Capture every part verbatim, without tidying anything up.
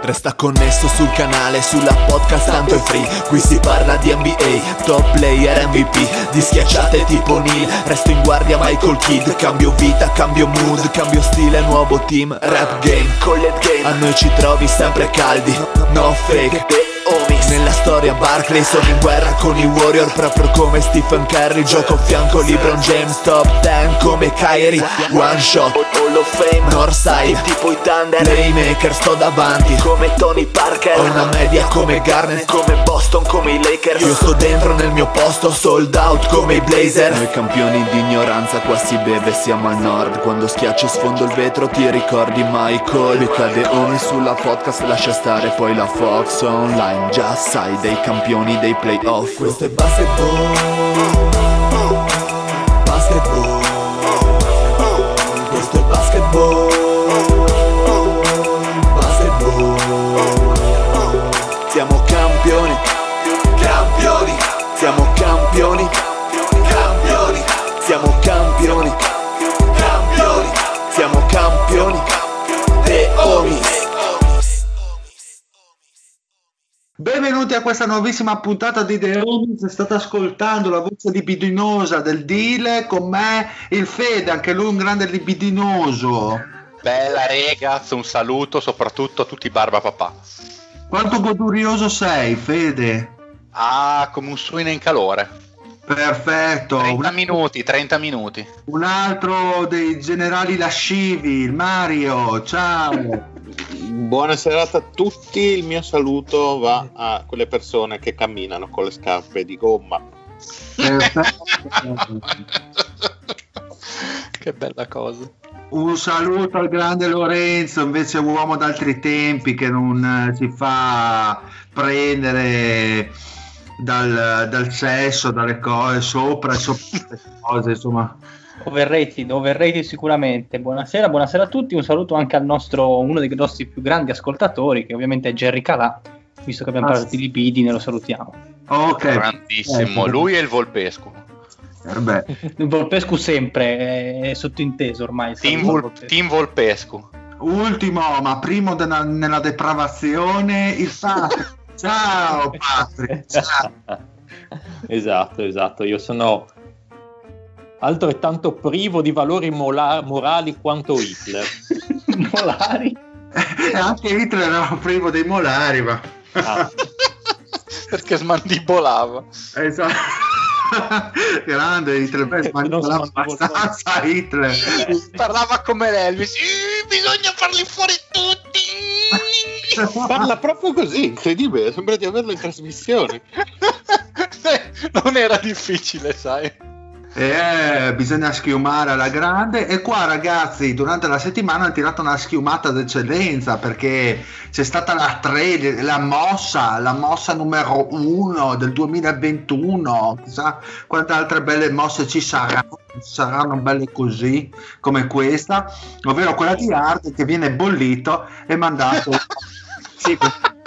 Resta connesso sul canale, sulla podcast tanto è free. Qui si parla di N B A, top player M V P, di schiacciate tipo Neil. Resto in guardia Michael Kidd, cambio vita, cambio mood, cambio stile, nuovo team. Rap game, collet game, a noi ci trovi sempre caldi. No fake, homies. Nella storia Barkley sono in guerra con i Warrior, proprio come Stephen Curry. Gioco a fianco LeBron James, top ten come Kyrie. One shot, Hall of Fame, Northside, tipo i Thunder. Playmaker, sto davanti come Tony Parker. Ho una media come Garnett, come Boston, come i Lakers. Io sto dentro nel mio posto, sold out come i Blazer. Noi campioni di ignoranza, qua si beve, siamo al nord. Quando schiaccio sfondo il vetro ti ricordi Michael. Mi cade ogni sulla podcast, lascia stare poi la Fox online. Già sai, dei campioni dei playoff. Questo è basketball, basketball. Questo è basketball, basketball. Siamo campioni, campioni. Siamo campioni, campioni. Siamo campioni, campioni. Siamo campioni, The Homies. Benvenuti a questa nuovissima puntata di The Homies. State ascoltando la voce libidinosa del Dile, con me il Fede, anche lui un grande libidinoso. Bella ragazzi, un saluto soprattutto a tutti i barba papà. Quanto godurioso sei, Fede? Ah, come un suino in calore. Perfetto. trenta un... minuti, trenta minuti. Un altro dei generali lascivi, il Mario, ciao. Buona serata a tutti, il mio saluto va a quelle persone che camminano con le scarpe di gomma. Che bella cosa. Un saluto al grande Lorenzo, invece uomo d'altri tempi, che non si fa prendere dal, dal sesso, dalle cose sopra e sopra le cose, insomma. Overrated, overrated sicuramente. Buonasera, buonasera a tutti. Un saluto anche al nostro, uno dei nostri più grandi ascoltatori, che ovviamente è Jerry Calà, visto che abbiamo ah, parlato sì. di libidine, lo salutiamo. Ok. Grandissimo, eh, lui e il Volpescu. Eh il Volpescu sempre è sottointeso ormai. Team, Vol- Volpescu. Team Volpescu. Ultimo, ma primo della, nella depravazione, il Patrick. Ciao Patrick. Ciao. Esatto, esatto. Io sono altrettanto privo di valori mola- morali quanto Hitler. Molari? E anche Hitler era privo dei molari, ma ah. Perché smandibolava. Esatto. Grande Hitler, beh, smandibolava abbastanza Hitler. Parlava come l'Elvis. Bisogna farli fuori tutti. Parla proprio così, incredibile, sembra di averlo in trasmissione. Non era difficile, sai. Eh, bisogna schiumare alla grande. E qua ragazzi, durante la settimana hanno tirato una schiumata d'eccellenza, perché c'è stata la tre, la mossa la mossa numero uno del duemilaventuno. Chissà quante altre belle mosse ci saranno, saranno belle così come questa, ovvero quella di Hard che viene bollito e mandato sì,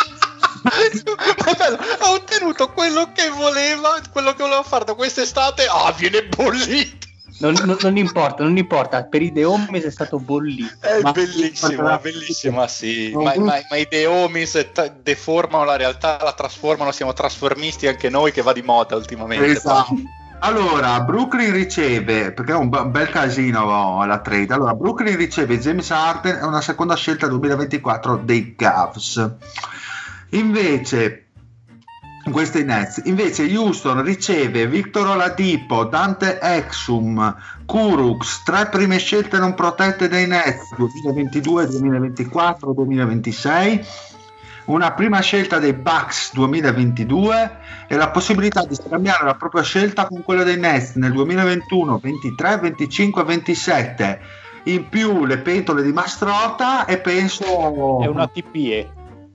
ma bello, ha ottenuto quello che voleva, quello che voleva fare da quest'estate. Ah, viene bollito. Non, non, non importa, non importa. Per i The Homies è stato bollito. È ma bellissimo, è bellissimo, sì. Ma, ma, ma i The Homies t- deformano la realtà, la trasformano. Siamo trasformisti anche noi, che va di moda ultimamente. Esatto. Allora, Brooklyn riceve, perché è un bel casino la trade. Allora, Brooklyn riceve James Harden e una seconda scelta duemilaventiquattro dei Cavs. Invece questi Nets, invece Houston riceve Victor Oladipo, Dante Exum, Kurucs, tre prime scelte non protette dei Nets duemilaventidue, duemilaventiquattro, duemilaventisei, una prima scelta dei Bucks duemilaventidue e la possibilità di scambiare la propria scelta con quella dei Nets nel duemilaventuno, ventitré, venticinque, ventisette. In più le pentole di Mastrota e penso è una T P E.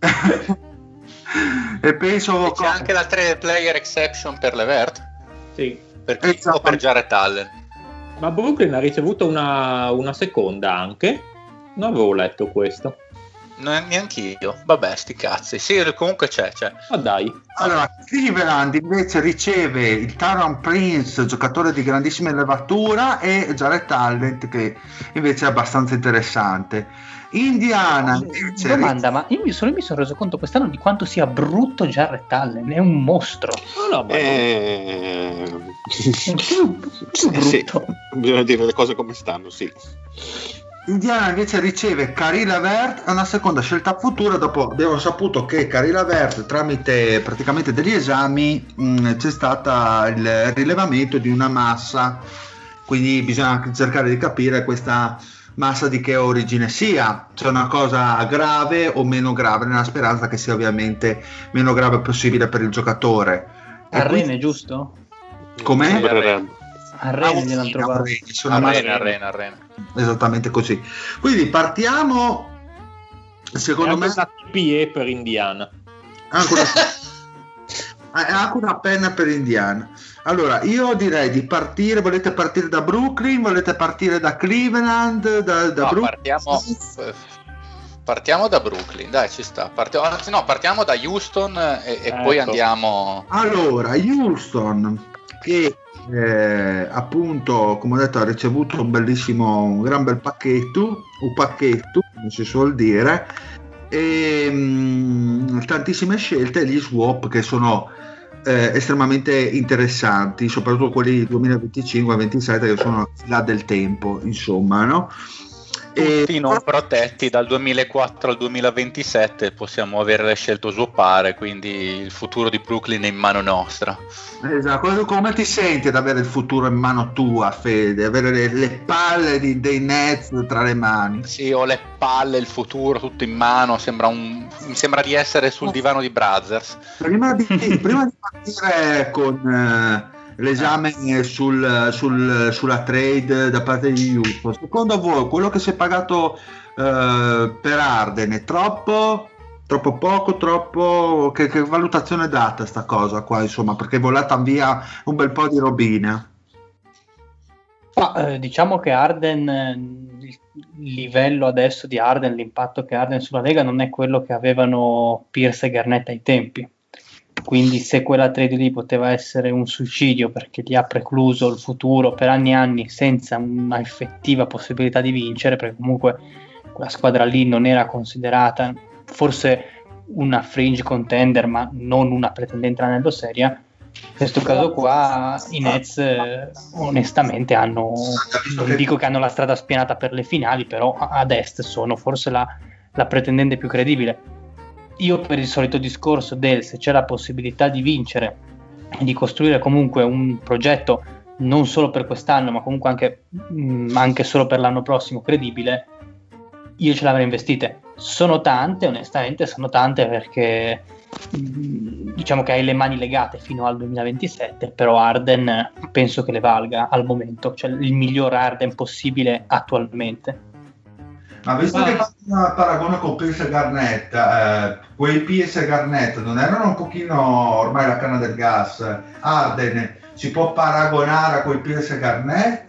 E penso e c'è anche la trade player exception per Levert, sì, per chi o per Jared Allen. Ma Brooklyn ha ricevuto una, una seconda anche, non avevo letto questo. Non neanch'io. Vabbè, sti cazzi. Sì, comunque c'è, c'è. Ma dai. Allora, Cleveland invece riceve il Taurean Prince, giocatore di grandissima levatura, e Jarrett Allen, che invece è abbastanza interessante. Indiana invece domanda, ma io mi sono, mi sono reso conto quest'anno di quanto sia brutto Jarrett Allen, è un mostro. No, no, ma Eh... Più- più sì, brutto. bisogna dire le cose come stanno, sì. Indiana invece riceve Caris LeVert, è una seconda scelta futura. Dopo abbiamo saputo che Caris LeVert, tramite praticamente degli esami, mh, c'è stato il rilevamento di una massa, quindi bisogna anche cercare di capire questa massa di che origine sia, c'è una cosa grave o meno grave, nella speranza che sia ovviamente meno grave possibile per il giocatore. E A Rene, quindi- giusto? Com'è? Sembrerebbe. A Rene gliel'hanno Ah, trovato. Rene, sono massa- Arena, arena, arena. esattamente così. Quindi partiamo, secondo me, una T P E per Indiana. anche una, è anche una penna per Indiana. Allora, io direi di partire. Volete partire da Brooklyn? Volete partire da Cleveland? Da, da No, Brooklyn? partiamo, partiamo da Brooklyn, dai, ci sta. Partiamo, anzi, no, partiamo da Houston e, e Ecco. poi andiamo. Allora, Houston, che eh, appunto, come ho detto, ha ricevuto un bellissimo, un gran bel pacchetto, un pacchetto, come si suol dire, e mh, tantissime scelte, gli swap che sono eh, estremamente interessanti, soprattutto quelli duemilaventicinque ventisette che sono là del tempo, insomma, no? Tutti non protetti dal duemilaquattro al duemilaventisette, possiamo averle scelto swappare, quindi il futuro di Brooklyn è in mano nostra. Esatto. Come ti senti ad avere il futuro in mano tua, Fede? Avere le, le palle di, dei Nets tra le mani? Sì, ho le palle, il futuro tutto in mano, sembra un, mi sembra di essere sul divano di Brothers. Prima di, prima di partire con eh, l'esame sul, sul, sulla trade da parte di Houston, secondo voi quello che si è pagato eh, per Harden è troppo? Troppo poco, troppo, che, che valutazione è data sta cosa qua, insomma, perché è volata via un bel po' di robina. Ma, eh, diciamo che Harden, eh, il livello adesso di Harden, l'impatto che ha Harden sulla Lega non è quello che avevano Pierce e Garnett ai tempi. Quindi se quella trade lì poteva essere un suicidio perché gli ha precluso il futuro per anni e anni senza una effettiva possibilità di vincere, perché comunque quella squadra lì non era considerata forse una fringe contender ma non una pretendente all'anello seria, in questo caso qua i Nets eh, onestamente hanno, non dico che hanno la strada spianata per le finali, però ad est sono forse la, la pretendente più credibile. Io per il solito discorso del se c'è la possibilità di vincere e di costruire comunque un progetto non solo per quest'anno ma comunque anche, mh, anche solo per l'anno prossimo credibile, io ce l'avrei investite. Sono tante, onestamente sono tante perché mh, diciamo che hai le mani legate fino al duemilaventisette, però Harden penso che le valga al momento, cioè il miglior Harden possibile attualmente. Ma visto Ma- che fate un paragone con Pierce e Garnett, eh, quei Pierce e Garnett non erano un pochino ormai la canna del gas? Harden si può paragonare a quei Pierce e Garnett?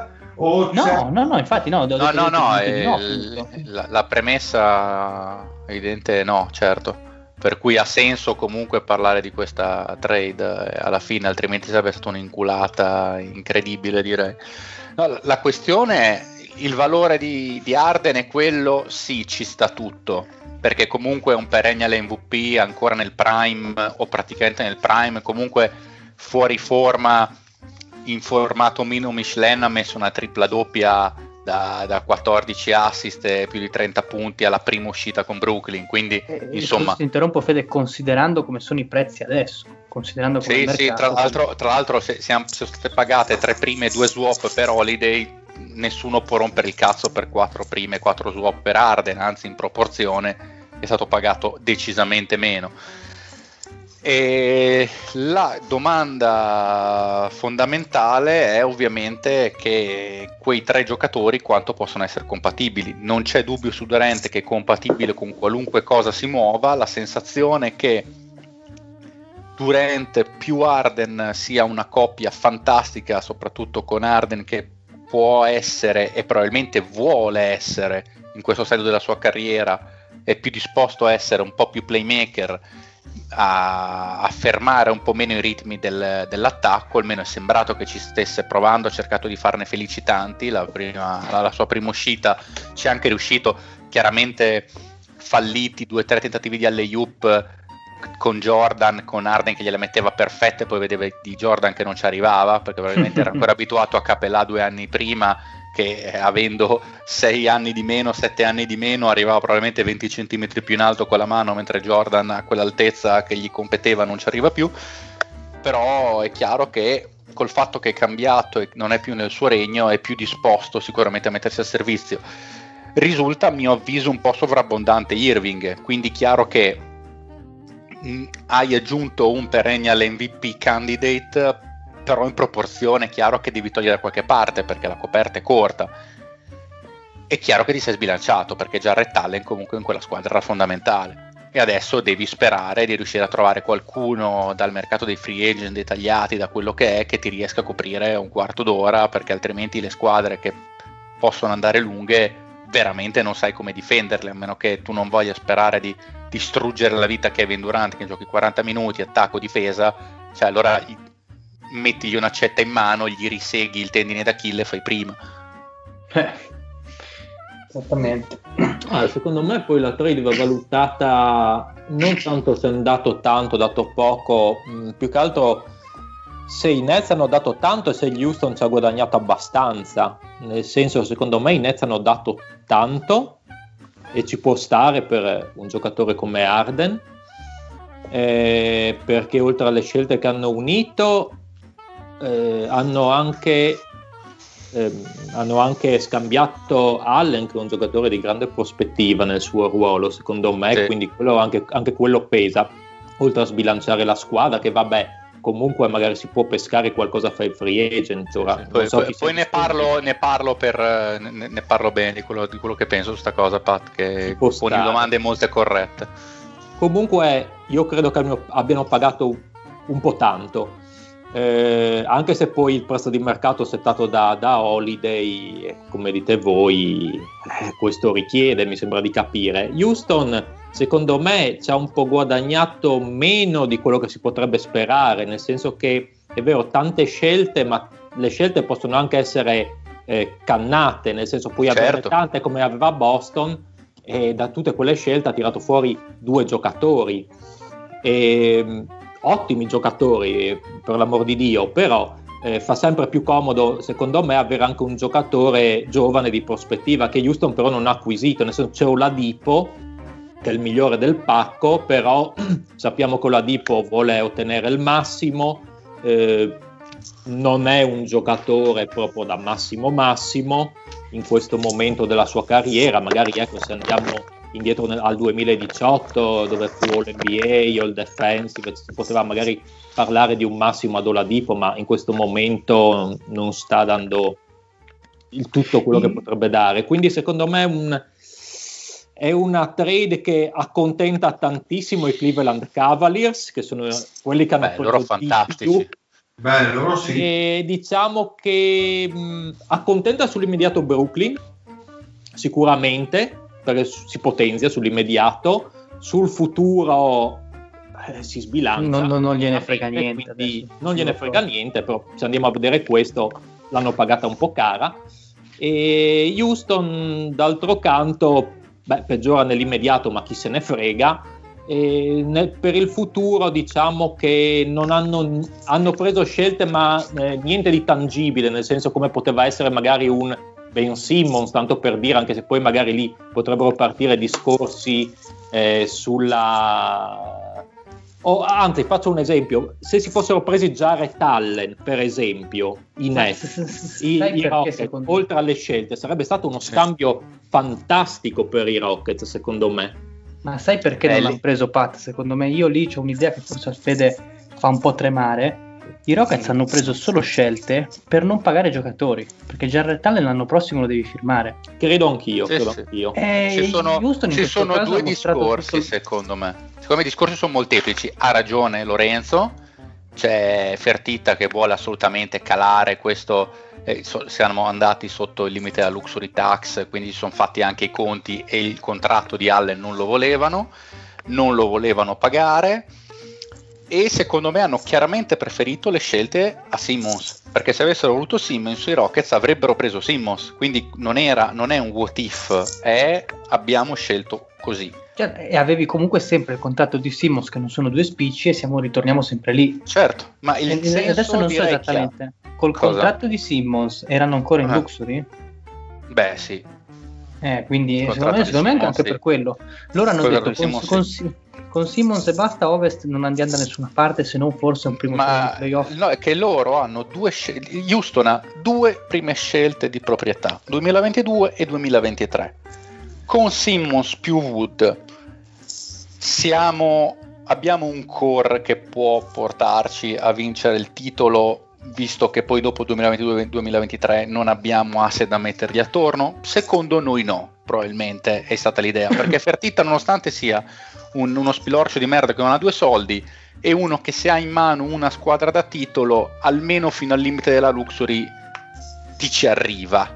O c'è- No, no, no, infatti no. No, no, no, è è il- la, la premessa evidente no, certo. Per cui ha senso comunque parlare di questa trade eh, alla fine, altrimenti sarebbe stata un'inculata incredibile, direi. No, la, la questione è il valore di, di Harden è quello, sì, ci sta tutto, perché comunque è un perennial M V P ancora nel prime o praticamente nel prime, comunque fuori forma, in formato mino Michelin, ha messo una tripla doppia da, da quattordici assist e più di trenta punti alla prima uscita con Brooklyn, quindi Eh, insomma ti interrompo Fede, considerando come sono i prezzi adesso, considerando come sì, il sì, mercato, tra l'altro, tra l'altro se, siamo, sono state pagate tre prime e due swap per Holiday, nessuno può rompere il cazzo per quattro prime e quattro swap per Harden, anzi in proporzione è stato pagato decisamente meno. E la domanda fondamentale è ovviamente che quei tre giocatori quanto possono essere compatibili. Non c'è dubbio su Durant che è compatibile con qualunque cosa si muova, la sensazione è che Durant più Harden sia una coppia fantastica, soprattutto con Harden che può essere e probabilmente vuole essere in questo stadio della sua carriera è più disposto a essere un po' più playmaker, a, a fermare un po' meno i ritmi del, dell'attacco. Almeno è sembrato che ci stesse provando, ha cercato di farne felici tanti. La, prima, la, la sua prima uscita ci è anche riuscito, chiaramente falliti due o tre tentativi di alley-oop con Jordan, con Harden che gliela metteva perfette, poi vedeva di Jordan che non ci arrivava perché probabilmente era ancora abituato a Capelà due anni prima, che eh, avendo sei anni di meno, sette anni di meno, arrivava probabilmente venti centimetri più in alto con la mano, mentre Jordan a quell'altezza che gli competeva non ci arriva più. Però è chiaro che col fatto che è cambiato e non è più nel suo regno, è più disposto sicuramente a mettersi al servizio. Risulta a mio avviso un po' sovrabbondante Irving, quindi chiaro che mh, hai aggiunto un perennial M V P candidate, però in proporzione è chiaro che devi togliere da qualche parte perché la coperta è corta. È chiaro che ti sei sbilanciato perché Jarrett Allen comunque in quella squadra era fondamentale e adesso devi sperare di riuscire a trovare qualcuno dal mercato dei free agent dettagliati, da quello che è, che ti riesca a coprire un quarto d'ora, perché altrimenti le squadre che possono andare lunghe veramente non sai come difenderle, a meno che tu non voglia sperare di distruggere la vita Kevin Durant che giochi quaranta minuti, attacco, difesa, cioè allora mettigli un'accetta in mano, gli riseghi il tendine d'Achille e fai prima. Eh, esattamente. Ah, secondo me poi la trade va valutata non tanto se hanno dato tanto, dato poco, mh, più che altro se i Nets hanno dato tanto e se gli Houston ci ha guadagnato abbastanza, nel senso, secondo me i Nets hanno dato tanto e ci può stare per un giocatore come Harden, eh, perché oltre alle scelte che hanno unito eh, hanno anche eh, hanno anche scambiato Allen, che è un giocatore di grande prospettiva nel suo ruolo secondo me, sì. Quindi quello, anche, anche quello pesa, oltre a sbilanciare la squadra, che vabbè comunque magari si può pescare qualcosa fra i free agent. Ora, sì, poi, so poi, poi ne parlo ne parlo per ne, ne parlo bene di quello, di quello che penso su sta cosa, Pat, che poni domande molte corrette. Comunque io credo che abbiano pagato un po' tanto, eh, anche se poi il prezzo di mercato settato da, da Holiday, come dite voi, eh, questo richiede, mi sembra di capire. Houston secondo me ci ha un po' guadagnato meno di quello che si potrebbe sperare, nel senso che è vero, tante scelte, ma le scelte possono anche essere eh, cannate, nel senso puoi certo. avere tante come aveva Boston, e da tutte quelle scelte ha tirato fuori due giocatori, e, ottimi giocatori per l'amor di Dio, però eh, fa sempre più comodo secondo me avere anche un giocatore giovane di prospettiva, che Houston però non ha acquisito, nel senso c'è Oladipo che è il migliore del pacco, però sappiamo che Oladipo vuole ottenere il massimo, eh, non è un giocatore proprio da massimo massimo in questo momento della sua carriera. Magari ecco, se andiamo indietro nel, al duemiladiciotto, dove fu l'N B A o il defensive, si poteva magari parlare di un massimo ad Oladipo, ma in questo momento non sta dando il tutto quello che potrebbe dare, quindi secondo me un è una trade che accontenta tantissimo i Cleveland Cavaliers, che sono quelli che hanno Beh, loro fantastici. Beh, loro sì. E diciamo che mh, accontenta sull'immediato Brooklyn, sicuramente, perché si potenzia sull'immediato. Sul futuro eh, si sbilancia. Non, non, non gliene frega niente. Quindi non gliene frega niente, però se andiamo a vedere questo, l'hanno pagata un po' cara. E Houston, d'altro canto, beh, peggiora nell'immediato, ma chi se ne frega. E nel, per il futuro diciamo che non hanno, hanno preso scelte, ma eh, niente di tangibile, nel senso come poteva essere magari un Ben Simmons, tanto per dire, anche se poi magari lì potrebbero partire discorsi eh, sulla... Oh, anzi, faccio un esempio: se si fossero presi Jarrett Allen, per esempio, i Nets, i, i Rockets, oltre alle scelte, sarebbe stato uno scambio fantastico per i Rockets, secondo me. Ma sai perché Belli. non l'hanno preso Pat? Secondo me, io lì c'ho un'idea che forse al Fede fa un po' tremare. I Rockets sì. hanno preso solo scelte per non pagare giocatori, perché Jarrett Allen l'anno prossimo lo devi firmare. Credo anch'io, sì, credo sì. anch'io. E ci sono, ci sono due discorsi tutto... secondo me. Secondo me i discorsi sono molteplici. Ha ragione Lorenzo, c'è Fertitta che vuole assolutamente calare questo eh, so, siamo andati sotto il limite della luxury tax, quindi si sono fatti anche i conti e il contratto di Allen non lo volevano, non lo volevano pagare, e secondo me hanno chiaramente preferito le scelte a Simmons, perché se avessero voluto Simmons i Rockets avrebbero preso Simmons, quindi non, era, non è un what if, è abbiamo scelto così. Cioè, e avevi comunque sempre il contratto di Simmons, che non sono due spicci, e siamo ritorniamo sempre lì. Certo, ma il e, senso adesso non so direi esattamente, col Cosa? contratto di Simmons erano ancora in Ah. luxury? Beh sì, Eh, quindi Il secondo me, contratto di secondo me anche, Simmons, anche sì. per quello. Loro hanno Quello detto di con, Simmons, con, sì. con Simmons e basta a Ovest non andiamo da nessuna parte, se non forse un primo ma playoff. no, è che loro hanno due scelte, Houston ha due prime scelte di proprietà, duemilaventidue e duemilaventitré. Con Simmons più Wood siamo, abbiamo un core che può portarci a vincere il titolo, visto che poi dopo duemilaventidue e duemilaventitré non abbiamo asset da mettergli attorno? Secondo noi no, probabilmente è stata l'idea, perché Fertitta, nonostante sia un, uno spilorcio di merda che non ha due soldi, è uno che se ha in mano una squadra da titolo, almeno fino al limite della luxury ti ci arriva.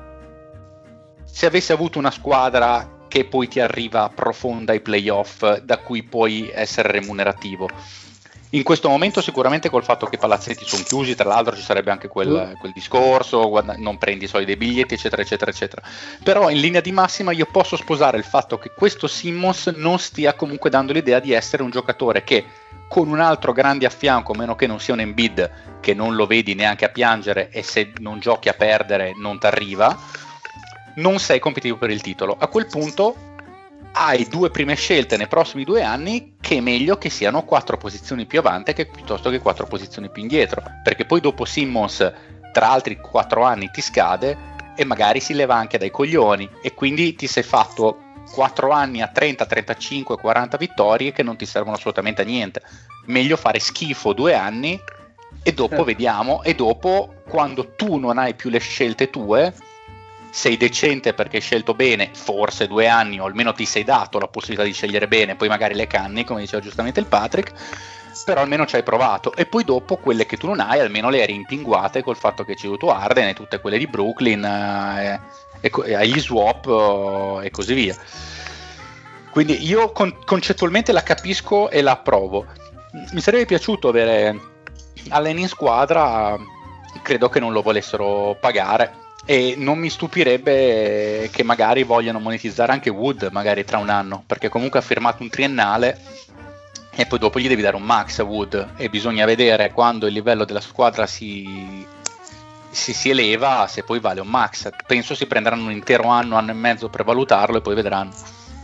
Se avessi avuto una squadra che poi ti arriva profonda ai playoff, da cui puoi essere remunerativo, in questo momento sicuramente col fatto che i palazzetti sono chiusi, tra l'altro ci sarebbe anche quel, quel discorso, guarda, non prendi i soldi dei biglietti, eccetera eccetera eccetera, però in linea di massima io posso sposare il fatto che questo Simmons non stia comunque dando l'idea di essere un giocatore che con un altro grande a fianco, a meno che non sia un Embiid che non lo vedi neanche a piangere, e se non giochi a perdere non ti arriva, non sei competitivo per il titolo. A quel punto hai due prime scelte nei prossimi due anni, che è meglio che siano quattro posizioni più avanti che piuttosto che quattro posizioni più indietro, perché poi dopo Simmons tra altri quattro anni ti scade e magari si leva anche dai coglioni, e quindi ti sei fatto quattro anni a trenta, trentacinque, quaranta vittorie che non ti servono assolutamente a niente. Meglio fare schifo due anni e dopo Certo. vediamo, e dopo, quando tu non hai più le scelte tue, sei decente perché hai scelto bene, forse due anni, o almeno ti sei dato la possibilità di scegliere bene, poi magari le canni, come diceva giustamente il Patrick, però almeno ci hai provato, e poi dopo quelle che tu non hai almeno le hai rimpinguate col fatto che ci hai avuto Harden e tutte quelle di Brooklyn, eh, e, e agli swap, eh, e così via. Quindi io con, concettualmente la capisco e la approvo. Mi sarebbe piaciuto avere Allen in squadra, credo che non lo volessero pagare, e non mi stupirebbe che magari vogliano monetizzare anche Wood magari tra un anno, perché comunque ha firmato un triennale e poi dopo gli devi dare un max a Wood, e bisogna vedere quando il livello della squadra si, si, si eleva, se poi vale un max. Penso si prenderanno un intero anno, anno e mezzo per valutarlo e poi vedranno.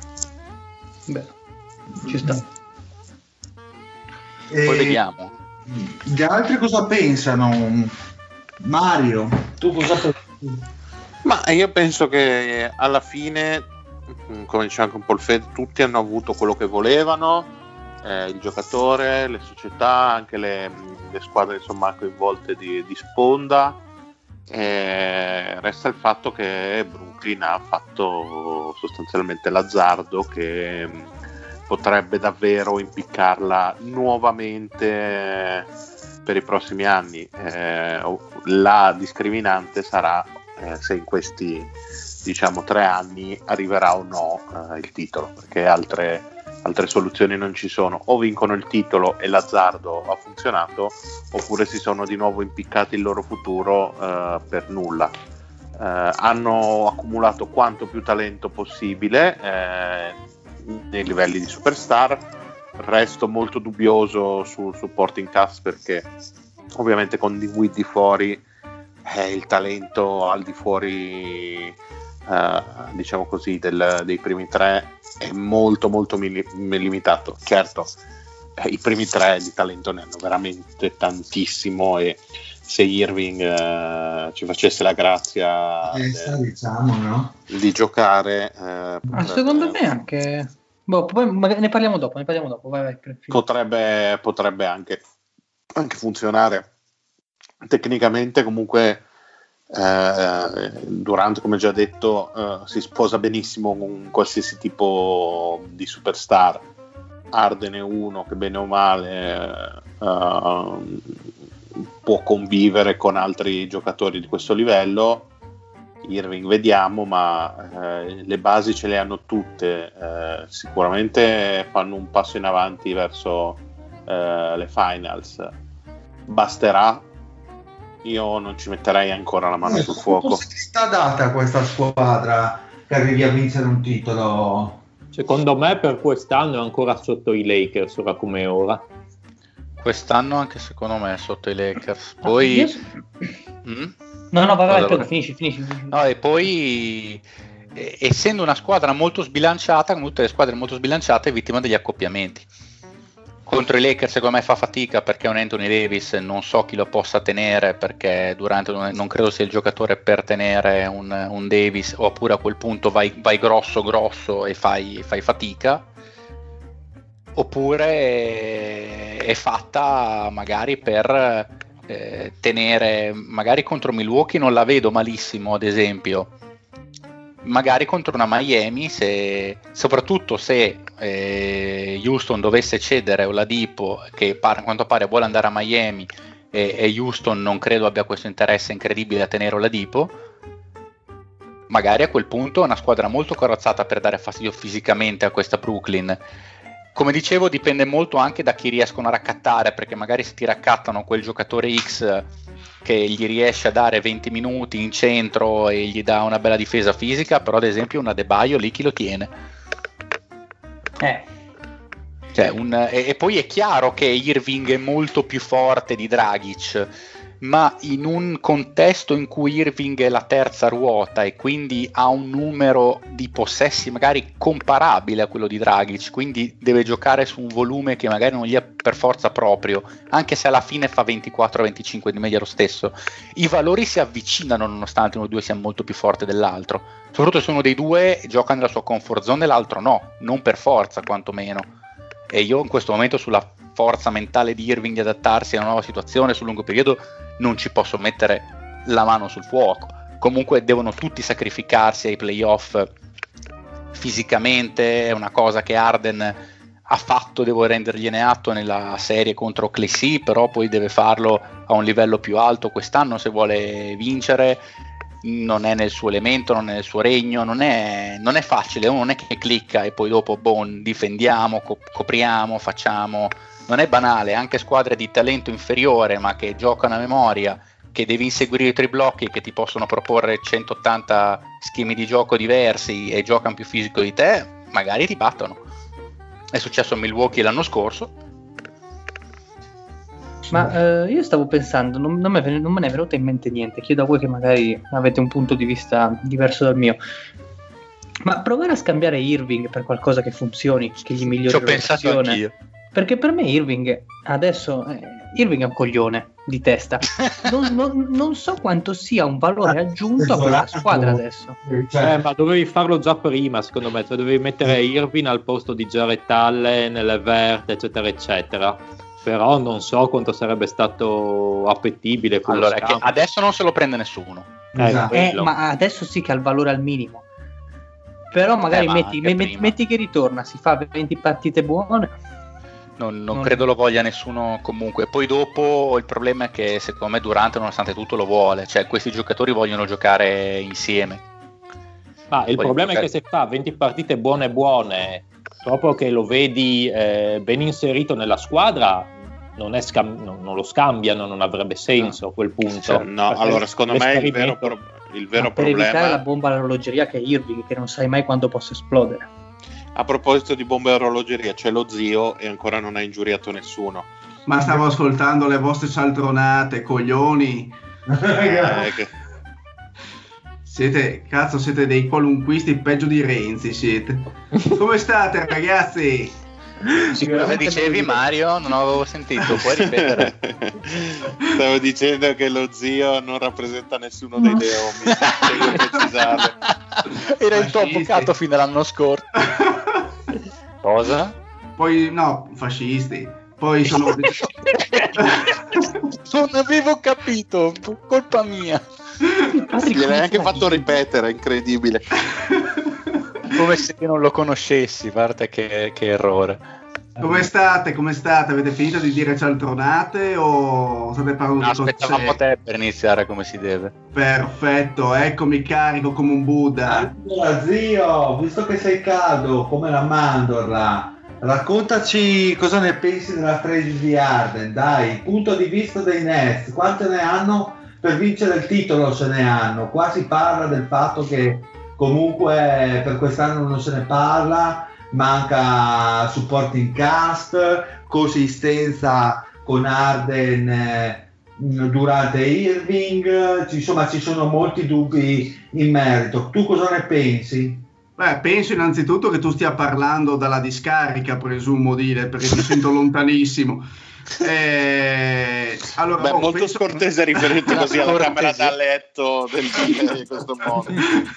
Beh, ci sta. E Poi vediamo. Gli altri cosa pensano? Mario, tu cosa pensi? Ma io penso che alla fine, come diceva anche un po' il Fed, tutti hanno avuto quello che volevano, eh, il giocatore, le società, anche le, le squadre insomma coinvolte di, di sponda. Eh, resta il fatto che Brooklyn ha fatto sostanzialmente l'azzardo che potrebbe davvero impiccarla nuovamente per i prossimi anni. Eh, la discriminante sarà eh, se in questi diciamo tre anni arriverà o no eh, il titolo, perché altre, altre soluzioni non ci sono: o vincono il titolo e l'azzardo ha funzionato, oppure si sono di nuovo impiccati il loro futuro eh, per nulla. Eh, hanno accumulato quanto più talento possibile eh, nei livelli di superstar. Resto molto dubbioso sul supporting cast, perché ovviamente con Dinwiddie di fuori eh, il talento al di fuori eh, diciamo così del, dei primi tre è molto molto mili- limitato. Certo, eh, i primi tre di talento ne hanno veramente tantissimo, e se Irving eh, ci facesse la grazia Eh, de- diciamo, no? di giocare eh, Ah, potrebbe- secondo me anche. Boh, poi magari ne parliamo dopo, ne parliamo dopo. Vai, vai, per- potrebbe, potrebbe anche, anche funzionare. Tecnicamente comunque eh, Durant, come già detto, eh, si sposa benissimo con qualsiasi tipo di superstar. Harden è uno che bene o male eh, può convivere con altri giocatori di questo livello. Irving vediamo, ma eh, le basi ce le hanno tutte, eh, sicuramente fanno un passo in avanti verso eh, le finals. Basterà? Io non ci metterei ancora la mano eh, sul fuoco. Quanto sta data a questa squadra che arrivi a vincere un titolo? Secondo me per quest'anno è ancora sotto i Lakers, ora come ora. Quest'anno anche secondo me è sotto i Lakers. Poi... Ah, mm? No, no, vai, vai, Allora, finisci, finisci. No, e poi eh, essendo una squadra molto sbilanciata, come tutte le squadre molto sbilanciate, è vittima degli accoppiamenti. Contro i Lakers secondo me fa fatica perché un Anthony Davis non so chi lo possa tenere, perché durante non credo sia il giocatore per tenere un, un Davis, oppure a quel punto vai, vai grosso grosso e fai, fai fatica, oppure è fatta magari per eh, tenere, magari contro Milwaukee non la vedo malissimo ad esempio, magari contro una Miami, se, soprattutto se eh, Houston dovesse cedere Oladipo, che par, a quanto pare vuole andare a Miami, e, e Houston non credo abbia questo interesse incredibile a tenere Oladipo, magari a quel punto è una squadra molto corazzata per dare fastidio fisicamente a questa Brooklyn. Come dicevo, dipende molto anche da chi riescono a raccattare, perché magari se ti raccattano quel giocatore X che gli riesce a dare venti minuti in centro e gli dà una bella difesa fisica, però ad esempio un Adebayo lì chi lo tiene? Eh. Cioè, un, e, e poi è chiaro che Irving è molto più forte di Dragic, ma in un contesto in cui Irving è la terza ruota e quindi ha un numero di possessi magari comparabile a quello di Dragic, quindi deve giocare su un volume che magari non gli è per forza proprio, anche se alla fine fa ventiquattro venticinque di media lo stesso, i valori si avvicinano nonostante uno dei due sia molto più forte dell'altro, soprattutto se uno dei due gioca nella sua comfort zone e l'altro no, non per forza quantomeno. E io in questo momento sulla forza mentale di Irving di adattarsi a una nuova situazione sul lungo periodo non ci posso mettere la mano sul fuoco. Comunque devono tutti sacrificarsi ai playoff fisicamente, è una cosa che Harden ha fatto, devo rendergliene atto nella serie contro O K C, però poi deve farlo a un livello più alto quest'anno se vuole vincere. Non è nel suo elemento, non è nel suo regno, non è, non è facile, uno non è che clicca e poi dopo bon, difendiamo, co- copriamo, facciamo, non è banale, anche squadre di talento inferiore ma che giocano a memoria, che devi inseguire i tre blocchi, che ti possono proporre centottanta schemi di gioco diversi e giocano più fisico di te, magari ti battono. È successo a Milwaukee l'anno scorso. Ma eh, io stavo pensando, non, non, me, non me ne è venuto in mente niente, chiedo a voi che magari avete un punto di vista diverso dal mio, ma provare a scambiare Irving per qualcosa che funzioni, che gli migliori ci ho pensato anch'io, perché per me Irving adesso eh, Irving è un coglione di testa, non, non, non so quanto sia un valore aggiunto a quella squadra adesso. Eh, ma dovevi farlo già prima, secondo me, cioè dovevi mettere Irving al posto di Jarrett Allen, Levert, eccetera eccetera. Però non so quanto sarebbe stato appetibile. Allora, che adesso non se lo prende nessuno. Esatto. Eh, ma adesso sì che ha il valore al minimo. Però magari eh, metti, ma metti, metti che ritorna, si fa venti partite buone. Non, non non credo lo voglia nessuno comunque. Poi dopo il problema è che secondo me Durant nonostante tutto lo vuole. Cioè questi giocatori vogliono giocare insieme. Ma il Voglio problema giocare... è che se fa venti partite buone buone, proprio che lo vedi eh, ben inserito nella squadra, non, è scam- non, non lo scambiano, non avrebbe senso a quel punto. Cioè, no, Perché allora secondo me il vero, l'esperimento- pro- il vero Ma per problema, evitare la bomba all'orologeria che è Irving, che non sai mai quando possa esplodere. a proposito di bombe a orologeria, c'è lo zio e ancora non ha ingiuriato nessuno. Ma stavo ascoltando le vostre cialtronate, coglioni. Eh, che- Siete, cazzo, siete dei qualunquisti peggio di Renzi, siete. Come state, ragazzi? Cosa dicevi Mario? Non avevo sentito, puoi ripetere? Stavo dicendo che lo zio non rappresenta nessuno dei Deomi, devo precisarlo. Era il tuo Fascisti. avvocato fino all'anno scorso. Cosa? Poi, no, fascisti. Poi sono... Non avevo capito, colpa mia. Gliel'hai anche fatto ripetere, incredibile. Come se io non lo conoscessi, guarda che, che errore. Come state? Come state? Avete finito di dire cialtronate o state parlando No, di cose aspettavamo serie? te per iniziare come si deve. Perfetto, eccomi carico come un Buddha. Allora, zio, visto che sei caldo come la mandorla, raccontaci cosa ne pensi della trade di Harden, dai, punto di vista dei Nets, quante ne hanno per vincere il titolo, se ne hanno? Qua si parla del fatto che comunque per quest'anno non se ne parla, manca supporting cast, consistenza con Harden eh, durante Irving, insomma ci sono molti dubbi in merito. Tu cosa ne pensi? Beh, penso innanzitutto che tu stia parlando dalla discarica, presumo dire, perché ti sento lontanissimo. Eh, allora, Beh, oh, molto penso... scortese riferirti così alla Scortese. camera da letto del in questo modo.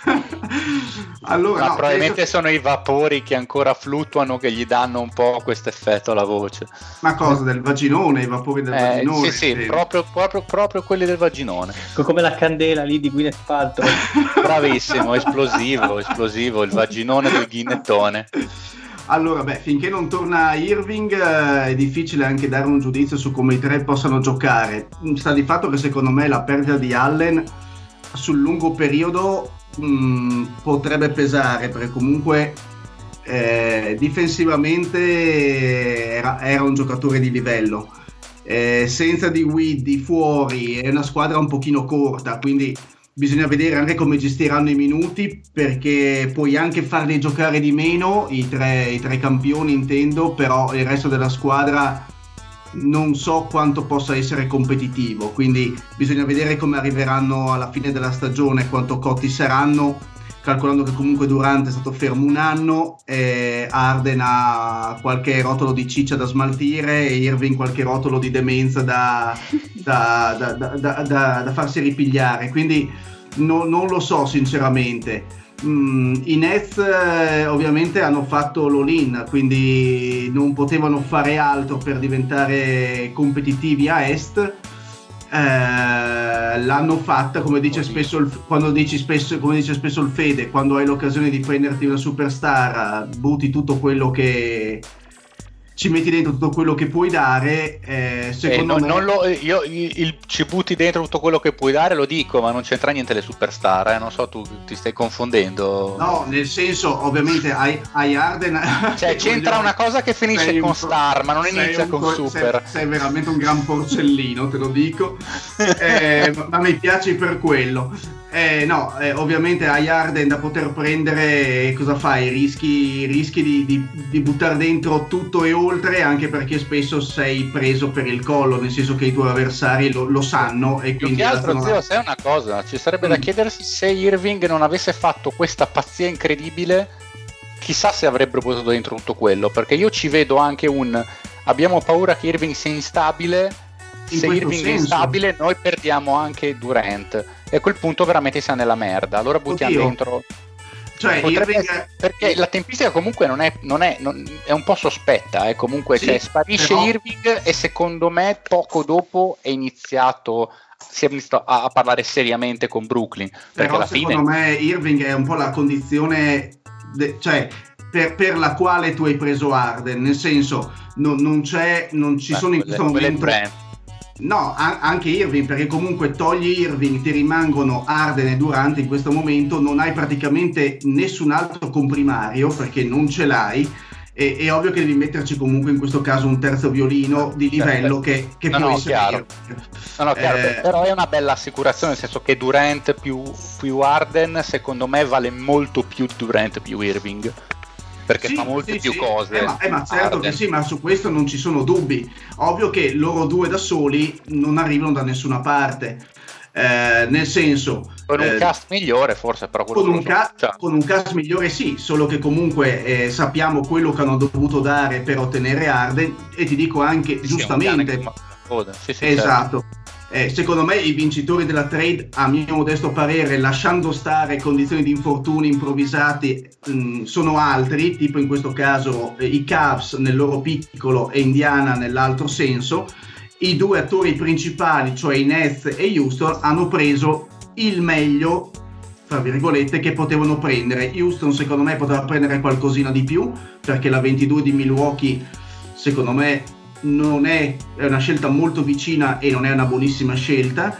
allora, Ma no, probabilmente penso... sono i vapori che ancora fluttuano che gli danno un po' questo effetto alla voce. Ma cosa, del vaginone, i vapori del Eh, vaginone? sì, sì, sì. proprio, proprio, proprio quelli del vaginone. Come la candela lì di Gwyneth Paltrow. Bravissimo, esplosivo, esplosivo, il vaginone del ghinettone. Allora, beh, finché non torna Irving eh, è difficile anche dare un giudizio su come i tre possano giocare. Sta di fatto che secondo me la perdita di Allen sul lungo periodo mh, potrebbe pesare, perché comunque eh, difensivamente era, era un giocatore di livello. Eh, senza di Widdy fuori è una squadra un pochino corta, quindi bisogna vedere anche come gestiranno i minuti, perché puoi anche farli giocare di meno i tre, i tre campioni intendo, però il resto della squadra non so quanto possa essere competitivo, quindi bisogna vedere come arriveranno alla fine della stagione, quanto cotti saranno, calcolando che comunque Durant è stato fermo un anno, eh, Harden ha qualche rotolo di ciccia da smaltire e Irving qualche rotolo di demenza da, da, da, da, da, da, da farsi ripigliare, quindi no, non lo so sinceramente. Mm, i Nets eh, ovviamente hanno fatto l'all-in, quindi non potevano fare altro per diventare competitivi a est. Eh, l'hanno fatta, come dice spesso il, quando dici spesso, come dice spesso il Fede, quando hai l'occasione di prenderti una superstar butti tutto quello che ci metti dentro, tutto quello che puoi dare. eh, secondo Eh, non- me non lo- io il, il- ci butti dentro tutto quello che puoi dare, lo dico, ma non c'entra niente le superstar, eh, non so, tu ti stai confondendo. no, nel senso, ovviamente hai, hai Harden, Cioè c'entra una cosa che finisce Sei un con po'- star, ma non sei inizia un con po'- super. Sei, sei veramente un gran porcellino, te lo dico. Eh, ma mi piaci per quello. Eh, no, eh, ovviamente hai Harden da poter prendere, e cosa fai? Rischi, rischi di, di, di buttare dentro tutto e oltre, anche perché spesso sei preso per il collo, nel senso che i tuoi avversari lo, lo sanno e Più quindi che altro, alzano zio, la- sai una cosa, ci sarebbe da Mm. chiedersi se Irving non avesse fatto questa pazzia incredibile, chissà se avrebbero potuto dentro tutto quello, perché io ci vedo anche un abbiamo paura che Irving sia instabile, In se questo Irving è senso. instabile noi perdiamo anche Durant e a quel punto veramente siamo nella merda, allora buttiamo Oddio. dentro. Cioè, Potrebbe Irving- essere- perché la tempistica comunque non è, non è, non- è un po' sospetta, eh, comunque Sì, cioè, sparisce però- Irving e secondo me poco dopo è iniziato si è iniziato a, a parlare seriamente con Brooklyn, perché Però alla secondo fine me Irving è un po' la condizione de- cioè per, per la quale tu hai preso Harden, nel senso non, non c'è non ci beh, sono in quelle- questo quelle momento brand. no, a- anche Irving, perché comunque togli Irving, ti rimangono Harden e Durant in questo momento, non hai praticamente nessun altro comprimario perché non ce l'hai. E, è ovvio che devi metterci comunque in questo caso un terzo violino di livello che, che No, può no, essere chiaro. Irving. No, no, chiaro, Eh, però è una bella assicurazione, nel senso che Durant più, più Harden secondo me vale molto più Durant più Irving, perché Sì, fa molte sì, più sì. cose. Eh, ma, eh, ma certo Harden. che sì, ma su questo non ci sono dubbi. Ovvio che loro due da soli non arrivano da nessuna parte. Eh, nel senso, Con un eh, cast migliore forse, però quello con un, non lo so. ca- Cioè, con un cast migliore sì, solo che comunque eh, sappiamo quello che hanno dovuto dare per ottenere Harden, e ti dico anche sì, sì, è un giustamente cane che fa la coda. Sì, sì, esatto. Eh, secondo me i vincitori della trade, a mio modesto parere, lasciando stare condizioni di infortuni improvvisati, mh, sono altri, tipo in questo caso eh, i Cavs nel loro piccolo e Indiana nell'altro senso. I due attori principali, cioè i Nets e Houston, hanno preso il meglio, tra virgolette, che potevano prendere. Houston secondo me poteva prendere qualcosina di più, perché la ventidue di Milwaukee secondo me non è, è una scelta molto vicina e non è una buonissima scelta.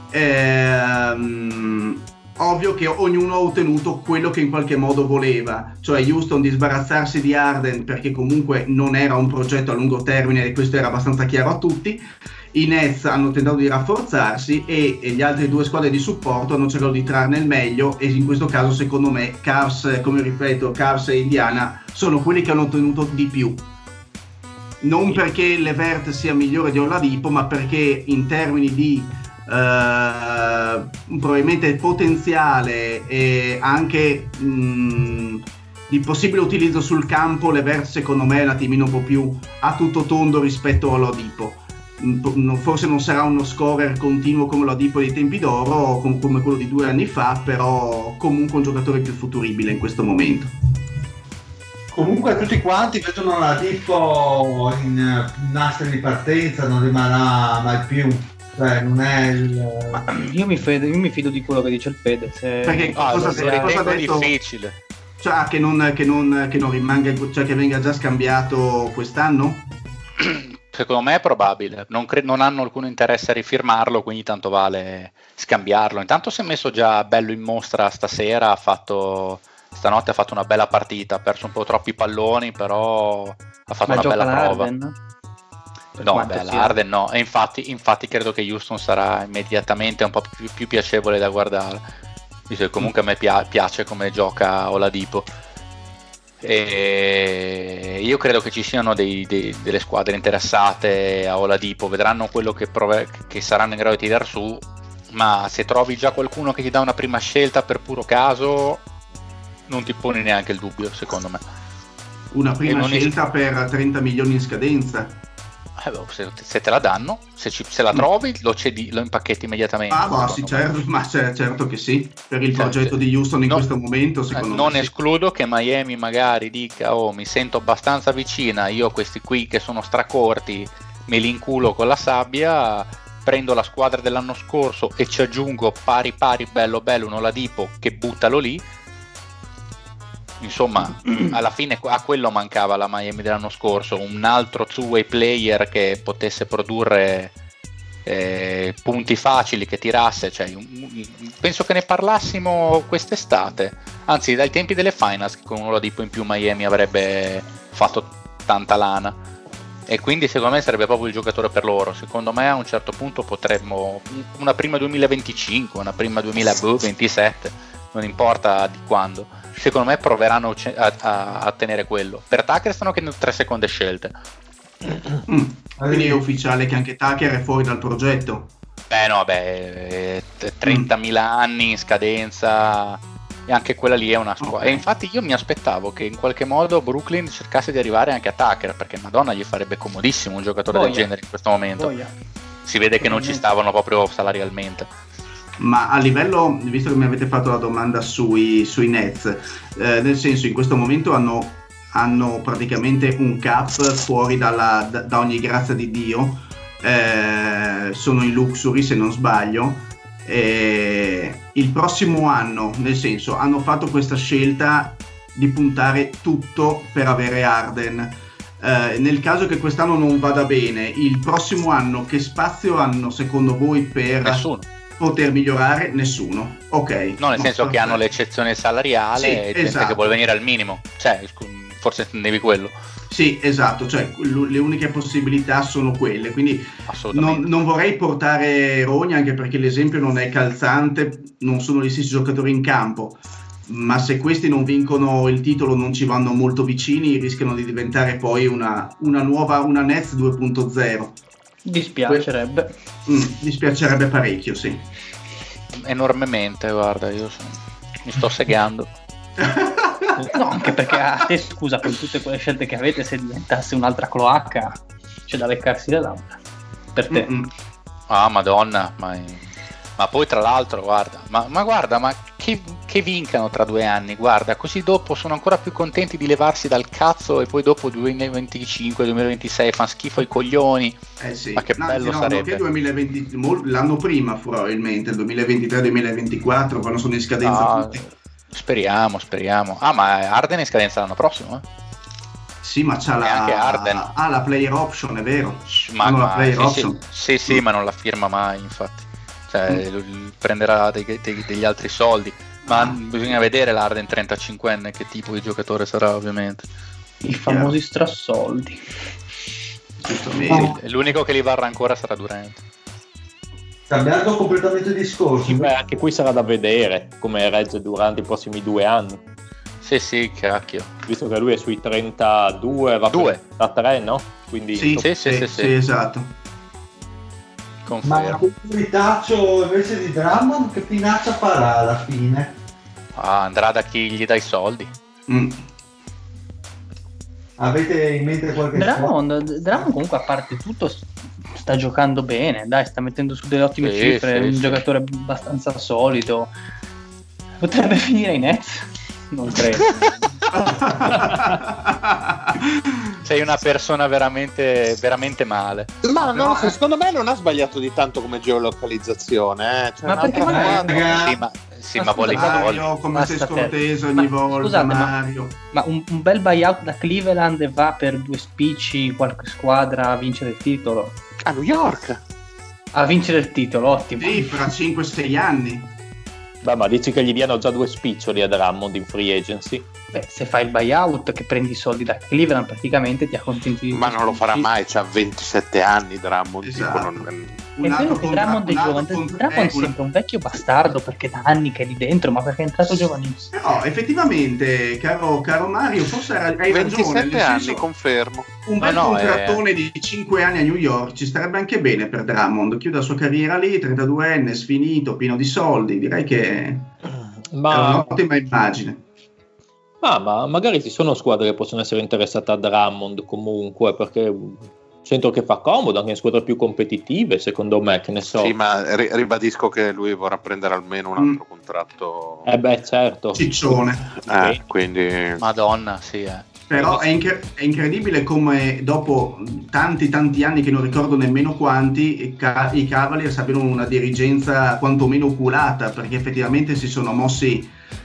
Ehm, ovvio che ognuno ha ottenuto quello che in qualche modo voleva, cioè Houston di sbarazzarsi di Harden perché comunque non era un progetto a lungo termine e questo era abbastanza chiaro a tutti. I Nets hanno tentato di rafforzarsi e, e le altre due squadre di supporto hanno cercato di trarne il meglio, e in questo caso secondo me Cavs, come ripeto, Cavs e Indiana sono quelli che hanno ottenuto di più. Non perché Levert sia migliore di Oladipo, ma perché in termini di uh, probabilmente potenziale e anche mh, di possibile utilizzo sul campo, Levert secondo me è un attimino un po' più a tutto tondo rispetto a Oladipo. Forse non sarà uno scorer continuo come Oladipo dei tempi d'oro, come quello di due anni fa, però comunque un giocatore più futuribile in questo momento. Comunque tutti quanti vedono Oladipo in nastri di partenza, non rimarrà mai più, cioè non è il... Ma io mi fido, io mi fido di quello che dice il Fede, se... perché ah, cosa, lo se, cosa ha detto? Difficile, cioè che non, che non, che non rimanga, cioè che venga già scambiato quest'anno? Secondo me è probabile, non, cre- non hanno alcun interesse a rifirmarlo, quindi tanto vale scambiarlo. Intanto si è messo già bello in mostra stasera, ha fatto stanotte ha fatto una bella partita, ha perso un po' troppi palloni, però ha fatto Ma una bella prova. Harden? No, beh, Harden no, e infatti, infatti credo che Houston sarà immediatamente un po' più, più piacevole da guardare, visto che comunque a me pia- piace come gioca Oladipo. E io credo che ci siano dei, dei, delle squadre interessate a Oladipo, vedranno quello che, prove- che saranno in grado di tirare su, ma se trovi già qualcuno che ti dà una prima scelta per puro caso non ti poni neanche il dubbio, secondo me. Una prima scelta è... per trenta milioni in scadenza. Eh, beh, se, se te la danno, se, ci, se la trovi, lo, cedi, lo impacchetti immediatamente. Ah, ma sì, certo, ma c- certo che sì. Per il Cioè, progetto di Houston in no, questo momento, secondo non me. Non escludo sì. Che Miami magari dica: oh, mi sento abbastanza vicina, io questi qui che sono stracorti me li inculo con la sabbia, prendo la squadra dell'anno scorso e ci aggiungo pari pari bello bello un Oladipo che buttalo lì. Insomma, alla fine a quello mancava la Miami dell'anno scorso, un altro two-way player che potesse produrre eh, punti facili, che tirasse. Cioè, un, un, penso che ne parlassimo quest'estate, anzi dai tempi delle finals, che con un Oladipo in più Miami avrebbe fatto tanta lana, e quindi secondo me sarebbe proprio il giocatore per loro. Secondo me a un certo punto potremmo una prima duemilaventicinque, una prima duemilaventisette, non importa di quando, secondo me proveranno a, a, a tenere quello. Per Tucker stanno chiedendo tre seconde scelte. Mm. Quindi è ufficiale che anche Tucker è fuori dal progetto? Beh no, beh, trentamila mm. anni in scadenza, e anche quella lì è una squadra. Okay. E infatti io mi aspettavo che in qualche modo Brooklyn cercasse di arrivare anche a Tucker, perché Madonna gli farebbe comodissimo un giocatore Boia. del genere in questo momento. Boia. Si vede che non ci stavano proprio salarialmente. Ma a livello, visto che mi avete fatto la domanda sui, sui Nets, eh, nel senso, in questo momento hanno, hanno praticamente un cap fuori dalla, da, da ogni grazia di Dio, eh, sono in luxury se non sbaglio. Eh, il prossimo anno, nel senso, hanno fatto questa scelta di puntare tutto per avere Harden. Eh, nel caso che quest'anno non vada bene, il prossimo anno che spazio hanno secondo voi per... Nessuno. Poter migliorare? Nessuno. Ok. No, nel no, senso che hanno l'eccezione salariale, sì, e gente esatto. che vuole venire al minimo. Cioè, forse intendevi quello. Sì, esatto, cioè le uniche possibilità sono quelle, quindi non, non vorrei portare rogna, anche perché l'esempio non è calzante, non sono gli stessi giocatori in campo, ma se questi non vincono il titolo, non ci vanno molto vicini, rischiano di diventare poi una, una nuova, una Nets due punto zero. Dispiacerebbe. Mm, dispiacerebbe parecchio, sì. Enormemente, guarda, io sono... mi sto segando. No, anche perché a te, scusa, con tutte quelle scelte che avete, se diventasse un'altra cloaca c'è da leccarsi le labbra. Per te. Mm-mm. Ah, Madonna, ma... ma poi tra l'altro, guarda, ma, ma guarda, ma che, che vincano tra due anni, guarda, così dopo sono ancora più contenti di levarsi dal cazzo, e poi dopo duemilaventicinque duemilaventisei fanno schifo i coglioni. Eh sì. Ma che no, bello no, sarebbe. Che duemilaventi, l'anno prima probabilmente, il duemilaventitré duemilaventiquattro, quando sono in scadenza no, tutti. Speriamo, speriamo. Ah, ma Harden è in scadenza l'anno prossimo, eh? Sì, ma c'ha E la, anche Harden. ah, la player option, è vero. Ma, Hanno la ma- player sì, option. sì, sì, sì, ma non la firma mai, infatti. Cioè, Mm. l- l- prenderà dei- dei- degli altri soldi. Ma Ah. bisogna vedere l'Arden trentacinquenne che tipo di giocatore sarà, ovviamente. I famosi strassoldi. Giustamente. E l'unico che li varrà ancora sarà Durant. Cambiando completamente discorso, Sì, beh, anche qui sarà da vedere come regge durante i prossimi due anni, Sì, sì, cacchio. visto che lui è sui trentadue, va Due. per trentatré, no? Quindi Sì, Sì, sì, sì, sì, sì, sì. esatto. ma Confermo. il ritaccio invece di Drummond che finaccia farà alla fine? Ah, andrà da chi gli dà i soldi. Mm. Avete in mente qualche Drummond, Drummond comunque a parte tutto s- sta giocando bene, dai, sta mettendo su delle ottime Sì, cifre, è sì, un sì. giocatore abbastanza solido. Potrebbe finire in Nets? Non credo. Sei una persona veramente, veramente male. Ma Però, no, eh. secondo me non ha sbagliato di tanto come geolocalizzazione. Eh. Cioè, Ma un'altra perché magari- cosa- Sì, ma, sì, Ma ma vuole i scusa, soldi. Mario, come sei Basta scortese per- ogni Ma volta, scusate, ma- Mario. Ma un, un bel buyout da Cleveland e va per due spicci qualche squadra a vincere il titolo. A New York. A vincere il titolo, ottimo. Sì, fra cinque sei anni. Beh, ma dici che gli diano già due spiccioli a Drummond in free agency? Beh, se fai il buyout che prendi i soldi da Cleveland praticamente ti accontenti di Ma non lo farà sì. mai, c'ha ventisette anni Drummond. Esatto. Tipo, non- È vero che contra- Drummond è un altro giovane, contra- Drummond eh, una- sembra un vecchio bastardo perché da anni che è lì dentro, ma perché è entrato giovanissimo. Però effettivamente, caro, caro Mario, forse hai hai ragione. ventisette nel anni, senso, confermo. un Ma bel no, contrattone di cinque anni a New York ci starebbe anche bene per Drummond. Chiude la sua carriera lì, trentaduenne, sfinito, pieno di soldi. Direi che è Ma, un'ottima immagine. ma, ma magari ci sono squadre che possono essere interessate a Drummond comunque, perché sento che fa comodo anche in squadre più competitive, secondo me, che ne so. Sì, ma ri- ribadisco che lui vorrà prendere almeno un altro contratto. Eh beh, certo. Ciccione. Eh, quindi Madonna, sì, eh. Però è, incre- è incredibile come dopo tanti tanti anni, che non ricordo nemmeno quanti, i, ca- i Cavaliers abbiano una dirigenza quantomeno oculata, perché effettivamente si sono mossi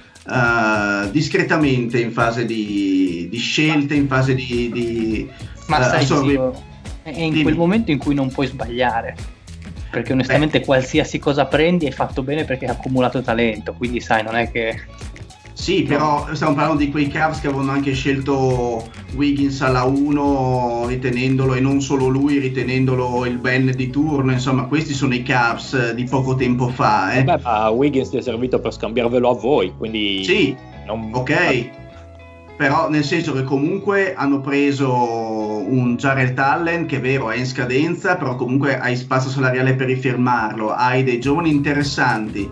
eh, discretamente in fase di, di scelte, in fase di... di Ma eh, sai, assorbi- zio, è in Dimmi. quel momento in cui non puoi sbagliare. Perché onestamente qualsiasi cosa prendi hai fatto bene perché hai accumulato talento, quindi sai, non è che... Sì, però stiamo parlando di quei Cavs che avevano anche scelto Wiggins alla uno, ritenendolo, e non solo lui, ritenendolo il Ben di turno. Insomma, questi sono i Cavs eh, di poco tempo fa. Eh. Beh, ma Wiggins ti è servito per scambiarvelo a voi, quindi... Sì, non- ok, però nel senso che comunque hanno preso un Jared Allen che è vero è in scadenza, però comunque hai spazio salariale per rifirmarlo, hai dei giovani interessanti,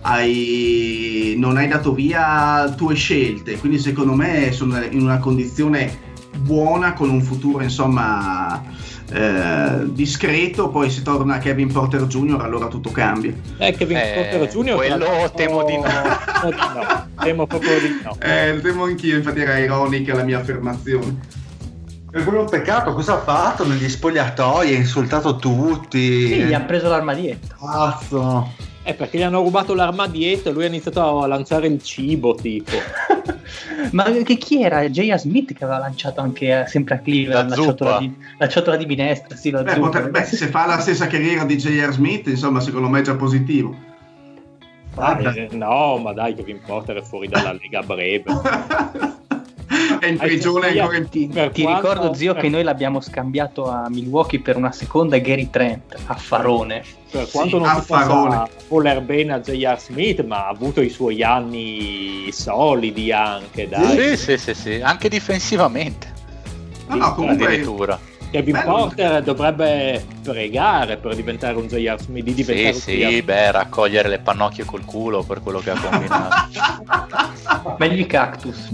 hai... non hai dato via tue scelte, quindi secondo me sono in una condizione buona, con un futuro insomma eh, discreto. Poi se torna Kevin Porter Junior allora tutto cambia. Eh, Kevin Eh, Porter Junior quello tra l'altro- temo di no. temo di no. Temo proprio di no. Eh, temo anch'io, infatti era ironica la mia affermazione. È quello un peccato, cosa ha fatto negli spogliatoi? Ha insultato tutti. Sì, gli ha preso l'armadietto. Cazzo. Eh, perché gli hanno rubato l'armadietto e lui ha iniziato a lanciare il cibo, tipo. Ma che chi era? J R. Smith che aveva lanciato anche a- sempre a Cleveland La la, ciotola zuppa. di, la ciotola di minestra, sì, la Beh, zuppa. potre- beh, se fa la stessa carriera di J R. Smith, insomma, secondo me è già positivo. Ah, eh, no, ma dai, Kevin Porter è fuori dalla Lega a breve. È in prigione Hai- ancora in... Ti, Per ti quanto- ricordo, zio, per- che noi l'abbiamo scambiato a Milwaukee per una seconda Gary Trent, affarone. Per Sì, quanto non si affarone. possa voler bene a J R. Smith, ma ha avuto i suoi anni solidi anche, dai. Sì, sì, sì, sì, anche difensivamente. No, no, comunque... Addirittura. Kevin Bello. Porter dovrebbe pregare per diventare un J R. Smith, di diventare Sì, un J R. sì, beh, raccogliere le pannocchie col culo per quello che ha combinato. Meglio i cactus.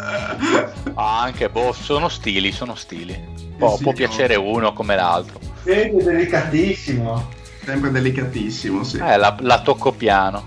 Ah, anche, boh, sono stili, sono stili. Può, sì, può no. piacere uno come l'altro. Vedi, è delicatissimo. Sempre delicatissimo, sì. Eh, la, la tocco piano.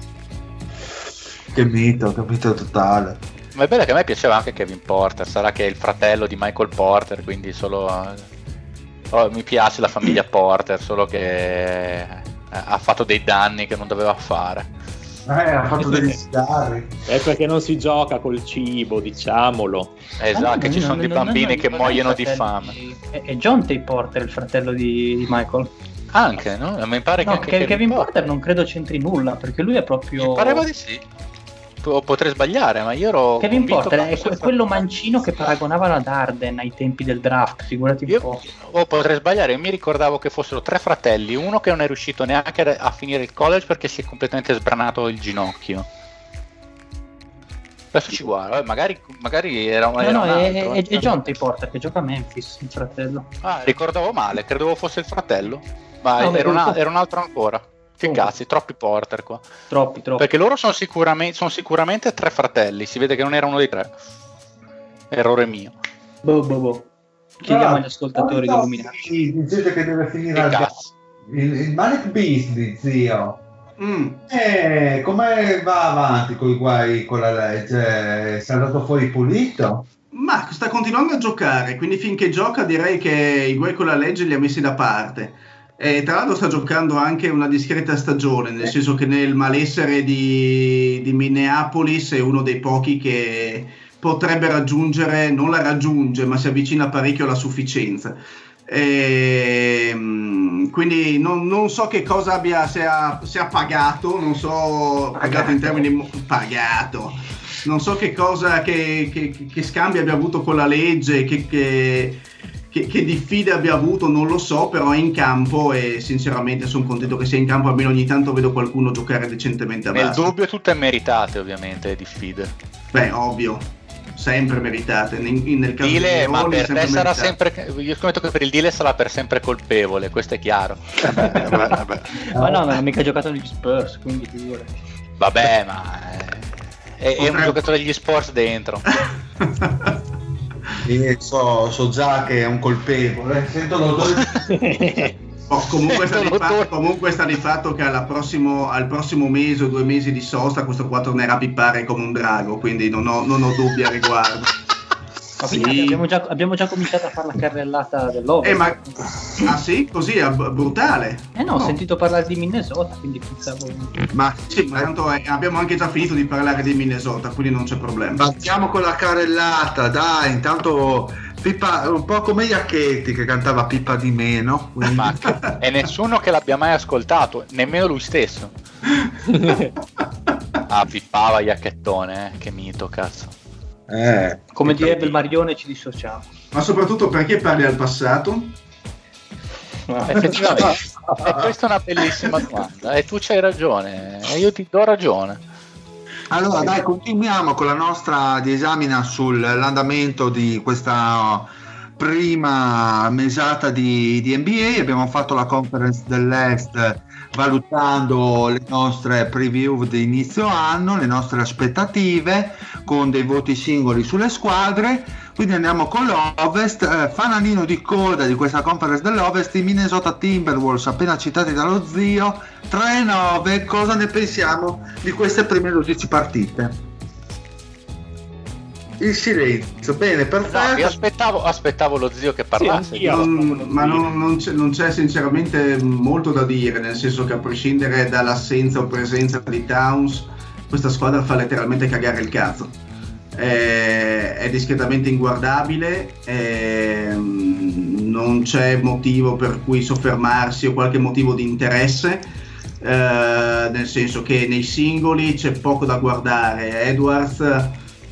Che mito, che mito totale. Ma è bello che a me piaceva anche Kevin Porter, sarà che è il fratello di Michael Porter, quindi solo... oh, mi piace la famiglia Porter, solo che eh, ha fatto dei danni che non doveva fare. Eh, ha fatto degli scarri. È perché non si gioca col cibo, diciamo. Esatto, Ah, no, che ci no, sono no, dei no, no, bambini no, che no, muoiono di fratelli- fame. È, è John T. Porter, il fratello di, di Michael. Anche, no? Mi pare che No, anche Kevin, Kevin Porter. Porter non credo c'entri nulla, perché lui è proprio... Mi pareva di sì. Po- Potrei sbagliare, ma io ero Quevin convinto Porter che è fosse que- quello fratello. mancino che paragonavano ad Arden ai tempi del draft, figurati un Io po'. o potrei sbagliare, io mi ricordavo che fossero tre fratelli, uno che non è riuscito neanche a a finire il college perché si è completamente sbranato il ginocchio. Adesso ci guardo, eh, magari, magari era, No, era no, un è, altro. è, è John T. Porter che gioca a Memphis, il fratello. Ah, ricordavo male, credevo fosse il fratello, ma No, beh, era, una- comunque- era un altro ancora. Che Comunque. cazzi, troppi Porter qua. Troppi, troppi. Perché loro sono sicuramente, sono sicuramente tre fratelli, si vede che non era uno dei tre. Errore mio. Boh, boh, boh. Chiediamo agli ascoltatori di no, illuminarci. sì, dicete che deve finire Che al cazzo. il, il Manic Beasley, zio. Mm. Eh, come va avanti con i guai con la legge? Si è andato fuori pulito? Ma sta continuando a giocare, quindi finché gioca direi che i guai con la legge li ha messi da parte. E tra l'altro sta giocando anche una discreta stagione, nel senso che nel malessere di, di Minneapolis è uno dei pochi che potrebbe raggiungere, non la raggiunge, ma si avvicina parecchio alla sufficienza. E, mm, quindi non, non so che cosa abbia, se ha, se ha pagato, non so, pagato in termini mo- pagato, non so che cosa, che, che, che scambi abbia avuto con la legge, che, che, che, che diffide abbia avuto, non lo so, però è in campo e sinceramente sono contento che sia in campo, almeno ogni tanto vedo qualcuno giocare decentemente a Nel basket. dubbio tutte meritate ovviamente di sfide. Beh, ovvio, sempre meritate, nel, nel caso Dile, di ma Roli, per te sarà meritate. sempre, io scommetto che per il Dile sarà per sempre colpevole, questo è chiaro. Vabbè, vabbè. Ma no, non ha mica giocato negli Spurs, quindi figurati. Vabbè, ma è, è un Potrebbe- giocatore degli sports dentro. Io so, so già che è un colpevole. Sento l'odore. Oh, comunque, sta di Sento fatto, l'odore. comunque sta di fatto che alla prossimo, al prossimo mese o due mesi di sosta questo qua tornerà a pippare come un drago, quindi non ho, non ho dubbi a riguardo. Ma Sì. quindi abbiamo già, abbiamo già cominciato a fare la carrellata dell'Ovest. Eh, ma ah sì, così è b- brutale. Eh no, ho sentito parlare di Minnesota, quindi pensavo... Ma Sì, ma tanto eh, abbiamo anche già finito di parlare di Minnesota, quindi non c'è problema. partiamo con la carrellata, dai. Intanto Pippa, un po' come Iacchetti che cantava Pippa di meno. quindi- Ma che- e nessuno che l'abbia mai ascoltato, nemmeno lui stesso. Ah, pippava Iacchettone, eh, che mito, cazzo. Eh, Come direbbe il Marione, ci dissociamo. Ma soprattutto perché parli al passato? Effettivamente, e questa è una bellissima domanda e tu c'hai ragione, e io ti do ragione. Allora dai, continuiamo con la nostra disamina sull'andamento di questa prima mesata di, di N B A. Abbiamo fatto la conference dell'Est valutando le nostre preview di inizio anno, le nostre aspettative con dei voti singoli sulle squadre. Quindi andiamo con l'Ovest, eh, fanalino di coda di questa conference dell'Ovest, i Minnesota Timberwolves appena citati dallo zio, tre nove. Cosa ne pensiamo di queste prime dodici partite? Il silenzio, bene, No, perfetto. io aspettavo, aspettavo lo zio che parlasse. Sì, anch'io. Non- ma non, non c'è, non c'è sinceramente molto da dire, nel senso che a prescindere dall'assenza o presenza di Towns, questa squadra fa letteralmente cagare il cazzo. È, è discretamente inguardabile, è- non c'è motivo per cui soffermarsi o qualche motivo di interesse, eh, nel senso che nei singoli c'è poco da guardare. Edwards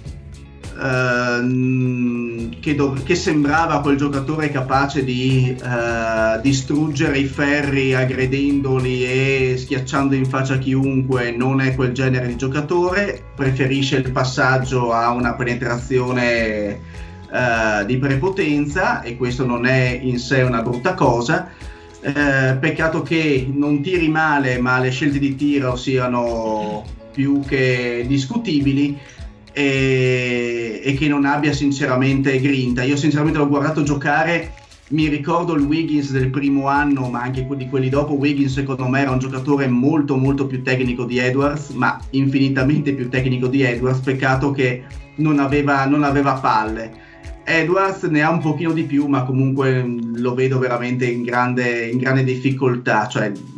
ehm, che, dov- che sembrava quel giocatore capace di eh, distruggere i ferri aggredendoli e schiacciando in faccia chiunque, non è quel genere di giocatore, preferisce il passaggio a una penetrazione eh, di prepotenza, e questo non è in sé una brutta cosa. Eh, peccato che non tiri male, ma le scelte di tiro siano più che discutibili, e, e che non abbia sinceramente grinta. Io sinceramente l'ho guardato giocare, mi ricordo il Wiggins del primo anno, ma anche di quelli dopo. Wiggins secondo me era un giocatore molto molto più tecnico di Edwards, ma infinitamente più tecnico di Edwards. Peccato che non aveva, non aveva palle. Edwards ne ha un pochino di più, ma comunque lo vedo veramente in grande, in grande difficoltà, cioè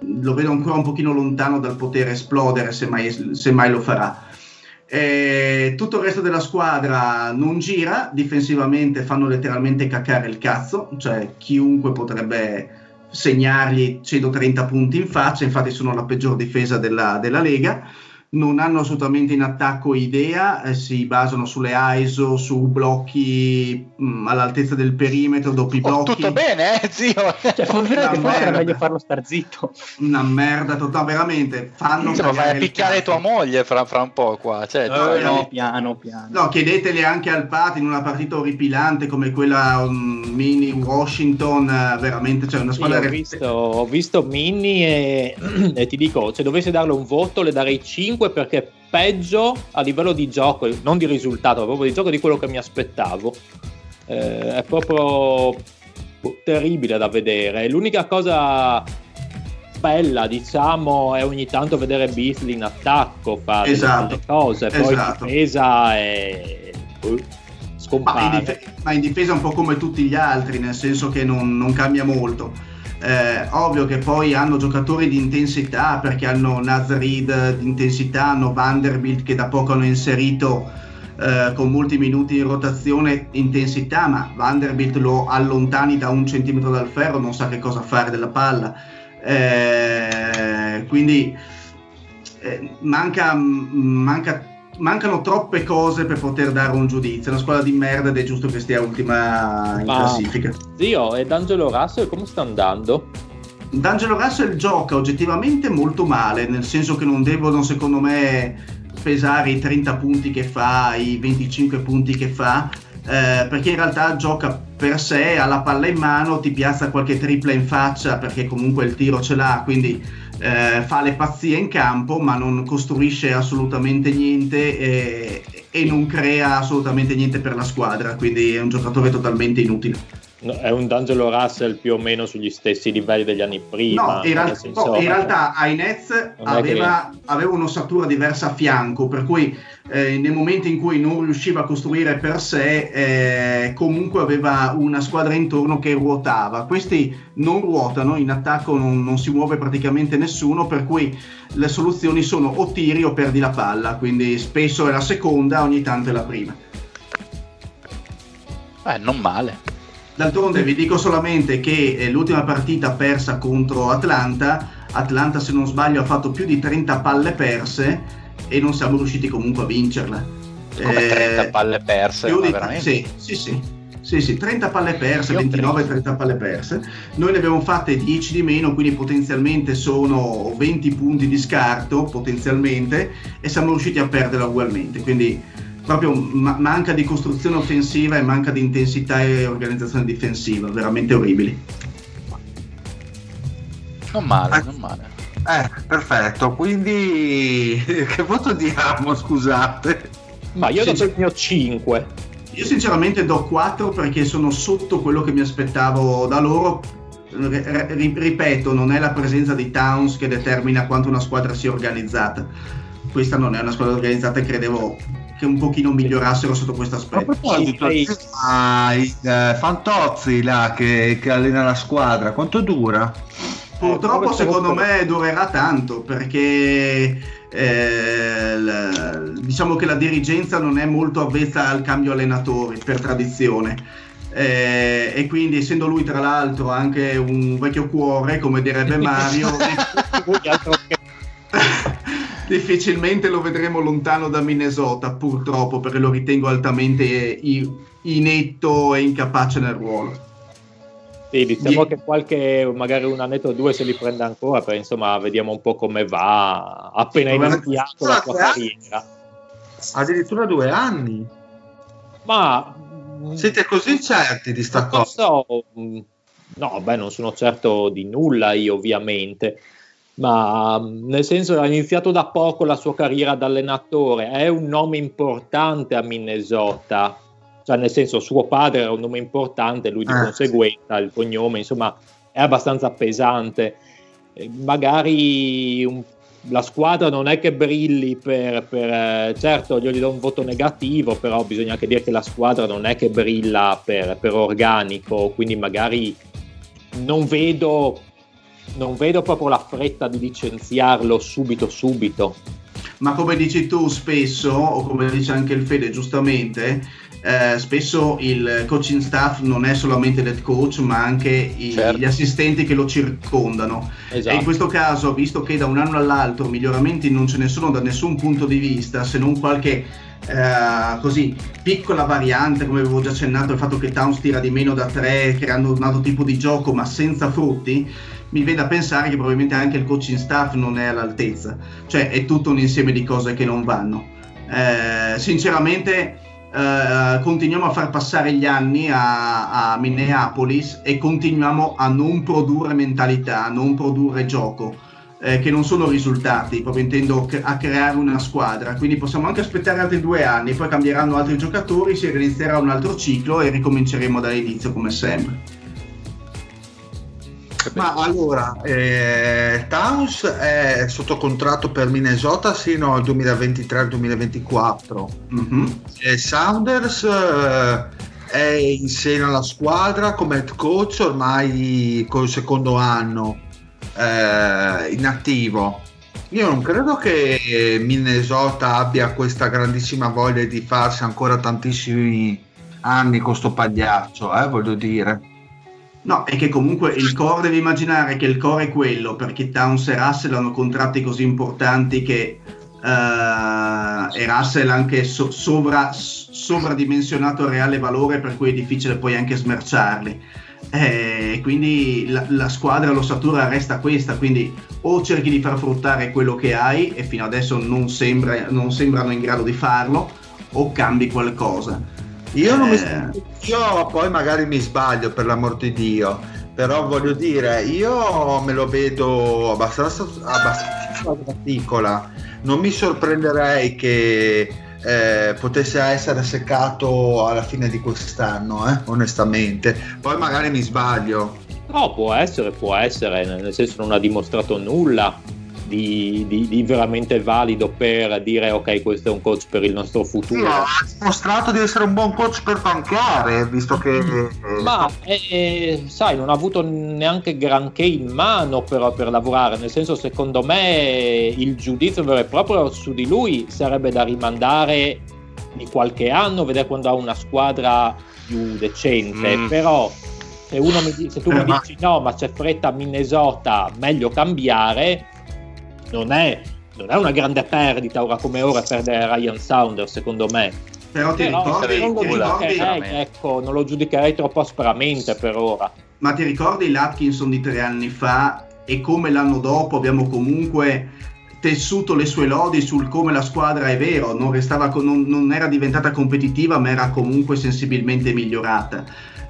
lo vedo ancora un pochino lontano dal poter esplodere, se mai, se mai lo farà. E tutto il resto della squadra non gira, difensivamente fanno letteralmente caccare il cazzo, cioè chiunque potrebbe segnargli centotrenta punti in faccia, infatti sono la peggior difesa della, della Lega. Non hanno assolutamente in attacco idea, eh, si basano sulle I S O, su blocchi mh, all'altezza del perimetro, doppi oh, blocchi. Tutto bene, eh, zio? Cioè, forse era meglio farlo star zitto. Una merda totale, veramente. Fanno Insomma, vai a il picchiare cazzo. tua moglie fra, fra un po' qua. Cioè, No, tu- no, Piano, piano, piano. No, chiedeteli anche al Pat in una partita orripilante come quella um, mini Washington, eh, veramente, cioè una Sì, squadra ho, re- visto, ho visto Minnie e, e ti dico, se dovessi darle un voto le darei cinque perché peggio a livello di gioco, non di risultato, ma proprio di gioco di quello che mi aspettavo. Eh, è proprio terribile da vedere. L'unica cosa bella, diciamo, è ogni tanto vedere Beasley in attacco fare Esatto. delle cose, poi Esatto. difesa è uh, Ma in, scompare. dif- ma in difesa un po' come tutti gli altri, nel senso che non, non cambia molto. Eh, ovvio che poi hanno giocatori di intensità, perché hanno Naz Reid di intensità, hanno Vanderbilt che da poco hanno inserito eh, con molti minuti in rotazione intensità, ma Vanderbilt lo allontani da un centimetro dal ferro, non sa che cosa fare della palla. Eh, quindi eh, manca, manca mancano troppe cose per poter dare un giudizio. È una squadra di merda ed è giusto che stia ultima in Ma- classifica. Zio, e D'Angelo Russell come sta andando? D'Angelo Russell gioca oggettivamente molto male, nel senso che non devono, secondo me, pesare i trenta punti che fa, i venticinque punti che fa, eh, perché in realtà gioca per sé, ha la palla in mano, ti piazza qualche tripla in faccia perché comunque il tiro ce l'ha, quindi eh, fa le pazzie in campo, ma non costruisce assolutamente niente e, e non crea assolutamente niente per la squadra, quindi è un giocatore totalmente inutile. No, è un D'Angelo Russell più o meno sugli stessi livelli degli anni prima. No, in, real- nel senso- no, in realtà ai Nets Non è aveva, aveva un'ossatura diversa a fianco, per cui eh, nei momenti in cui non riusciva a costruire per sé, eh, comunque aveva una squadra intorno che ruotava. Questi non ruotano, in attacco non, non si muove praticamente nessuno, per cui le soluzioni sono o tiri o perdi la palla, quindi spesso è la seconda, ogni tanto è la prima. Eh, non male. D'altronde vi dico solamente che eh, l'ultima partita persa contro Atlanta, Atlanta se non sbaglio ha fatto più di trenta palle perse e non siamo riusciti comunque a vincerla. Come trenta palle perse, più ma di- veramente? Sì, sì, sì. Sì, sì, trenta palle perse, Io ventinove trenta palle perse. Noi ne abbiamo fatte dieci di meno, quindi potenzialmente sono venti punti di scarto, potenzialmente, e siamo riusciti a perderla ugualmente. Quindi proprio ma- manca di costruzione offensiva e manca di intensità e organizzazione difensiva, veramente orribili. Non male, non male. Eh, perfetto, quindi che voto diamo, scusate? Ma io do Sì, il mio cinque. Io sinceramente do quattro perché sono sotto quello che mi aspettavo da loro. R- ri- ripeto, non è la presenza di Towns che determina quanto una squadra sia organizzata. Questa non è una squadra organizzata e credevo che un pochino migliorassero sotto questo A aspetto. proposito, Sì, ah, il eh, Fantozzi là che, che allena la squadra, quanto dura? Purtroppo Eh, secondo come- me durerà tanto perché eh, l- diciamo che la dirigenza non è molto avvezza al cambio allenatori per tradizione. Eh, e quindi essendo lui tra l'altro anche un vecchio cuore, come direbbe Mario, Altro che- difficilmente lo vedremo lontano da Minnesota, purtroppo, perché lo ritengo altamente i- inetto e incapace nel ruolo. Sì, diciamo Di- che qualche, magari un annetto o due se li prende ancora, per insomma vediamo un po' come va appena Ma- iniziato la sua carriera. Addirittura due anni. Ma Siete così certi di sta non cosa? so, mh, no, beh, non sono certo di nulla io ovviamente, ma mh, nel senso ha iniziato da poco la sua carriera da allenatore, è un nome importante a Minnesota, cioè nel senso suo padre era un nome importante, lui di Ah, conseguenza il cognome insomma è abbastanza pesante. Eh, magari un- la squadra non è che brilli per, per eh, certo io gli do un voto negativo, però bisogna anche dire che la squadra non è che brilla per, per organico, quindi magari non vedo non vedo proprio la fretta di licenziarlo subito subito. Ma come dici tu spesso, o come dice anche il Fede giustamente, eh, spesso il coaching staff non è solamente l'head coach, ma anche i, certo. gli assistenti che lo circondano. Esatto. E in questo caso, visto che da un anno all'altro miglioramenti non ce ne sono da nessun punto di vista, se non qualche eh, così piccola variante, come avevo già accennato, il fatto che Towns tira di meno da tre, creando un altro tipo di gioco, ma senza frutti, mi viene da pensare che probabilmente anche il coaching staff non è all'altezza, cioè è tutto un insieme di cose che non vanno. Eh, sinceramente eh, continuiamo a far passare gli anni a, a Minneapolis e continuiamo a non produrre mentalità, a non produrre gioco, eh, che non sono risultati, proprio intendo a creare una squadra, quindi possiamo anche aspettare altri due anni, poi cambieranno altri giocatori, si inizierà un altro ciclo e ricominceremo dall'inizio come sempre. Ma allora, eh, Towns è sotto contratto per Minnesota sino al duemilaventitré duemilaventiquattro. Mm-hmm. E Saunders eh, è in seno alla squadra come head coach ormai col secondo anno eh, in attivo. Io non credo che Minnesota abbia questa grandissima voglia di farsi ancora tantissimi anni con sto pagliaccio, eh, voglio dire. No, è che comunque il core, devi immaginare che il core è quello, perché Towns e Russell hanno contratti così importanti che uh, e Russell anche so- sovra, sovradimensionato il reale valore, per cui è difficile poi anche smerciarli. E eh, quindi la, la squadra, l'ossatura resta questa, quindi o cerchi di far fruttare quello che hai e fino adesso non, sembra, non sembrano in grado di farlo, o cambi qualcosa. Io, non eh... mi, io poi magari mi sbaglio, per l'amor di Dio, però voglio dire, io me lo vedo abbastanza, abbastanza piccola, non mi sorprenderei che eh, potesse essere seccato alla fine di quest'anno, eh, onestamente, poi magari mi sbaglio. No, può essere, può essere, nel senso non ha dimostrato nulla Di, di, di veramente valido per dire ok, questo è un coach per il nostro futuro. Sì, ha dimostrato di essere un buon coach per tankare, visto che eh, ma eh, sai, non ha avuto neanche granché in mano per, per lavorare, nel senso, secondo me il giudizio vero e proprio su di lui sarebbe da rimandare di qualche anno, vedere quando ha una squadra più decente. Mm. Però se, uno mi, se tu eh, mi ma... dici no, ma c'è fretta a Minnesota, meglio cambiare, Non è, non è una grande perdita ora come ora perdere Ryan Saunders, secondo me. Però ti Però ricordi, non, lo ti giudicherei, ricordi ecco, non lo giudicherei troppo aspramente per ora. Ma ti ricordi l'Atkinson di tre anni fa e come l'anno dopo abbiamo comunque tessuto le sue lodi sul come la squadra, è vero, non, restava, non, non era diventata competitiva, ma era comunque sensibilmente migliorata.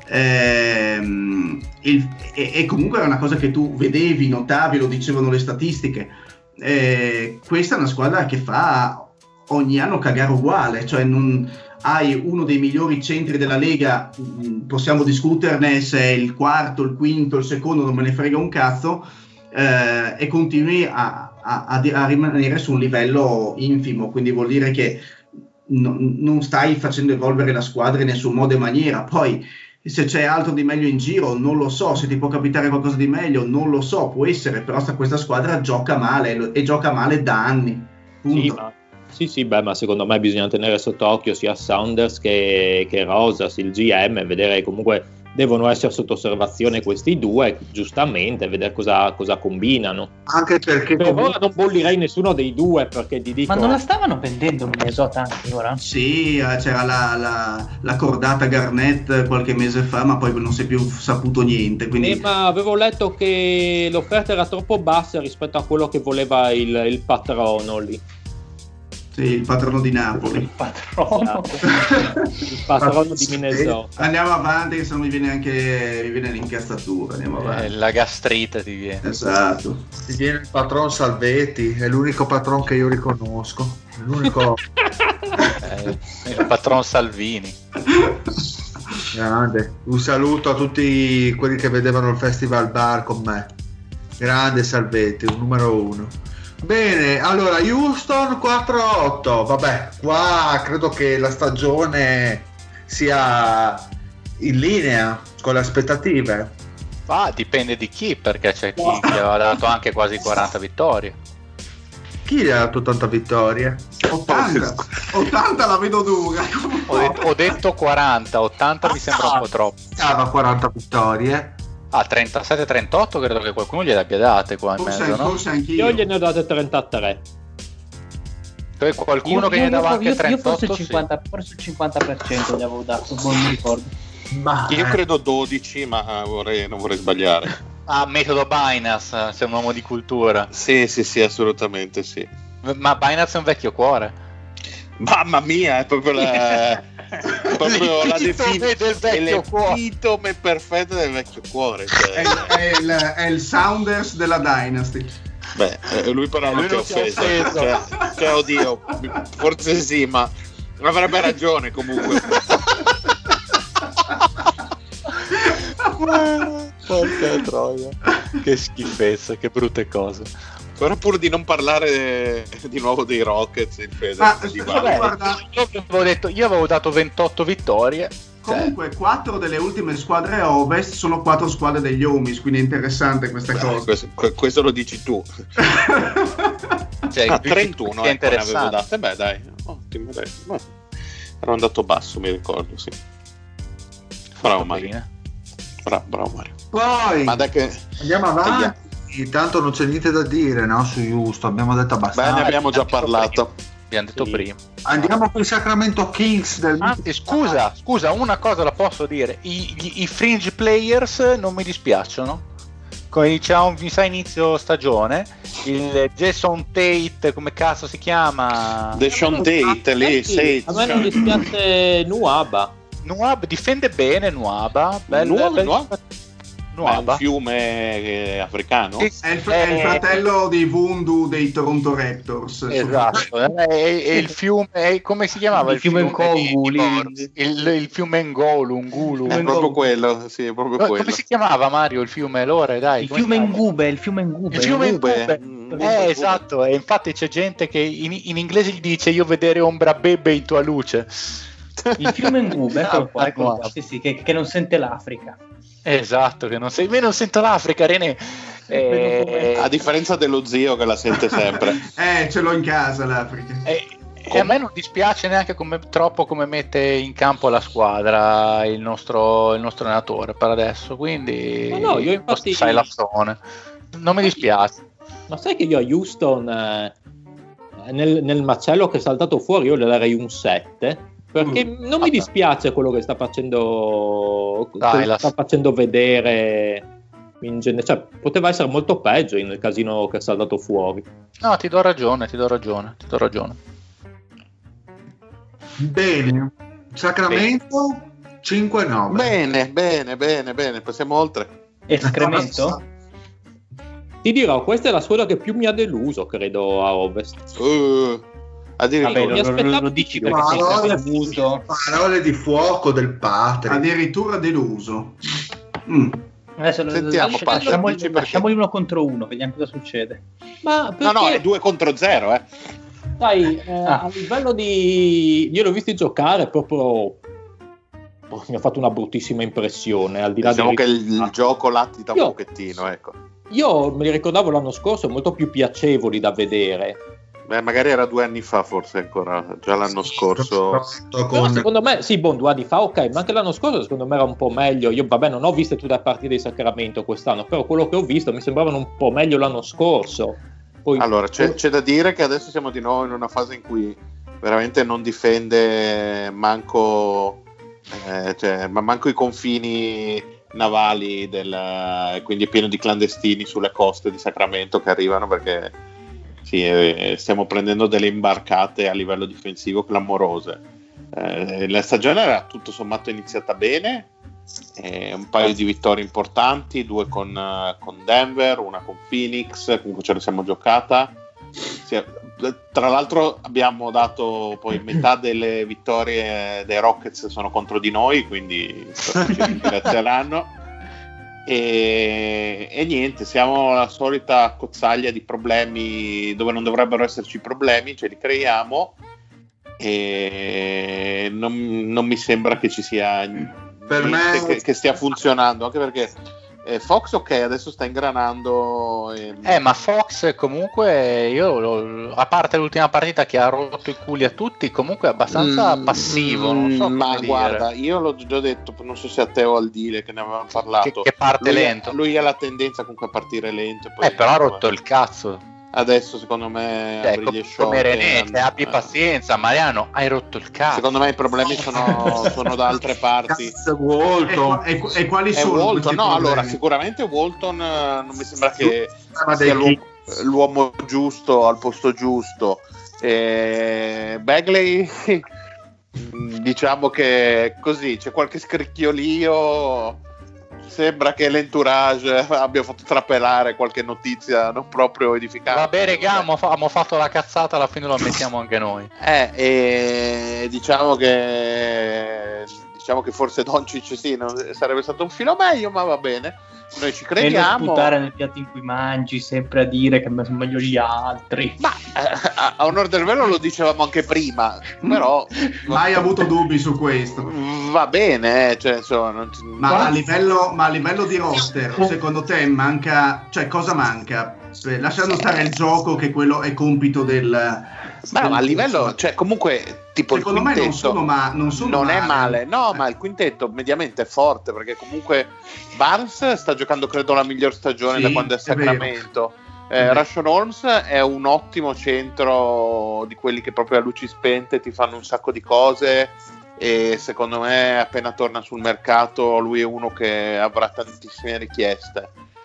Ehm, il, e, e comunque era una cosa che tu vedevi, notavi, lo dicevano le statistiche. Eh, questa è una squadra che fa ogni anno cagare uguale, cioè non hai uno dei migliori centri della Lega, possiamo discuterne se è il quarto, il quinto, il secondo, non me ne frega un cazzo, eh, e continui a, a, a rimanere su un livello infimo, quindi vuol dire che no, non stai facendo evolvere la squadra in nessun modo e maniera. Poi se c'è altro di meglio in giro non lo so, se ti può capitare qualcosa di meglio non lo so, può essere, però sta, questa squadra gioca male e gioca male da anni, punto. Sì, ma, sì, sì, beh, ma secondo me bisogna tenere sott'occhio sia Saunders che, che Rosas, il G M, vedere comunque devono essere sotto osservazione questi due, giustamente, vedere cosa, cosa combinano. Anche perché per comunque... ora non bollirei nessuno dei due, perché ti dico... Ma non la stavano vendendo Minnesota anche ora? Sì, c'era la, la, la cordata Garnett qualche mese fa, ma poi non si è più saputo niente, quindi... eh, ma avevo letto che l'offerta era troppo bassa rispetto a quello che voleva il, il patrono lì. Sì, il patrono di Napoli. Il patrono. Il patrono di Minnesota. Andiamo avanti, che se no mi viene anche mi viene l'incazzatura. Andiamo avanti. Eh, la gastrite ti viene. Esatto. Ti viene il patron Salvetti, è l'unico patron che io riconosco. È l'unico. eh, il patron Salvini. Grande. Un saluto a tutti quelli che vedevano il Festival Bar con me. Grande Salvetti, un numero uno. Bene, allora Houston quattro a otto, vabbè, qua credo che la stagione sia in linea con le aspettative. Ah, dipende di chi, perché c'è chi, chi aveva dato anche quasi quaranta vittorie. Chi gli ha dato ottanta vittorie? ottanta ottanta la vedo dura. Ho, de- ho detto quaranta, ottanta mi sembra un po' troppo. Aveva quaranta vittorie. Ah, trentasette trentotto credo che qualcuno gliele abbia date qua in Forse, mezzo, no? forse anch'io. Io gliene ho date trentatré. Poi qualcuno Io, che io, ne dava io, anche io trentotto, forse il sì. cinquanta, forse il cinquanta per cento gli avevo dato, non mi ricordo. Ma Io credo dodici, ma vorrei, non vorrei sbagliare. Ah, metodo Binance, sei un uomo di cultura. Sì, sì, sì, assolutamente sì. Ma Binance è un vecchio cuore. Mamma mia, è proprio la, è proprio la L'epitome del vecchio cuore. l'epitome perfetto del vecchio cuore. è, Cioè. è il, è il Sounders della Dynasty. Beh, eh, lui però non Lui ti ha non ti ha offeso. offeso. Cioè, cioè, oddio, forse sì, ma avrebbe ragione comunque. Porca troia. Che schifezza, che brutte cose. Però pur di non parlare di nuovo dei Rockets in fede Ma, di vabbè, Valle. guarda, Io avevo, detto, io avevo dato ventotto vittorie. comunque quattro delle ultime squadre ovest sono quattro squadre degli Homies, quindi è interessante questa Beh, cosa. questo, questo lo dici tu. Cioè, Ah, più- trentuno più ecco, ne avevo interessante. date. Beh dai, ottimo dai. Beh, ero andato basso, mi ricordo, sì. Bravo Mario. Bene. Bravo, bravo Mario. Poi Ma dai che andiamo avanti. Tanto non c'è niente da dire, no? Su Houston abbiamo detto beh, abbastanza. ne abbiamo già abbiamo parlato. Abbiamo detto Sì. prima. Andiamo con i Sacramento Kings del Anzi, scusa, scusa, una cosa la posso dire. I, gli- i fringe players non mi dispiacciono. Come diciamo, mi sa inizio stagione, il Jason Tate, come cazzo si chiama? Deshaun Tate lì, sei. A me non dispiace Nuaba. Nuab difende bene, Nuaba. Bello, Nuab- bello- Nuab- Ma è un Nuaba. fiume eh, africano? Sì, È il, fr- è il eh, fratello di Vundu dei Toronto Raptors. Esatto, è, è- è il fiume, è- come si chiamava? Il fiume Nkongu, di- lì. di- il, il fiume Ngolu, Ngulu. È proprio quello, sì, è proprio Co- quello. Come si chiamava Mario il fiume? Lore, dai. Il come fiume si chiama? Ngube, il fiume Ngube. Il fiume Ngube. Ngube. Mm, Eh, Ngube. esatto, e infatti c'è gente che in, in inglese gli dice io vedere ombra bebbe in tua luce. Il fiume Ngube, eccolo qua, Ah, eccolo qua. no. Sì, sì, che, che non sente l'Africa. Esatto, che non sei, io non sento l'Africa, René. Eh, A differenza dello zio che la sente sempre. Eh, ce l'ho in casa l'Africa. E, e a me non dispiace neanche come, troppo come mette in campo la squadra il nostro, il nostro allenatore per adesso, quindi Ma no, io infatti- sai la zona. Non mi dispiace. Ma sai che io a Houston, eh, nel, nel macello che è saltato fuori, io le darei un sette. Perché Mm. non mi dispiace quello che sta facendo, Dai, quello che la- sta facendo vedere. In genere, cioè, poteva essere molto peggio nel casino che è saltato fuori. No, ti do ragione, ti do ragione, ti do ragione. Bene. Sacramento cinque nove. Bene, bene, bene, bene, passiamo oltre. Escremento? Ti dirò, questa è la squadra che più mi ha deluso, credo, a Ovest. Uh, addirittura. Vabbè, lo, mi lo- aspettavo lo dici di più. perché sei Parole, premuto. parole di fuoco del Patrick. Addirittura deluso. Mm. Adesso lo- Sentiamo, lascia- Pasha, lasciamoli, dici perché. lasciamoli uno contro uno, vediamo cosa succede. Ma No, perché, no, è due contro zero, eh. sai, eh, Ah. a livello di... Io l'ho visto giocare proprio... oh, mi ha fatto una bruttissima impressione, al di là Diciamo dei che il, risultati. il gioco latita un Io- pochettino, ecco. Io me li ricordavo l'anno scorso molto più piacevoli da vedere. Beh, magari era due anni fa, forse ancora, già l'anno scorso. Però Con... secondo me, sì, buon due anni fa, ok, ma anche l'anno scorso secondo me era un po' meglio. Io, vabbè, non ho visto tutte le partite di Sacramento quest'anno, però quello che ho visto mi sembravano un po' meglio l'anno scorso. Poi, Allora, c'è, c'è da dire che adesso siamo di nuovo in una fase in cui veramente non difende manco, eh, cioè, ma manco i confini navali, del, quindi è pieno di clandestini sulle coste di Sacramento che arrivano perché sì, eh, stiamo prendendo delle imbarcate a livello difensivo clamorose. Eh, la stagione era tutto sommato iniziata bene, eh, un paio di vittorie importanti, due con, eh, con Denver, una con Phoenix, comunque ce la siamo giocata. Sì, eh, tra l'altro abbiamo dato poi metà delle vittorie dei Rockets sono contro di noi, quindi ci ringrazieranno. E, e niente, siamo la solita cozzaglia di problemi dove non dovrebbero esserci problemi, ce li creiamo e non, non mi sembra che ci sia Per niente me- che, che stia funzionando, anche perché E Fox ok, adesso sta ingranando e... eh ma Fox comunque io lo, a parte l'ultima partita che ha rotto i culi a tutti, comunque è abbastanza mm, passivo, non so ma come guarda, dire. io l'ho già detto, non so se a te o al Dile che ne avevamo parlato, che, che parte lui lento ha, lui ha la tendenza comunque a partire lento e poi eh però ha rotto il cazzo. Adesso secondo me Cioè, apri gli come René, short, cioè, abbi eh, pazienza, Mariano, hai rotto il cazzo. secondo me i problemi sono, sono da altre parti. Walton. E, e, e quali È sono Walton, questi no, problemi? allora sicuramente Walton eh, non mi sembra che Ma sia dei l'uomo, l'uomo giusto al posto giusto. E Bagley diciamo che così c'è qualche scricchiolio, sembra che l'entourage abbia fatto trapelare qualche notizia non proprio edificante. Vabbè regà, abbiamo fa- fatto la cazzata, alla fine lo ammettiamo anche noi. Eh, e diciamo che diciamo che forse Doncic sì, non, sarebbe stato un filo meglio, ma va bene, noi ci E crediamo. non sputare nel piatto in cui mangi, sempre a dire che sono meglio gli altri. Ma eh, a, a onor del vero lo dicevamo anche prima, però Mai avuto dubbi su questo. va bene, eh, cioè, insomma, non, Ma a, livello, ma a livello di roster, secondo te manca, cioè cosa manca? Lasciando stare il gioco, che quello è compito del... ma, del ma a livello, corso. cioè comunque tipo Secondo il me non quintetto sono, ma, non sono non male. è male, no, Eh. ma il quintetto mediamente è forte, perché comunque Barnes sta giocando credo la miglior stagione Sì, da quando è a è vero. Sacramento. È Eh, vero. Rashon Holmes è un ottimo centro, di quelli che proprio a luci spente ti fanno un sacco di cose, e secondo me appena torna sul mercato lui è uno che avrà tantissime richieste.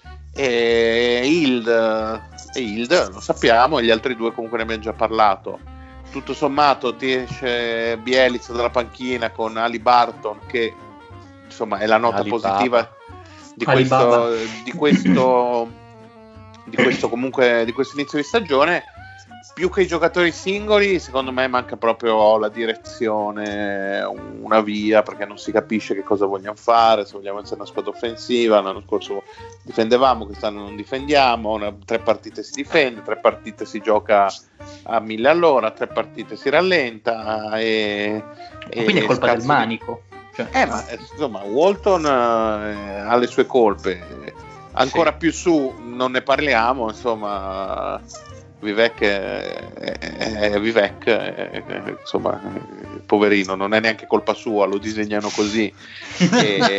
E Hild, e Hild lo sappiamo, e gli altri due comunque ne abbiamo già parlato. Tutto sommato ti esce Bielitsa dalla panchina con Ali Barton, che insomma è la nota Alibaba. positiva di Alibaba. questo, di questo di questo comunque di questo inizio di stagione. Più che i giocatori singoli, secondo me manca proprio la direzione, una via, perché non si capisce che cosa vogliamo fare, se vogliamo essere una squadra offensiva. L'anno scorso difendevamo, quest'anno non difendiamo, una, tre partite si difende, tre partite si gioca a mille all'ora, tre partite si rallenta e, e Quindi è colpa del scarsi- manico. Cioè, eh, ma eh, insomma, Walton eh, ha le sue colpe. Ancora Sì. più su non ne parliamo, insomma. Vivek è, è, è Vivek, è, è, insomma, è, poverino, non è neanche colpa sua, lo disegnano così. E,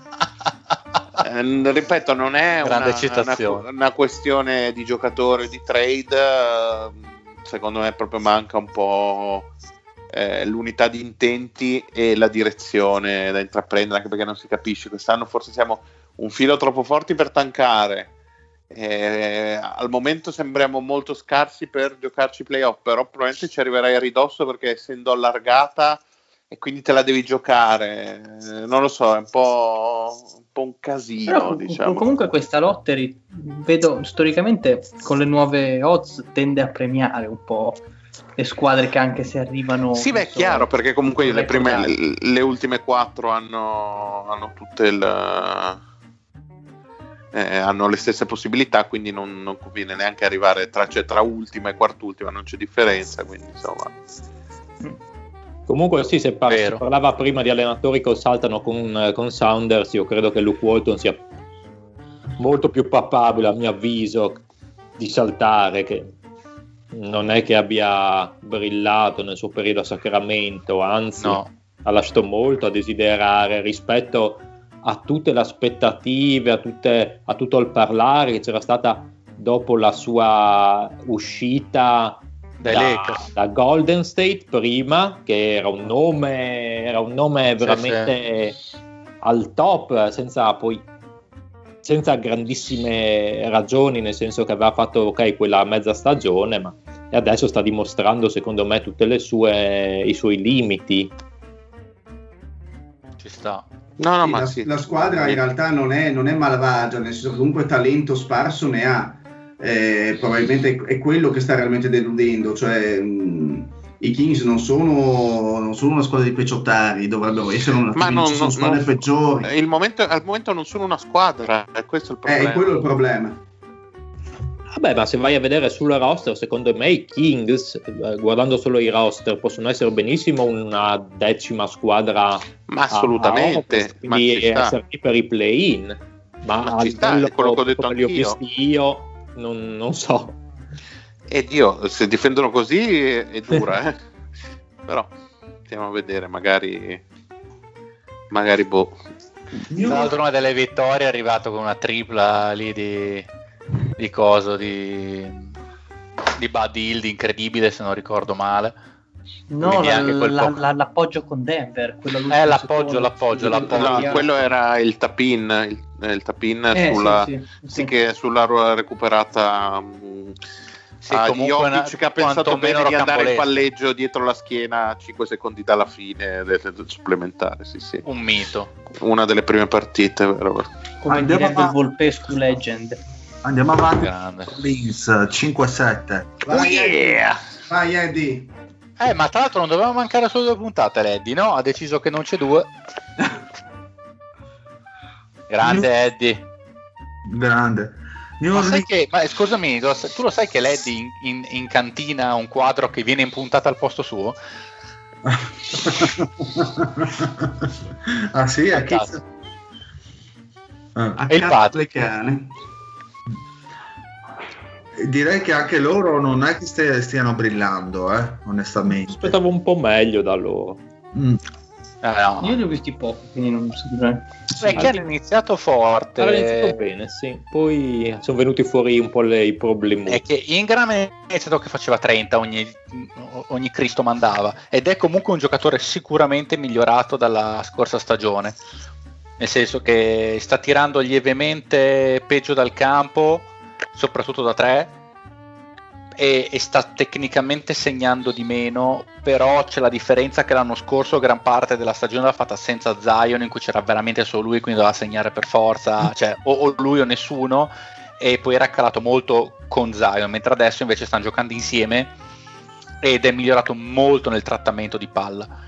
eh, ripeto, non è Grande una, citazione. una, una questione di giocatore, di trade. Secondo me proprio manca un po' eh, l'unità di intenti e la direzione da intraprendere, anche perché non si capisce. Quest'anno forse siamo un filo troppo forti per tankare. Eh, al momento sembriamo molto scarsi per giocarci i playoff, però probabilmente ci arriverai a ridosso, perché essendo allargata e quindi te la devi giocare, eh, non lo so, è un po', un, po' un casino, Però, diciamo. comunque questa lottery, vedo storicamente con le nuove odds, tende a premiare un po' le squadre che anche se arrivano... Sì, beh, è so, chiaro, perché comunque le, prime, recordati. le, le ultime quattro hanno, hanno tutte il... Eh, hanno le stesse possibilità, quindi non, non conviene neanche arrivare tra, cioè, tra ultima e quartultima, non c'è differenza, quindi insomma. Comunque sì, se, par- se Vero. parlava prima di allenatori che saltano con, con Saunders, io credo che Luke Walton sia molto più papabile, a mio avviso, di saltare, che non è che abbia brillato nel suo periodo a Sacramento, anzi No. ha lasciato molto a desiderare rispetto a tutte le aspettative, a, tutte, a tutto il parlare che c'era stata dopo la sua uscita Dai da, Lakers. da Golden State prima, che era un nome, era un nome Sì, veramente al top, senza poi senza grandissime ragioni, nel senso che aveva fatto ok quella mezza stagione, ma e adesso sta dimostrando secondo me tutte le sue i suoi limiti. Ci sta. No, no, Sì, ma la, sì. la squadra in realtà non è, non è malvagia, nel senso che comunque talento sparso ne ha. Eh, probabilmente è quello che sta realmente deludendo, cioè mh, i Kings non sono, non sono una squadra di peciottari, dovrebbero essere una Ma non, ci sono non- squadre non- peggiori. il momento, al momento non sono una squadra, è questo il Eh, problema. è quello il problema. Vabbè, ma se vai a vedere sul roster, secondo me i Kings, eh, guardando solo i roster, possono essere benissimo una decima squadra Ma a- assolutamente, a ovest, ma quindi ci sta. essere lì per i play-in. ma, Ma a ci sta, livello è quello che ho detto come li ho anch'io. visti io, non, non so. E Dio, se difendono così è, è dura, eh. Però andiamo a vedere, magari magari boh. Tra l'altro una delle vittorie è arrivato con una tripla lì di, di coso di, di Bud Hield incredibile, se non ricordo male. No, Quindi la, anche quel la, po'- la, l'appoggio con Denver. quello Eh, all'ultimo l'appoggio, secondo. l'appoggio, l'appoggio. No, Poi- quello era il tap-in, il, il tap-in Eh, sì, sulla, sì, sì, sì. che sulla ru- recuperata mh, Sì, a comunque Jokic, una- che ha pensato quantomeno bene di andare in rocambolesco. palleggio dietro la schiena cinque secondi dalla fine del, del supplementare. Sì, sì. Un mito. Una delle prime partite, vero? Come Andiamo direbbe il avanti. Volpescu Legend. Andiamo avanti. Grande. Leeds cinque sette. Vai, Yeah! vai Eddie. Eh, ma tra l'altro non doveva mancare solo due puntate, Eddie, no? Ha deciso che non c'è due. Grande Eddie. Grande. New Ma sai Orleans- che, ma scusami, lo sai- tu lo sai che l'Eddie in, in, in cantina ha un quadro che viene impuntato al posto suo? ah sì, a A chi? caso. Ah. A E il cazzo padre. le cane. Direi che anche loro non è che stia- stiano brillando, eh, onestamente. Aspettavo un po' meglio da loro. Mm. Eh, no. Io li ho visti poco, quindi non so dire. È che hanno iniziato forte. Era iniziato bene, sì. Poi sono venuti fuori un po' le, i problemi. È che Ingram è iniziato che faceva trenta ogni, ogni Cristo mandava, ed è comunque un giocatore sicuramente migliorato dalla scorsa stagione, nel senso che sta tirando lievemente peggio dal campo, soprattutto da tre, e, e sta tecnicamente segnando di meno, però c'è la differenza che l'anno scorso gran parte della stagione l'ha fatta senza Zion, in cui c'era veramente solo lui, quindi doveva segnare per forza, cioè o, o lui o nessuno, e poi era calato molto con Zion, mentre adesso invece stanno giocando insieme ed è migliorato molto nel trattamento di palla.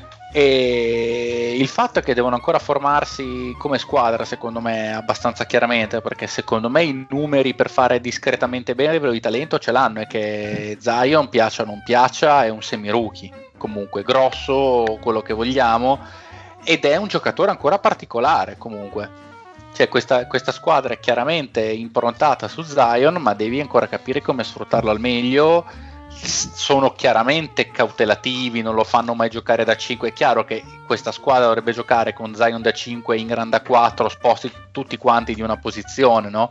E il fatto è che devono ancora formarsi come squadra, secondo me, abbastanza chiaramente, perché secondo me i numeri per fare discretamente bene a livello di talento ce l'hanno, e che Zion, piaccia o non piaccia, è un semi-rookie, comunque grosso, quello che vogliamo, ed è un giocatore ancora particolare comunque. Cioè questa, questa squadra è chiaramente improntata su Zion, ma devi ancora capire come sfruttarlo al meglio. Sono chiaramente cautelativi, non lo fanno mai giocare da cinque. È chiaro che questa squadra dovrebbe giocare con Zion da cinque, Ingram da quattro, sposti tutti quanti di una posizione, no?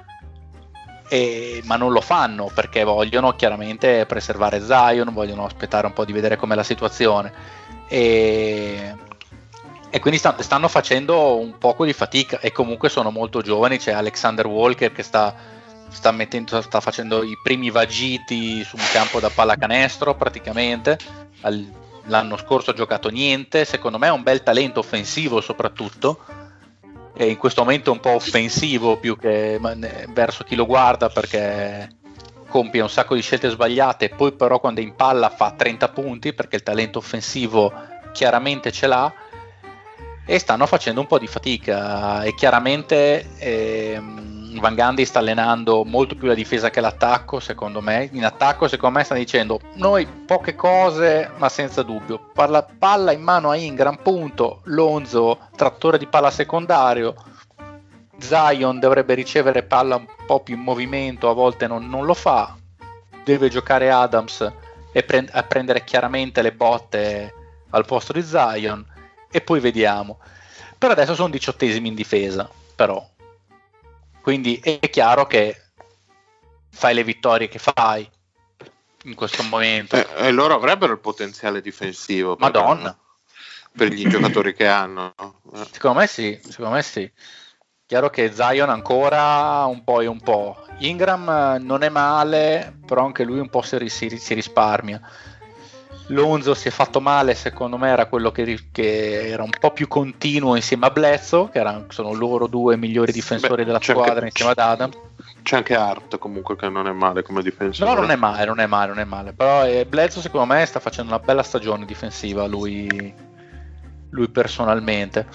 E, ma non lo fanno perché vogliono chiaramente preservare Zion, vogliono aspettare un po' di vedere com'è la situazione, e, e quindi stanno, stanno facendo un poco di fatica, e comunque sono molto giovani. C'è Alexander Walker che sta sta mettendo, sta facendo i primi vagiti su un campo da pallacanestro praticamente. Al, l'anno scorso ha giocato niente, secondo me è un bel talento offensivo soprattutto, e in questo momento è un po' offensivo più che verso chi lo guarda, perché compie un sacco di scelte sbagliate, poi però quando è in palla fa trenta punti, perché il talento offensivo chiaramente ce l'ha, e stanno facendo un po' di fatica, e chiaramente ehm, Van Gundy sta allenando molto più la difesa che l'attacco, secondo me. In attacco secondo me sta dicendo noi poche cose, ma senza dubbio palla, palla in mano a Ingram, punto. Lonzo trattore di palla secondario, Zion dovrebbe ricevere palla un po' più in movimento, a volte non, non lo fa, deve giocare Adams e prend- a prendere chiaramente le botte al posto di Zion, e poi vediamo. Per adesso sono diciottesimi in difesa, però quindi è chiaro che fai le vittorie che fai in questo momento. E eh, loro avrebbero il potenziale difensivo. Per Madonna. Per gli giocatori che hanno. Eh. Secondo me sì, secondo me sì. Chiaro che Zion ancora un po' e un po'. Ingram non è male, però anche lui un po' si, si, si risparmia. Lonzo si è fatto male, secondo me era quello che, che era un po' più continuo insieme a Bledsoe, che erano, sono loro due migliori difensori Beh, della c'è squadra anche, insieme ad Adams. C'è anche Hart comunque che non è male come difensore. No, non è male, non è male, non è male. Però eh, Bledsoe secondo me sta facendo una bella stagione difensiva, lui, lui personalmente.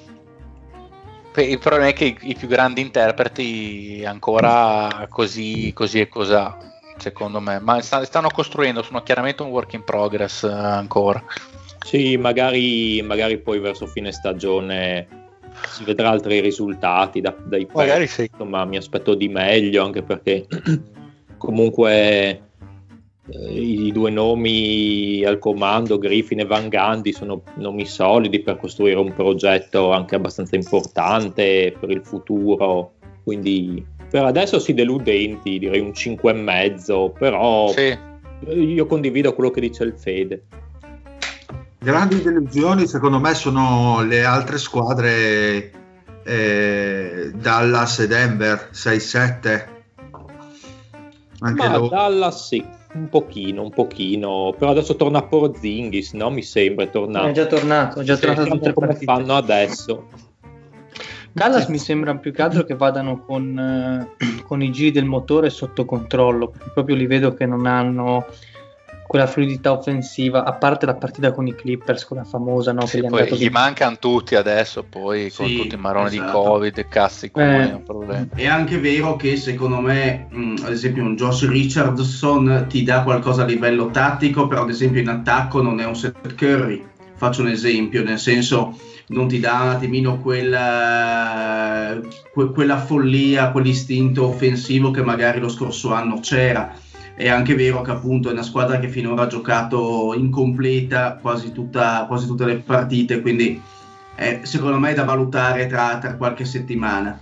Il problema è che i, i più grandi interpreti ancora così, così e cos'ha, secondo me, ma sta, stanno costruendo, sono chiaramente un work in progress eh, ancora. Sì, magari, magari poi verso fine stagione si vedrà altri risultati da, dai magari sì. Insomma, mi aspetto di meglio, anche perché comunque eh, i due nomi al comando, Griffin e Van Gundy, sono nomi solidi per costruire un progetto anche abbastanza importante per il futuro, quindi per adesso sì, deludenti, direi un cinque e mezzo, però sì. Io condivido quello che dice il Fede. Grandi delusioni secondo me sono le altre squadre, eh, Dallas e Denver, sei sette. Anche Ma loro. Dallas sì, un pochino, un pochino, però adesso torna Porzingis, no? Mi sembra, è tornato. È già tornato, è già Sì, tornato tutte le come partite. fanno adesso. Dallas mi sembra più che altro che vadano con, eh, con i giri del motore sotto controllo, perché proprio li vedo che non hanno quella fluidità offensiva, a parte la partita con i Clippers, quella famosa, no? Sì, che gli, è poi andato gli via. mancano tutti adesso, poi con Sì, tutti i marroni esatto. di Covid, cazzi come Eh. è un problema. È anche vero che secondo me, mh, ad esempio, un Josh Richardson ti dà qualcosa a livello tattico, però ad esempio in attacco non è un Seth Curry. Faccio un esempio, nel senso non ti dà un attimino quella, que- quella follia, quell'istinto offensivo che magari lo scorso anno c'era. È anche vero che appunto è una squadra che finora ha giocato incompleta quasi, tutta, quasi tutte le partite, quindi eh, secondo me è da valutare tra, tra qualche settimana.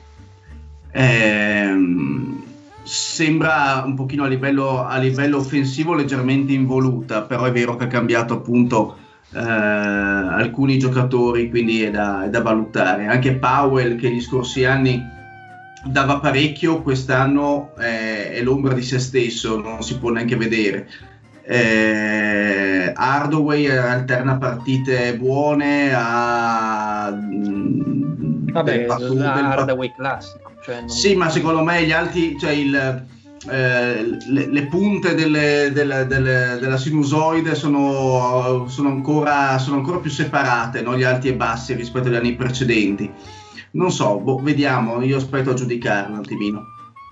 Ehm, sembra un pochino a livello, a livello offensivo leggermente involuta, però è vero che ha cambiato appunto eh, alcuni giocatori, quindi è da, è da valutare. Anche Powell, che gli scorsi anni dava parecchio, quest'anno eh, è l'ombra di se stesso, non si può neanche vedere. eh, Hardaway alterna partite buone a Vabbè, del Patu- del Hardaway classico, cioè non... Sì, ma secondo me gli altri, cioè il, eh, le, le punte delle, delle, delle, della sinusoide sono, sono, ancora, sono ancora più separate, no? Gli alti e bassi rispetto agli anni precedenti. Non so, boh, vediamo, io aspetto a giudicarlo un attimino.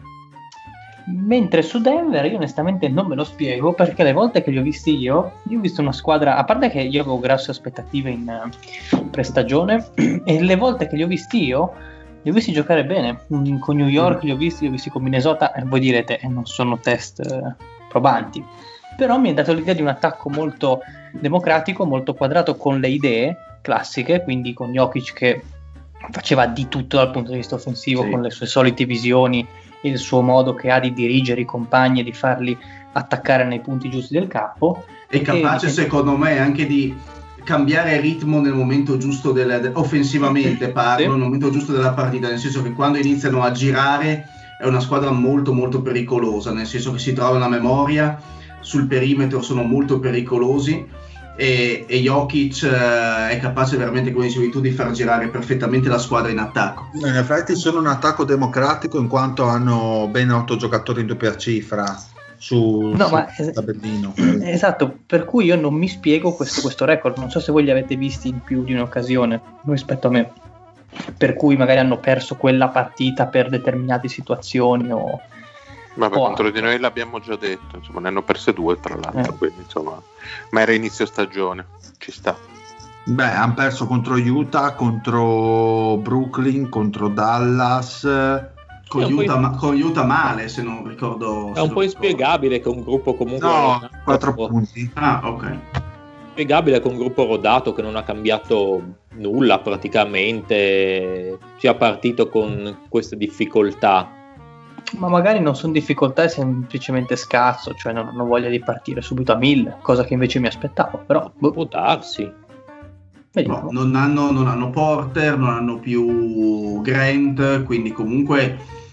Mentre su Denver io onestamente non me lo spiego, perché le volte che li ho visti io, io ho visto una squadra, a parte che io avevo grosse aspettative in uh, prestagione, e le volte che li ho visti io, li ho visti giocare bene. Mm, con New York li ho visti, li ho visti con Minnesota, e voi direte, eh, non sono test eh, probanti, però mi ha dato l'idea di un attacco molto democratico, molto quadrato, con le idee classiche, quindi con Jokic che faceva di tutto dal punto di vista offensivo, Sì. con le sue solite visioni, il suo modo che ha di dirigere i compagni e di farli attaccare nei punti giusti del campo. È capace E- secondo me anche di cambiare ritmo nel momento giusto del, de- offensivamente parlo, Sì. nel momento giusto della partita, nel senso che quando iniziano a girare è una squadra molto molto pericolosa, nel senso che si trova una memoria, sul perimetro sono molto pericolosi, e, e Jokic eh, è capace veramente, come dicevi tu, di far girare perfettamente la squadra in attacco. In effetti sono un attacco democratico in quanto hanno ben otto giocatori in doppia cifra su, No, sul ma es- tabellino. esatto, per cui io non mi spiego questo, questo record, non so se voi li avete visti in più di un'occasione rispetto a me, per cui magari hanno perso quella partita per determinate situazioni o... Ma per o contro altro. di noi l'abbiamo già detto, insomma, ne hanno perse due tra l'altro, Eh. quindi insomma, ma era inizio stagione, ci sta. Beh, hanno perso contro Utah, contro Brooklyn, contro Dallas. Con, È un po' Utah, in- ma- con Utah male, se non ricordo. È se un non po' ricordo. inspiegabile che un gruppo comunque No, rodato- quattro punti. Ah, ok. Spiegabile che un gruppo rodato che non ha cambiato nulla praticamente sia partito con queste difficoltà. Ma magari non sono difficoltà, è semplicemente scarso, cioè non hanno voglia di partire subito a mille, cosa che invece mi aspettavo, però boh, Può darsi. vediamo. No, non, hanno, non hanno Porter, non hanno più Grant, quindi comunque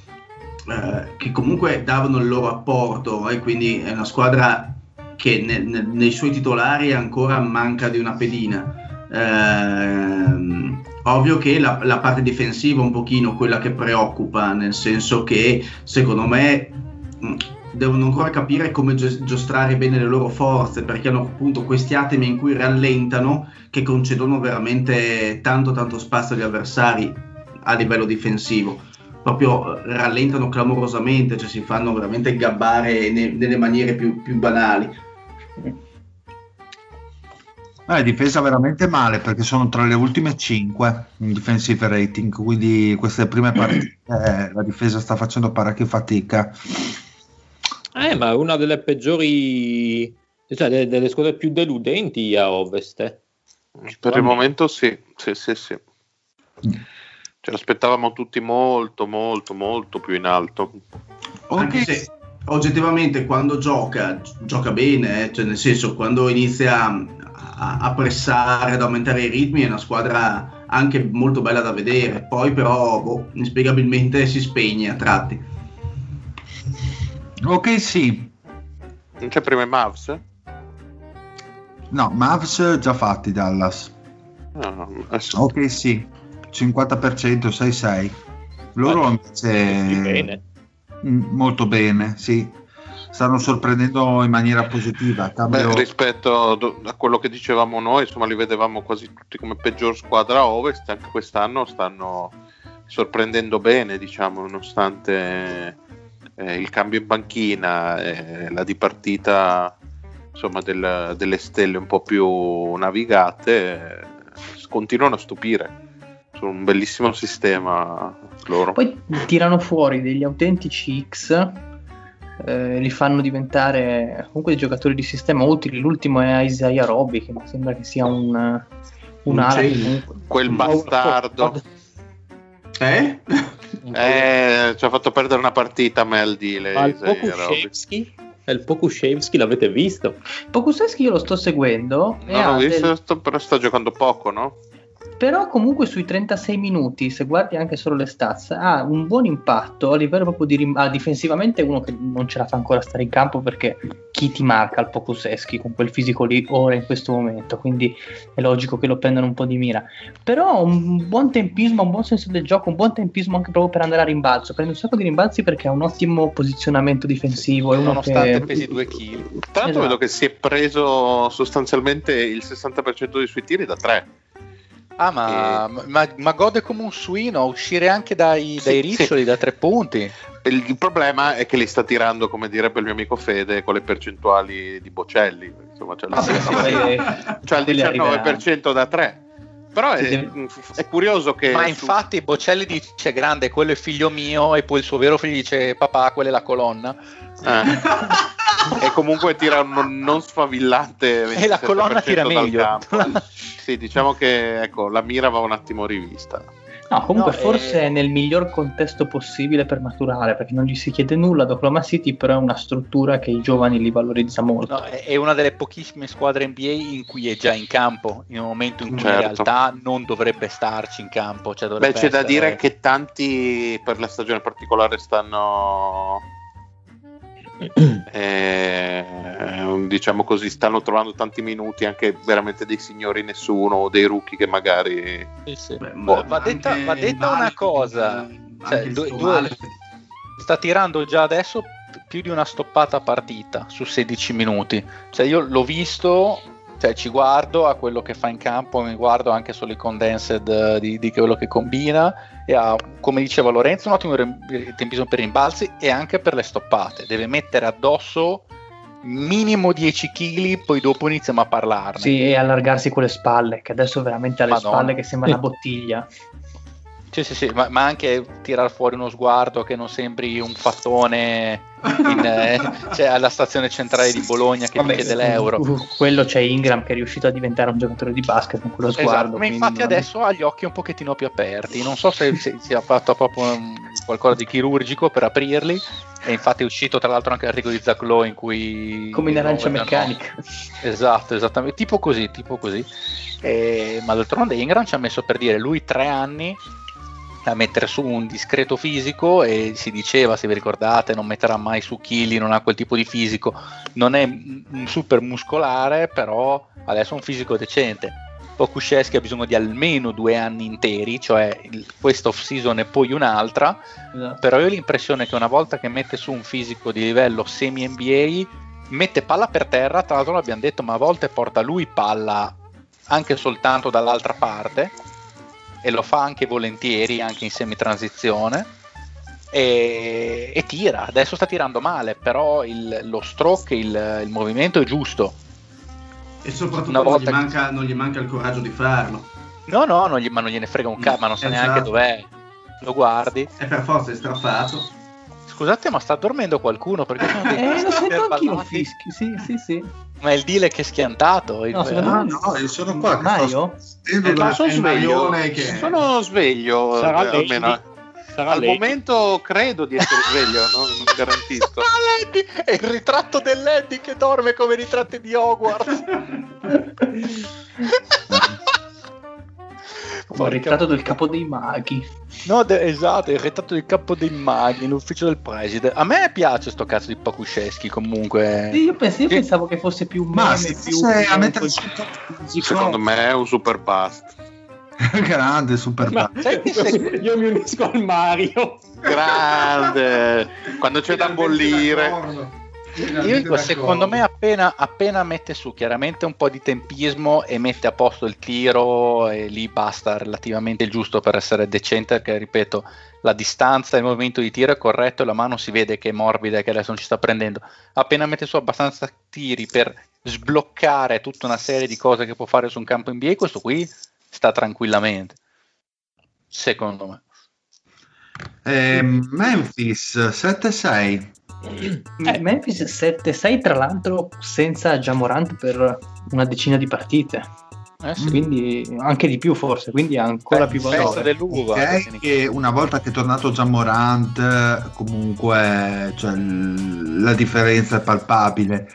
eh, che comunque davano il loro apporto, e quindi è una squadra che ne- ne- nei suoi titolari ancora manca di una pedina. Ehm, ovvio che la, la parte difensiva è un pochino quella che preoccupa, nel senso che secondo me mh, devono ancora capire come gio- giostrare bene le loro forze, perché hanno appunto questi attimi in cui rallentano, che concedono veramente tanto tanto spazio agli avversari a livello difensivo, proprio eh, rallentano clamorosamente, cioè si fanno veramente gabbare ne- nelle maniere più, più banali. Eh, difesa veramente male perché sono tra le ultime cinque in defensive rating, quindi queste prime partite eh, la difesa sta facendo parecchio fatica. Eh, ma è una delle peggiori, cioè delle, delle squadre più deludenti a Ovest. Eh. Per il momento sì, sì, sì, sì. Ce l'aspettavamo tutti molto, molto, molto più in alto. Anche se oggettivamente quando gioca, gioca bene, eh? Cioè nel senso quando inizia a, a pressare, ad aumentare i ritmi è una squadra anche molto bella da vedere, poi però boh, inspiegabilmente si spegne a tratti. Ok, sì. Non c'è prima i Mavs? No, Mavs già fatti Dallas. No, adesso... Ok, sì. cinquanta per cento, sei sei. Loro invece bene. Molto bene, sì. Stanno sorprendendo in maniera positiva. Cambio... Beh, rispetto a quello che dicevamo noi, insomma, li vedevamo quasi tutti come peggior squadra a Ovest. Anche quest'anno stanno sorprendendo bene, diciamo, nonostante eh, il cambio in panchina e la dipartita, insomma, del, delle stelle un po' più navigate, eh, continuano a stupire. Sono un bellissimo sistema loro. Poi tirano fuori degli autentici X, eh, li fanno diventare comunque dei giocatori di sistema utili. L'ultimo è Isaiah Roby, che mi sembra che sia un un ala comunque. Quel bastardo eh? eh ci ha fatto perdere una partita a Mel D. Ma il Pokuševski, il Pokuševski l'avete visto? Pokuševski io lo sto seguendo. Non l'ho visto, del... però sta giocando poco, no? Però comunque sui trentasei minuti, se guardi anche solo le stats, ha un buon impatto a livello proprio di rim- ah, difensivamente. È uno che non ce la fa ancora stare in campo, perché chi ti marca il Pokuševski con quel fisico lì ora in questo momento, quindi è logico che lo prendano un po' di mira. Però un buon tempismo, un buon senso del gioco, un buon tempismo anche proprio per andare a rimbalzo. Prende un sacco di rimbalzi perché ha un ottimo posizionamento difensivo, è uno nonostante che... pesi due chili. Tra l'altro Esatto. vedo che si è preso sostanzialmente il sessanta per cento dei suoi tiri da tre. Ah, ma, E- ma, ma gode come un suino a uscire anche dai, dai Sì, riccioli, sì. da tre punti. Il, il problema è che li sta tirando, come direbbe il mio amico Fede, con le percentuali di Bocelli. Insomma, c'è, Ah, sì, sì, quelli- c'è il quelli diciannove per cento da tre. Però è, Sì, è curioso che Ma su- infatti Bocelli dice grande, quello è figlio mio, e poi il suo vero figlio dice papà, quella è la colonna. eh, e comunque tira un non sfavillante E la colonna tira ventisette per cento dal meglio. campo. Sì, diciamo che ecco, la mira va un attimo rivista. No, comunque No, forse eh, è nel miglior contesto possibile per maturare, perché non gli si chiede nulla ad Oklahoma City, però è una struttura che i giovani li valorizza molto. No, è è una delle pochissime squadre N B A in cui è già in campo, in un momento in cui Certo. in realtà non dovrebbe starci in campo. Cioè Beh, dovrebbe c'è da essere- dire che tanti per la stagione particolare stanno eh, diciamo così, stanno trovando tanti minuti anche veramente dei signori nessuno o dei rookie che magari Sì, sì. Beh, Boh, ma va detta, anche va detta una Malik, cosa, anche cioè, il due- suo due- Malik. sta tirando già adesso più di una stoppata a partita su sedici minuti. Cioè io l'ho visto, cioè ci guardo a quello che fa in campo, mi guardo anche solo i condensed eh, di, di quello che combina, e ha, come diceva Lorenzo, un ottimo rim- tempismo per i rimbalzi e anche per le stoppate. Deve mettere addosso minimo dieci chili, poi dopo iniziamo a parlarne. Sì, e allargarsi con le spalle, che adesso veramente ha le Madonna. spalle che sembra una bottiglia. Sì, sì, sì, ma, ma anche tirar fuori uno sguardo che non sembri un fattone in, eh, cioè alla stazione centrale di Bologna che Vabbè, ti chiede l'euro. uh, quello c'è Ingram che è riuscito a diventare un giocatore di basket con quello sguardo. Esatto, ma quindi infatti non- adesso ha gli occhi un pochettino più aperti. Non so se si sia fatto proprio um, qualcosa di chirurgico per aprirli. E infatti è uscito tra l'altro anche l'articolo di Zach Lowe in cui come in arancia no, no, meccanica. Esatto, esattamente, tipo così, tipo così. E, ma d'altronde Ingram ci ha messo, per dire, lui tre anni a mettere su un discreto fisico, e si diceva, se vi ricordate, non metterà mai su chili, non ha quel tipo di fisico, non è un super muscolare, però adesso è un fisico decente. Pokuševski ha bisogno di almeno due anni interi, cioè il, questa off season e poi un'altra. Esatto. Però io ho l'impressione che una volta che mette su un fisico di livello semi N B A, mette palla per terra, tra l'altro l'abbiamo detto, ma a volte porta lui palla anche soltanto dall'altra parte, e lo fa anche volentieri, anche in semi-transizione, e, e tira. Adesso sta tirando male, però il, lo stroke, il, il movimento è giusto. E soprattutto Una non gli, volta che- manca, non gli manca il coraggio di farlo. No, no, non gli, ma non gliene frega un cazzo, ma non sa Esatto. neanche dov'è. Lo guardi. E per forza è straffato. Scusate, ma sta dormendo qualcuno? Perché sono dei Eh, lo sento anch'io un ballati. fischio, sì, sì, sì. Ma è il dealer che è schiantato. il- No, secondo Ah me- no, io sono qua che Mario? sto sentendo Eh, la- ma sono è il sveglio. Marione che- Sono sveglio. Sarà eh, almeno. Lady. Sarà Al Lady. momento credo di essere sveglio, non, non garantisco. Ah, Lady! È il ritratto dell'Eddie che dorme come i ritratti di Hogwarts. Ho ritratto del capo dei maghi. No, de- esatto, il ritratto del capo dei maghi, l'ufficio del preside. A me piace sto cazzo di Pakusceschi comunque. Sì, io, pens- io Sì. pensavo che fosse più un Ma meme, se più fosse a più- mettere sul top fisico, Secondo me è un super bust. grande, super Ma Sai che se- io mi unisco al Mario. Grande. Quando c'è da bollire. Io dico, secondo me appena, appena mette su chiaramente un po' di tempismo e mette a posto il tiro e lì basta relativamente il giusto per essere decente, perché ripeto, la distanza e il movimento di tiro è corretto e la mano si vede che è morbida e che adesso non ci sta prendendo. Appena mette su abbastanza tiri per sbloccare tutta una serie di cose che può fare su un campo N B A, questo qui sta tranquillamente, secondo me. Eh, Memphis sette sei. Eh, Memphis sette sei, tra l'altro senza Ja Morant per una decina di partite, Eh sì. quindi anche di più forse, quindi ha ancora Beh, più festa valore. dell'uva. Ok, che una volta che è tornato Ja Morant comunque cioè, l- la differenza è palpabile,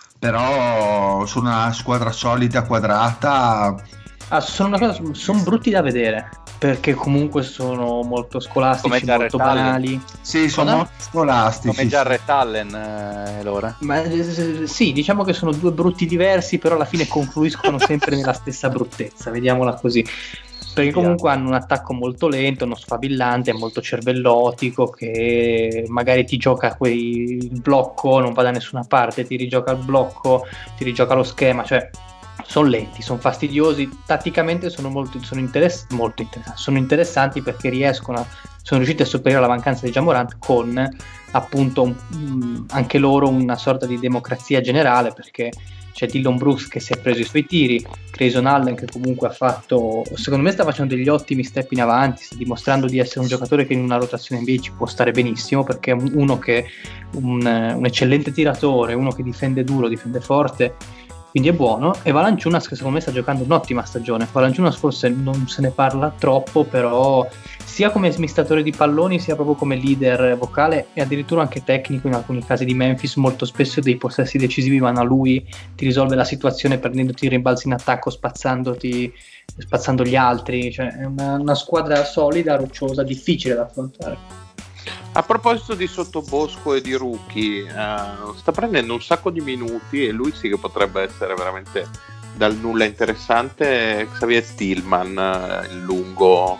però su una squadra solida quadrata Ah, sono, una cosa, sono brutti da vedere perché comunque sono molto scolastici, Come Jarrett molto Allen. banali. sì, sono Come? molto scolastici. Come Jarrett Allen, eh, Lora. Ma eh, sì, diciamo che sono due brutti diversi, però alla fine confluiscono sempre nella stessa bruttezza, vediamola così. Perché comunque hanno un attacco molto lento, non sfavillante, molto cervellotico, che magari ti gioca quei il blocco, non va da nessuna parte, ti rigioca il blocco, ti rigioca lo schema, cioè sono lenti, sono fastidiosi, tatticamente sono molto, sono interess- molto interessanti, sono interessanti perché riescono a, sono riusciti a superare la mancanza di Ja Morant con appunto un, mh, anche loro una sorta di democrazia generale, perché c'è Dillon Brooks che si è preso i suoi tiri, Grayson Allen che comunque ha fatto, secondo me sta facendo degli ottimi step in avanti, sta dimostrando di essere un giocatore che in una rotazione N B A ci può stare benissimo, perché è un- uno che un, un eccellente tiratore, uno che difende duro, difende forte, quindi è buono. E Valanciunas che secondo me sta giocando un'ottima stagione. Valanciunas forse non se ne parla troppo, però sia come smistatore di palloni sia proprio come leader vocale e addirittura anche tecnico in alcuni casi di Memphis. Molto spesso dei possessi decisivi vanno a lui, ti risolve la situazione prendendoti i rimbalzi in attacco, spazzandoti spazzando gli altri, cioè è una, una squadra solida, rocciosa, difficile da affrontare. A proposito di Sottobosco e di Rookie, eh, sta prendendo un sacco di minuti e lui sì che potrebbe essere veramente dal nulla interessante. Xavier Tillman, eh, il lungo,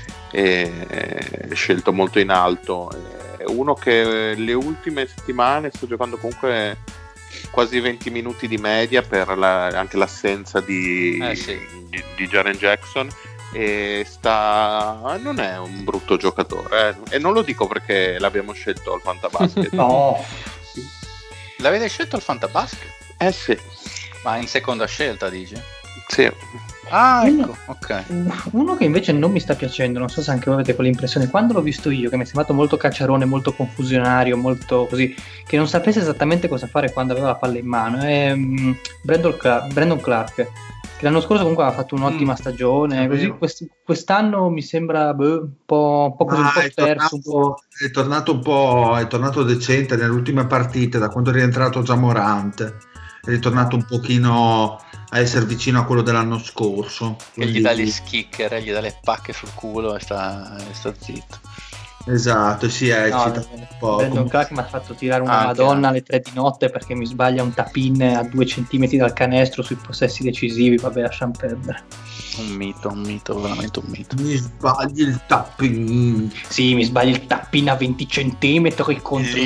eh, scelto molto in alto, è uno che le ultime settimane sta giocando comunque quasi venti minuti di media per la, anche l'assenza di, Eh sì. di, di Jaren Jackson, e sta non è un brutto giocatore, eh. E non lo dico perché l'abbiamo scelto al Fantabasket. No, L'avete scelto il Fantabasket? Eh sì, Ma in seconda scelta, dici? sì. Ah, Uno- ecco, ok. Uno che invece non mi sta piacendo, non so se anche voi avete quell'impressione, quando l'ho visto io, che mi è sembrato molto cacciarone, molto confusionario, molto così, che non sapesse esattamente cosa fare quando aveva la palla in mano, è mm, Brandon, Clark, Brandon Clark, che l'anno scorso comunque aveva fatto un'ottima Mm, stagione, è così vero. quest- quest'anno mi sembra boh, un po', un po' così, un Ma po' è perso, un po'... tornato, è tornato un po', è tornato decente nelle ultime partite, da quando è rientrato Ja Morant, è ritornato un pochino a essere vicino a quello dell'anno scorso. Che gli Quindi- dà gli schicker, gli dà le pacche sul culo e sta, e sta zitto. Esatto, si eccita No, un po'. Brandon Clark mi ha fatto tirare una Anche, madonna anche. alle tre di notte perché mi sbaglia un tap-in a due centimetri dal canestro sui possessi decisivi, vabbè, lasciamo perdere. Un mito, un mito, veramente un mito. Mi sbagli il tapping. Sì, mi sbagli il tap-in a venti centimetri contro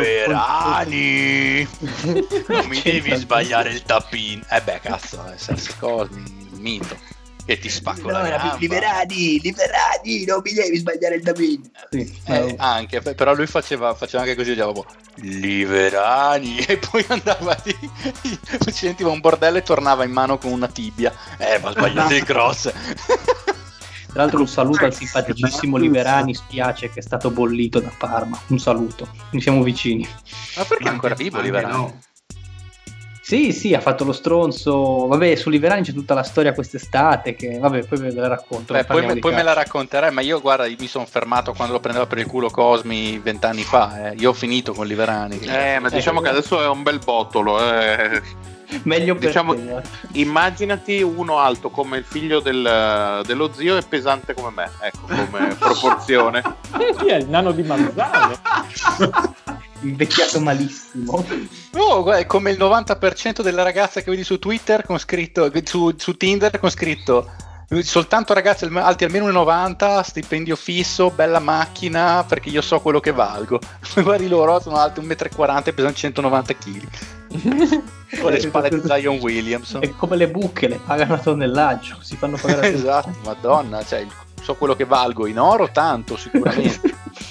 Livrerani! Non mi devi C'entra- sbagliare il tap-in. Eh beh, cazzo, essere cose, un mito. che ti spacco no, la gamba. Liberani, liberani, non mi devi sbagliare il dominio. Sì, eh, anche, però lui faceva, faceva anche così, diceva liberani, e poi andava lì, si sentiva un bordello e tornava in mano con una tibia. Eh, ma sbagliate il cross. Tra l'altro un saluto al simpaticissimo Liberani, spiace che è stato bollito da Parma, un saluto, ne siamo vicini. Ma perché è ancora vivo Liberani? No. Sì, sì, ha fatto lo stronzo. Vabbè, su Liberani c'è tutta la storia quest'estate che, vabbè, poi ve la racconto. Beh, poi me, poi me la racconterai, ma io, guarda, mi sono fermato quando lo prendeva per il culo Cosmi vent'anni fa. Eh. Io ho finito con Liberani. Eh, ma diciamo eh, che adesso è un bel bottolo. Eh. Meglio per diciamo, te. Immaginati uno alto come il figlio del, dello zio e pesante come me, ecco, come proporzione. Chi è il nano di Manzano? Invecchiato malissimo. Oh, guarda, è come il novanta per cento delle ragazze che vedi su Twitter con scritto su, su Tinder con scritto soltanto ragazze alti almeno uno e novanta, stipendio fisso, bella macchina, perché io so quello che valgo. Guardi loro, sono alti un metro e quaranta e pesano centonovanta chili. Con le spalle di Zion Williams. È come le buche, le pagano a tonnellaggio, si fanno pagare. Esatto, madonna, cioè, so quello che valgo in oro tanto sicuramente.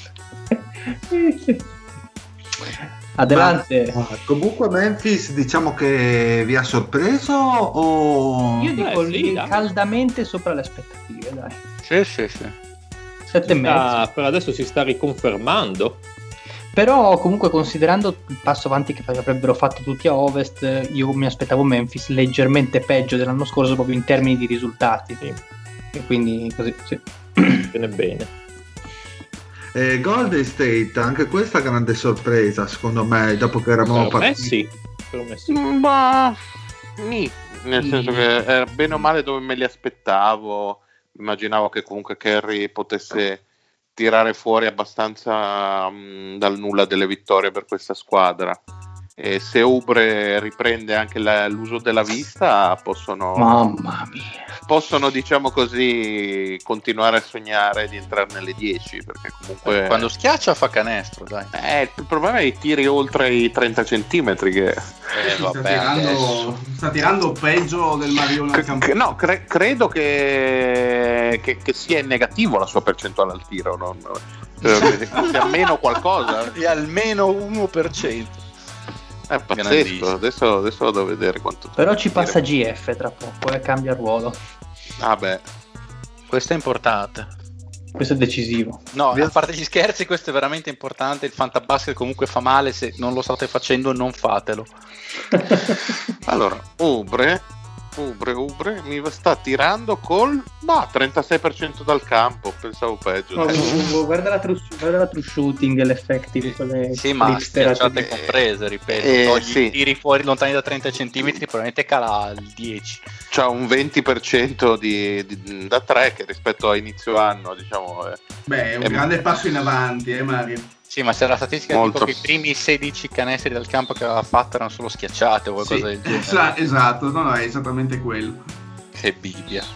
Adelante. Ma, comunque Memphis diciamo che vi ha sorpreso o... Io dico eh, sì, caldamente sopra le aspettative, dai. Sì, sì, sì. Sette e mezzo. Ah, per adesso si sta riconfermando. Però comunque considerando il passo avanti che avrebbero fatto tutti a Ovest, io mi aspettavo Memphis leggermente peggio dell'anno scorso proprio in termini di risultati. Sì. E quindi così, sì. Bene bene. Eh, Golden State, anche questa grande sorpresa secondo me, dopo che eravamo per partiti. Me sì. Per me sì. Ma nì, nel mm. senso che era bene o male dove me li aspettavo. Immaginavo che comunque Curry potesse tirare fuori abbastanza um, dal nulla delle vittorie per questa squadra. E se Oubre riprende anche la, l'uso della vista, possono, mamma mia, possono diciamo così continuare a sognare di entrare nelle dieci, perché comunque quando schiaccia fa canestro, dai. Eh, il problema è i tiri oltre i trenta centimetri che eh, vabbè, sta, tirando, sta tirando peggio del Marione al campo. C- no, cre- credo che, che, che sia in negativo la sua percentuale al tiro, non che sia almeno qualcosa, e almeno uno per cento. È pazzesco, adesso, adesso vado a vedere quanto. Però ci passa G F tra poco e cambia il ruolo. Ah beh, questo è importante. Questo è decisivo. No, a parte gli scherzi, questo è veramente importante. Il fantabasket comunque fa male, se non lo state facendo non fatelo. Allora, Oubre, Oubre, Oubre mi sta tirando col bah, trentasei per cento dal campo, pensavo peggio. No, no, guarda la true, guarda la true shooting e l'effective, quelle sì, ma schiacciate comprese, ripeto, eh, togli sì. tiri fuori lontani da trenta centimetri, probabilmente cala il dieci. C'ha un venti per cento di, di, da tre che rispetto a inizio anno, diciamo. Eh, Beh, è un è grande passo in avanti, eh Mario. Sì, ma se la statistica Molto. dico che i primi sedici canestri del campo che aveva fatto erano solo schiacciate o qualcosa Sì, del genere. Esa- esatto, no, no, è esattamente quello. Che bibbia.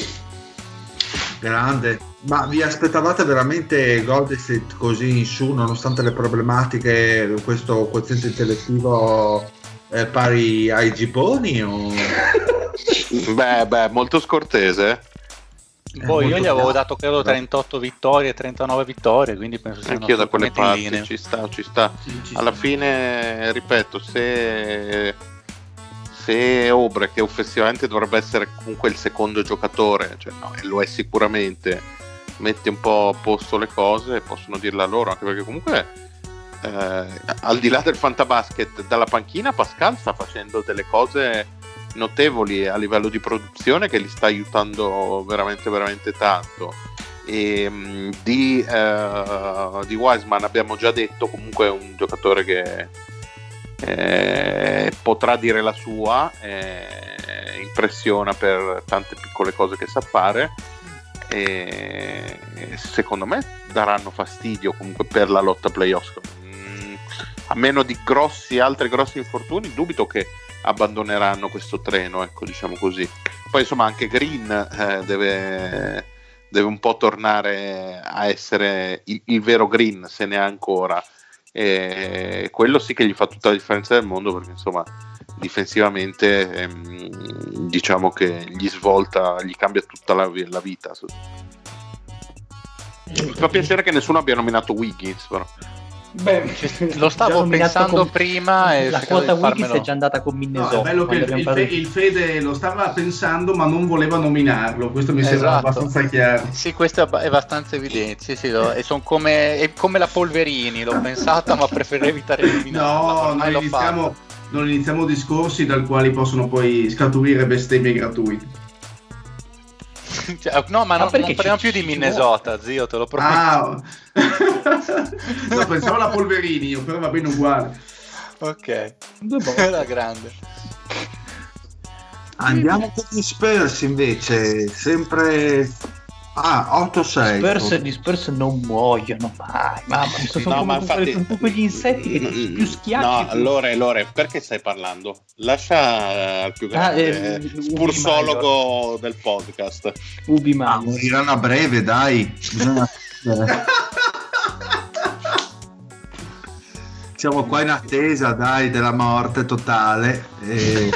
Grande. Ma vi aspettavate veramente Golden State così in su, nonostante le problematiche, questo quoziente intellettivo eh, pari ai gibboni? O... beh, beh, molto scortese. Poi io gli avevo dato credo trentotto vittorie, trentanove vittorie, quindi penso sia anch'io da quelle parti, linea. ci sta, ci sta. Sì, ci Alla sta. fine, ripeto, se se Oubre, che offensivamente dovrebbe essere comunque il secondo giocatore, cioè no, e lo è sicuramente, mette un po' a posto le cose, possono dirla loro, anche perché comunque eh, al di là del fantabasket, dalla panchina Pascal sta facendo delle cose notevoli a livello di produzione che li sta aiutando veramente veramente tanto. E mh, di, uh, di Wiseman abbiamo già detto, comunque è un giocatore che eh, potrà dire la sua, eh, impressiona per tante piccole cose che sa fare, e secondo me daranno fastidio comunque per la lotta playoffs. Mm, a meno di grossi altri grossi infortuni, dubito che abbandoneranno questo treno, ecco, diciamo così. Poi insomma anche Green eh, deve, deve un po' tornare a essere il, il vero Green, se ne ha ancora, e quello sì che gli fa tutta la differenza del mondo, perché insomma difensivamente ehm, diciamo che gli svolta, gli cambia tutta la, la vita. Mi fa piacere che nessuno abbia nominato Wiggins, però. Beh, lo stavo pensando con... prima e la quota Wiggins è già andata con Minnesota. No, è bello che il, il, Fe, il Fede lo stava pensando ma non voleva nominarlo, questo mi esatto. sembra abbastanza chiaro. Sì, questo è abbastanza evidente, sì, sì, lo, e sono come, è come la Polverini, l'ho pensata ma preferirei evitare di nominarla. No, non iniziamo, non iniziamo discorsi dal quali possono poi scaturire bestemmie gratuite. Cioè, no, ma, ma non, non parliamo più di Minnesota, zio, te lo prometto. Ah, no, pensavo alla Polverini, io, però va bene uguale. Ok, era grande. Andiamo con gli Spurs invece, sempre ah, otto sei. Spurs di Spurs non muoiono mai, ma sono no, come ma infatti, un po' quegli insetti che ti più schiacci. No, allora, allora, perché stai parlando? Lascia al più grande ah, eh, spursologo del podcast. Ubi ah, moriranno a breve, dai. Bisogna... Siamo qua in attesa, dai, della morte totale. E...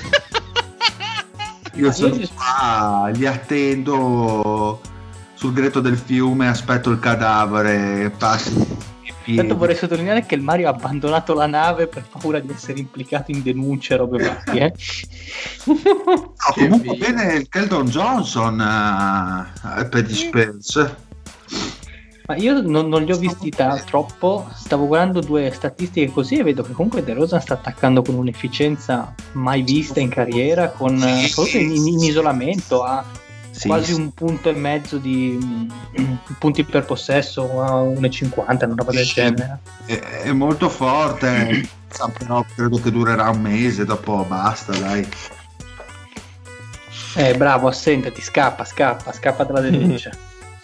Io sono qua, li attendo sul gretto del fiume, aspetto il cadavere, passi. Intanto vorrei sottolineare che il Mario ha abbandonato la nave per paura di essere implicato in denunce e robe varie. No, comunque bene il Keldon Johnson uh, per gli Spurs. Ma io non, non li ho visti t- troppo, stavo guardando due statistiche così e vedo che comunque De Rosa sta attaccando con un'efficienza mai vista in carriera, con sì, soprattutto in, in, in isolamento, a sì, quasi un punto e mezzo di um, punti per possesso, a uno virgola cinquanta, una roba del genere. È, è molto forte, però credo che durerà un mese, dopo basta, dai. Eh, bravo, assentati, scappa, scappa, scappa dalla denuncia.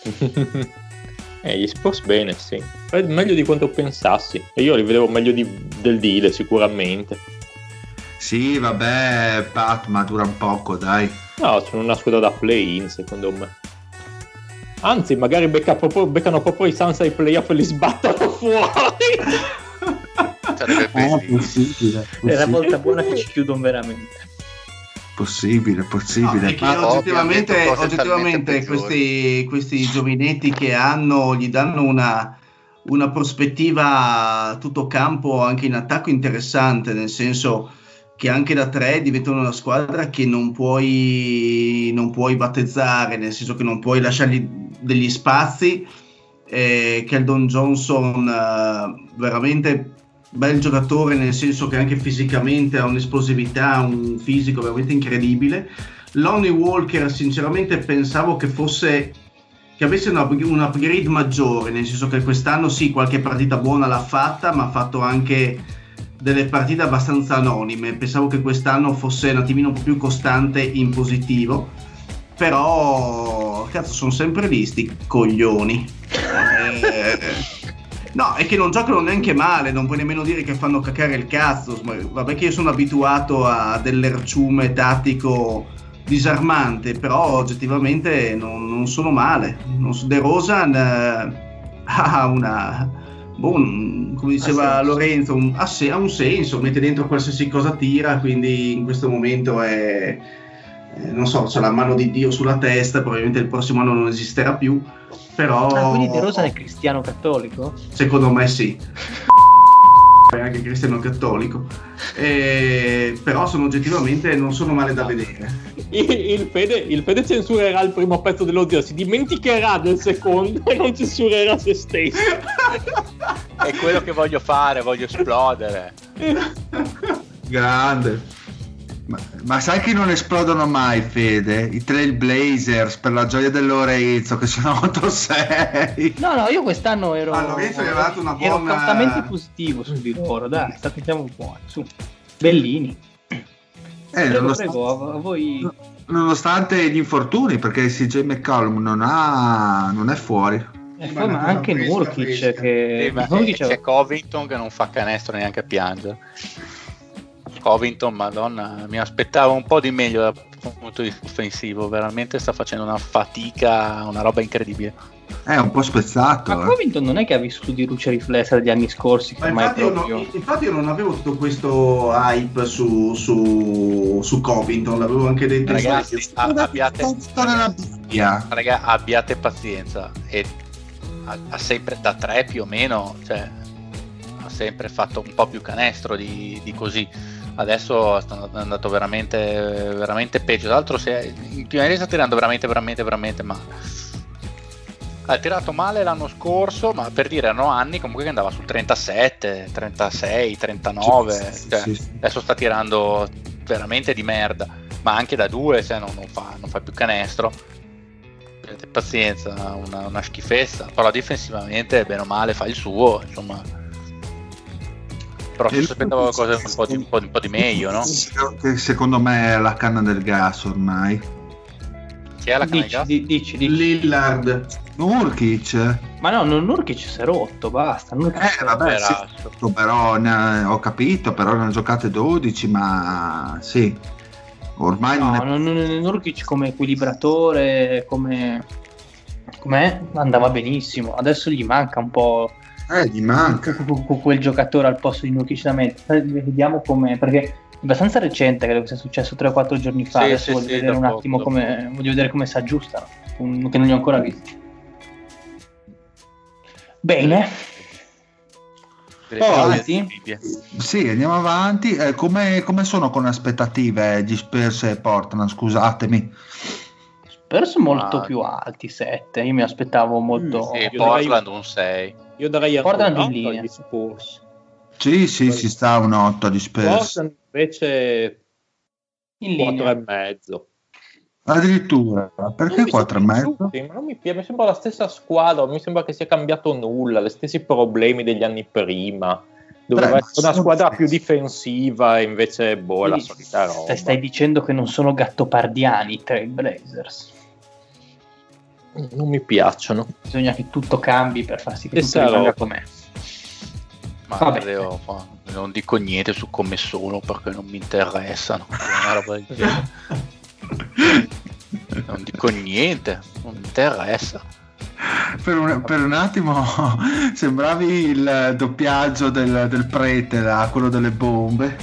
Eh, gli Spurs bene, sì. Meglio di quanto pensassi. E io li vedevo meglio di, del Dile, sicuramente. Sì, vabbè, Pat, ma dura un poco, dai. No, sono una squadra da play-in, secondo me. Anzi, magari becca proprio, beccano proprio i Suns ai playoff e li sbattono fuori. Sarebbe eh, possibile, è la volta buona che ci chiudono veramente. Possibile, possibile. No, è che ma oggettivamente, oggettivamente questi, questi giovinetti che hanno gli danno una, una prospettiva a tutto campo anche in attacco interessante, nel senso che anche da tre diventano una squadra che non puoi non puoi battezzare, nel senso che non puoi lasciargli degli spazi. eh, Keldon Johnson eh, veramente bel giocatore, nel senso che anche fisicamente ha un'esplosività, un fisico veramente incredibile. Lonnie Walker sinceramente pensavo che fosse che avesse una, un upgrade maggiore, nel senso che quest'anno sì, qualche partita buona l'ha fatta, ma ha fatto anche delle partite abbastanza anonime. Pensavo che quest'anno fosse un attimino un po' più costante in positivo, però cazzo, sono sempre lì sti coglioni. eh, No, è che non giocano neanche male, non puoi nemmeno dire che fanno cacare il cazzo. Vabbè che io sono abituato a dell'erciume tattico disarmante, però oggettivamente non, non sono male. Non so, De Rosan eh, ha una... Boh, come diceva Lorenzo, un, ha, se, ha un senso, mette dentro qualsiasi cosa tira, quindi in questo momento è... Eh, non so, c'ha la mano di Dio sulla testa, probabilmente il prossimo anno non esisterà più. Però ah, quindi De Rosa è cristiano cattolico? Secondo me sì. È anche cristiano cattolico. Eh, però sono oggettivamente non sono male da vedere. Il, il, Fede, il Fede censurerà il primo pezzo dell'odio, si dimenticherà del secondo e non censurerà se stesso. È quello che voglio fare, voglio esplodere. Grande. Ma, ma sai che non esplodono mai, Fede? I Trailblazers, per la gioia del Lorenzo, che sono otto sei. No, no, io quest'anno ero ah, Lorenzo gli ha dato una ero buona... completamente positivo su di loro, dai, sappiamo un po', su. Bellini. Eh, prego, nonostante, prego, a voi... nonostante gli infortuni, perché C J McCollum non ha non è fuori. E poi ma anche Nurkic che... Sì, ma è, c'è Covington che non fa canestro neanche a piangere. Covington, madonna, mi aspettavo un po' di meglio dal punto di vista offensivo, veramente sta facendo una fatica, una roba incredibile. È un po' spezzato. Ma eh. Covington non è che ha vissuto di luce riflessa degli anni scorsi, che Ma ormai infatti io, proprio... non, infatti io non avevo tutto questo hype su, su, su Covington, l'avevo anche detto in Ragazzi, storia. a- abbiate, nella Bibbia. raga, abbiate pazienza. E ha, ha sempre da tre più o meno, cioè ha sempre fatto un po' più canestro di, di così. Adesso è andato veramente veramente peggio. Tra l'altro se, in prima sta tirando veramente veramente veramente male. Ha tirato male l'anno scorso, ma per dire erano anni comunque che andava sul trentasette, trentasei, trentanove, Sì, sì, cioè, sì, sì. adesso sta tirando veramente di merda, ma anche da due se non, non, fa, non fa più canestro. Avete pazienza, una, una schifezza, però difensivamente bene o male fa il suo, insomma. Però si aspettava cose un po' di, un po' di, un po' di meglio, no? Che secondo me è la canna del gas ormai. Chi è la canna di Dici, gas? di- dici, dici. Lillard. Nurkic. Ma no, non Nurkic si è rotto, basta. Nurkic si Eh è rotto. vabbè, sì, Era- però ne- ho capito, però ne ho giocate dodici, ma sì, ormai non No, è... non, non, Nurkic come equilibratore, come... com'è? Andava benissimo. Adesso gli manca un po' Eh, gli manca. que- que- quel giocatore al posto di Nurkic da mente. Vediamo come... perché è abbastanza recente, credo che sia successo tre o quattro giorni fa. Sì, Adesso sì, voglio sì, vedere da un poco, attimo da come... voglio vedere come si aggiustano, un- che non li ho ancora visti. Bene. Poi, Sì, andiamo avanti. Eh, come, come sono con aspettative gli Spurs e Portland? Scusatemi. Spurs molto Ah. più alti, sette. Io mi aspettavo molto... sì, Io Portland un sei. Io darei anche Portland un in otto linea. agli Spurs. Sì, sì, si sta a un otto di Spurs. Portland invece in quattro linea. e mezzo. Addirittura, Non perché mi quattro e sono mezzo? piaciuti, ma non mi, pi- mi sembra la stessa squadra, non mi sembra che sia cambiato nulla, gli stessi problemi degli anni prima. Doveva Beh, essere una sono- squadra più difensiva e invece boh, è la Quindi solita roba. stai, stai dicendo che non sono gattopardiani i Trail Blazers. Non mi piacciono. Bisogna che tutto cambi per far sì che Stessa tutto rimanga roba. com'è. Ma Vabbè. io, ma non dico niente su come sono perché non mi interessano. Una roba del genere. Non dico niente, non mi interessa. Per un, per un attimo sembravi il doppiaggio del, del prete, là, quello delle bombe.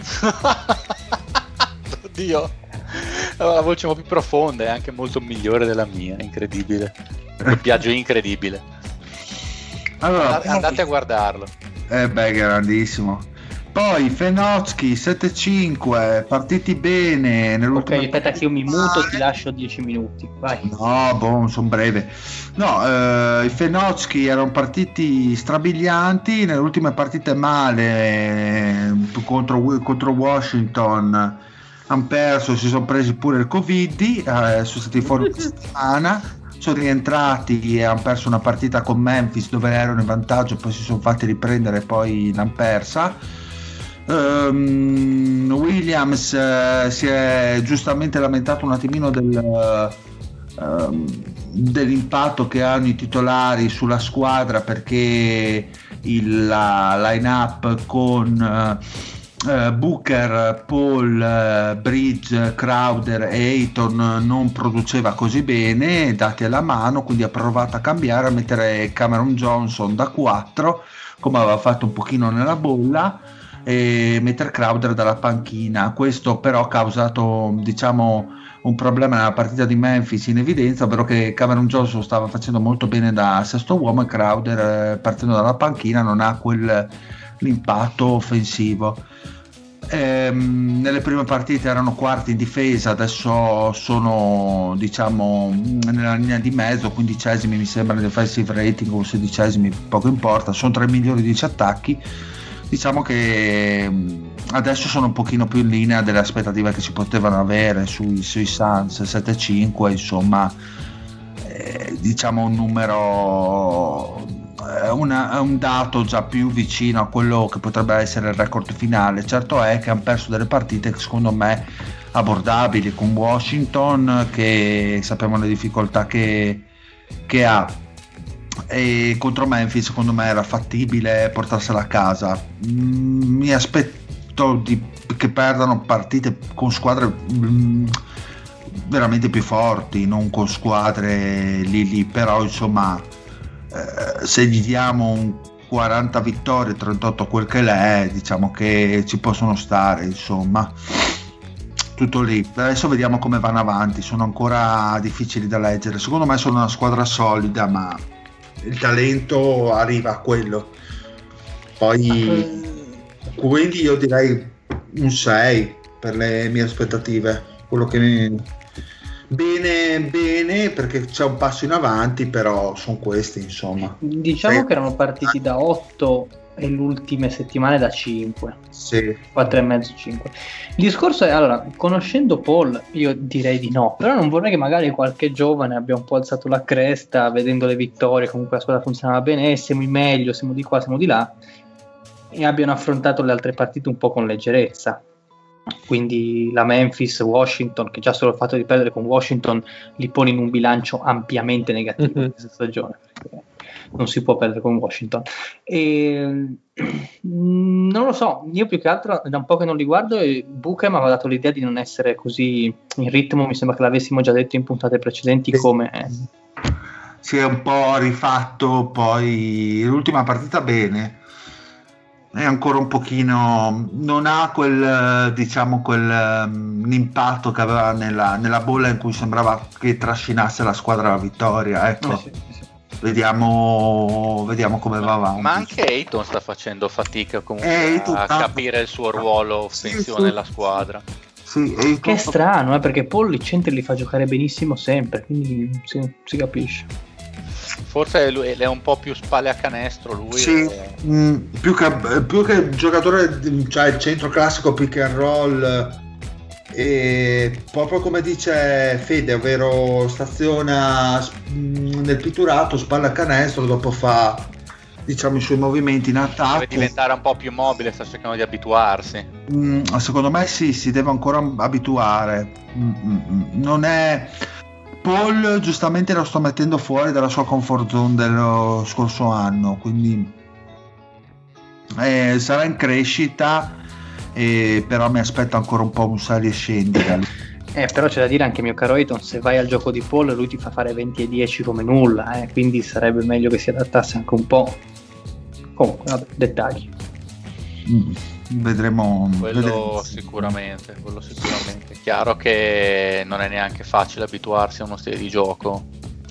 Oddio, aveva la voce un po' più profonda e anche molto migliore della mia, incredibile. Doppiaggio incredibile. Allora, Andate, andate a guardarlo. Eh beh, grandissimo. Poi Fenotsky sette cinque, partiti bene Ok, nell'ultimo. aspetta che io mi muto, ti lascio dieci minuti. Vai. No, boh, sono breve. No, eh, i Fenotsky erano partiti strabilianti, nelle ultime partite male eh, contro, contro Washington hanno perso, si sono presi pure il Covid, eh, sono stati fuori una settimana, sono rientrati e hanno perso una partita con Memphis dove erano in vantaggio, poi si sono fatti riprendere e poi l'hanno persa. Um, Williams eh, si è giustamente lamentato un attimino del, um, dell'impatto che hanno i titolari sulla squadra, perché il, la line-up con uh, uh, Booker, Paul, uh, Bridge, Crowder e Ayton non produceva così bene, dati alla mano, quindi ha provato a cambiare, a mettere Cameron Johnson da quattro come aveva fatto un pochino nella bolla e mettere Crowder dalla panchina. Questo però ha causato, diciamo, un problema nella partita di Memphis in evidenza, ovvero che Cameron Johnson stava facendo molto bene da sesto uomo e Crowder, eh, partendo dalla panchina, non ha quel l'impatto offensivo. Ehm, nelle prime partite erano quarti in difesa, adesso sono, diciamo, nella linea di mezzo, quindicesimi mi sembra in defensive rating o sedicesimi, poco importa, sono tra i migliori dieci attacchi. Diciamo che adesso sono un pochino più in linea delle aspettative che si potevano avere sui, sui Suns, sette cinque, insomma, eh, diciamo un numero, eh, una, un dato già più vicino a quello che potrebbe essere il record finale. Certo è che hanno perso delle partite che secondo me abbordabili, con Washington che sappiamo le difficoltà che, che ha, e contro Memphis secondo me era fattibile portarsela a casa. Mm, mi aspetto di, che perdano partite con squadre mm, veramente più forti, non con squadre lì lì, però insomma eh, se gli diamo un quaranta vittorie, trentotto quel che l'è, diciamo che ci possono stare, insomma, tutto lì. Adesso vediamo come vanno avanti, sono ancora difficili da leggere, secondo me sono una squadra solida, ma il talento arriva a quello, poi quindi io direi un sei per le mie aspettative, quello che mi... bene bene perché c'è un passo in avanti, però sono questi, insomma. Diciamo sei... che erano partiti da otto e le ultime settimane da cinque, sì. quattro e mezzo, cinque. Il discorso è, allora, conoscendo Paul io direi di no, però non vorrei che magari qualche giovane abbia un po' alzato la cresta vedendo le vittorie, comunque la squadra funzionava bene, eh, siamo in meglio, siamo di qua, siamo di là, e abbiano affrontato le altre partite un po' con leggerezza. Quindi la Memphis, Washington, che già solo il fatto di perdere con Washington li pone in un bilancio ampiamente negativo mm-hmm. questa stagione, perché non si può perdere con Washington. E, non lo so, io più che altro da un po' che non li guardo, e Booker mi aveva dato l'idea di non essere così in ritmo, mi sembra che l'avessimo già detto in puntate precedenti, come si è un po' rifatto, poi l'ultima partita bene, è ancora un pochino, non ha quel, diciamo, quel um, impatto che aveva nella, nella bolla in cui sembrava che trascinasse la squadra alla vittoria, ecco. Eh sì, sì. Vediamo, vediamo come va avanti. Ma anche Ayton sta facendo fatica comunque eh, a capire il suo ruolo offensivo sì, nella squadra. Sì, Ayton... Che è strano, eh, perché Paul i centri li fa giocare benissimo sempre, quindi si, si capisce. Forse lui è un po' più spalle a canestro lui, sì, è... mh, più, che, più che giocatore, cioè il centro classico pick and roll, e proprio come dice Fede, ovvero staziona mh, nel pitturato, spalla a canestro, dopo fa, diciamo, i suoi movimenti in attacco. Deve diventare un po' più mobile, sta cercando di abituarsi. Mm, secondo me sì, si deve ancora abituare. Mm, mm, non è... Paul giustamente lo sto mettendo fuori dalla sua comfort zone dello scorso anno, quindi eh, sarà in crescita, eh, però mi aspetto ancora un po' un sali e scendi. Eh, però c'è da dire anche, mio caro Ayton, se vai al gioco di Paul lui ti fa fare venti e dieci come nulla, eh, quindi sarebbe meglio che si adattasse anche un po'. Comunque, vabbè, dettagli. Mm. Vedremo, quello vedremo. sicuramente quello sicuramente chiaro che non è neanche facile abituarsi a uno stile di gioco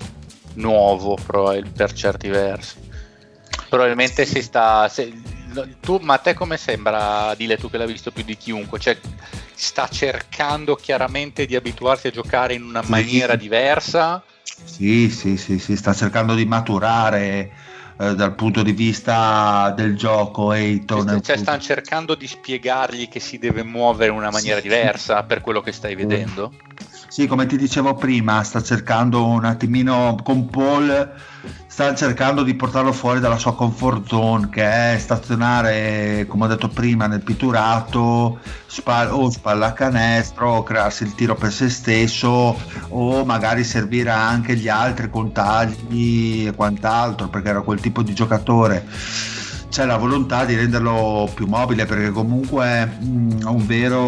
nuovo per certi versi. Probabilmente si sta se, tu, ma a te come sembra, Dile, tu che l'hai visto più di chiunque, cioè sta cercando chiaramente di abituarsi a giocare in una sì. maniera diversa? Sì, sì, sì, sì, sta cercando di maturare dal punto di vista del gioco. Ayton, cioè, cioè punto... stanno cercando di spiegargli che si deve muovere in una maniera sì. diversa per quello che stai vedendo? Sì, come ti dicevo prima, sta cercando un attimino con Paul, sta cercando di portarlo fuori dalla sua comfort zone, che è stazionare, come ho detto prima, nel pitturato, spalla, o spalla a canestro, o crearsi il tiro per se stesso, o magari servire anche gli altri con tagli e quant'altro, perché era quel tipo di giocatore. C'è la volontà di renderlo più mobile, perché comunque mh, un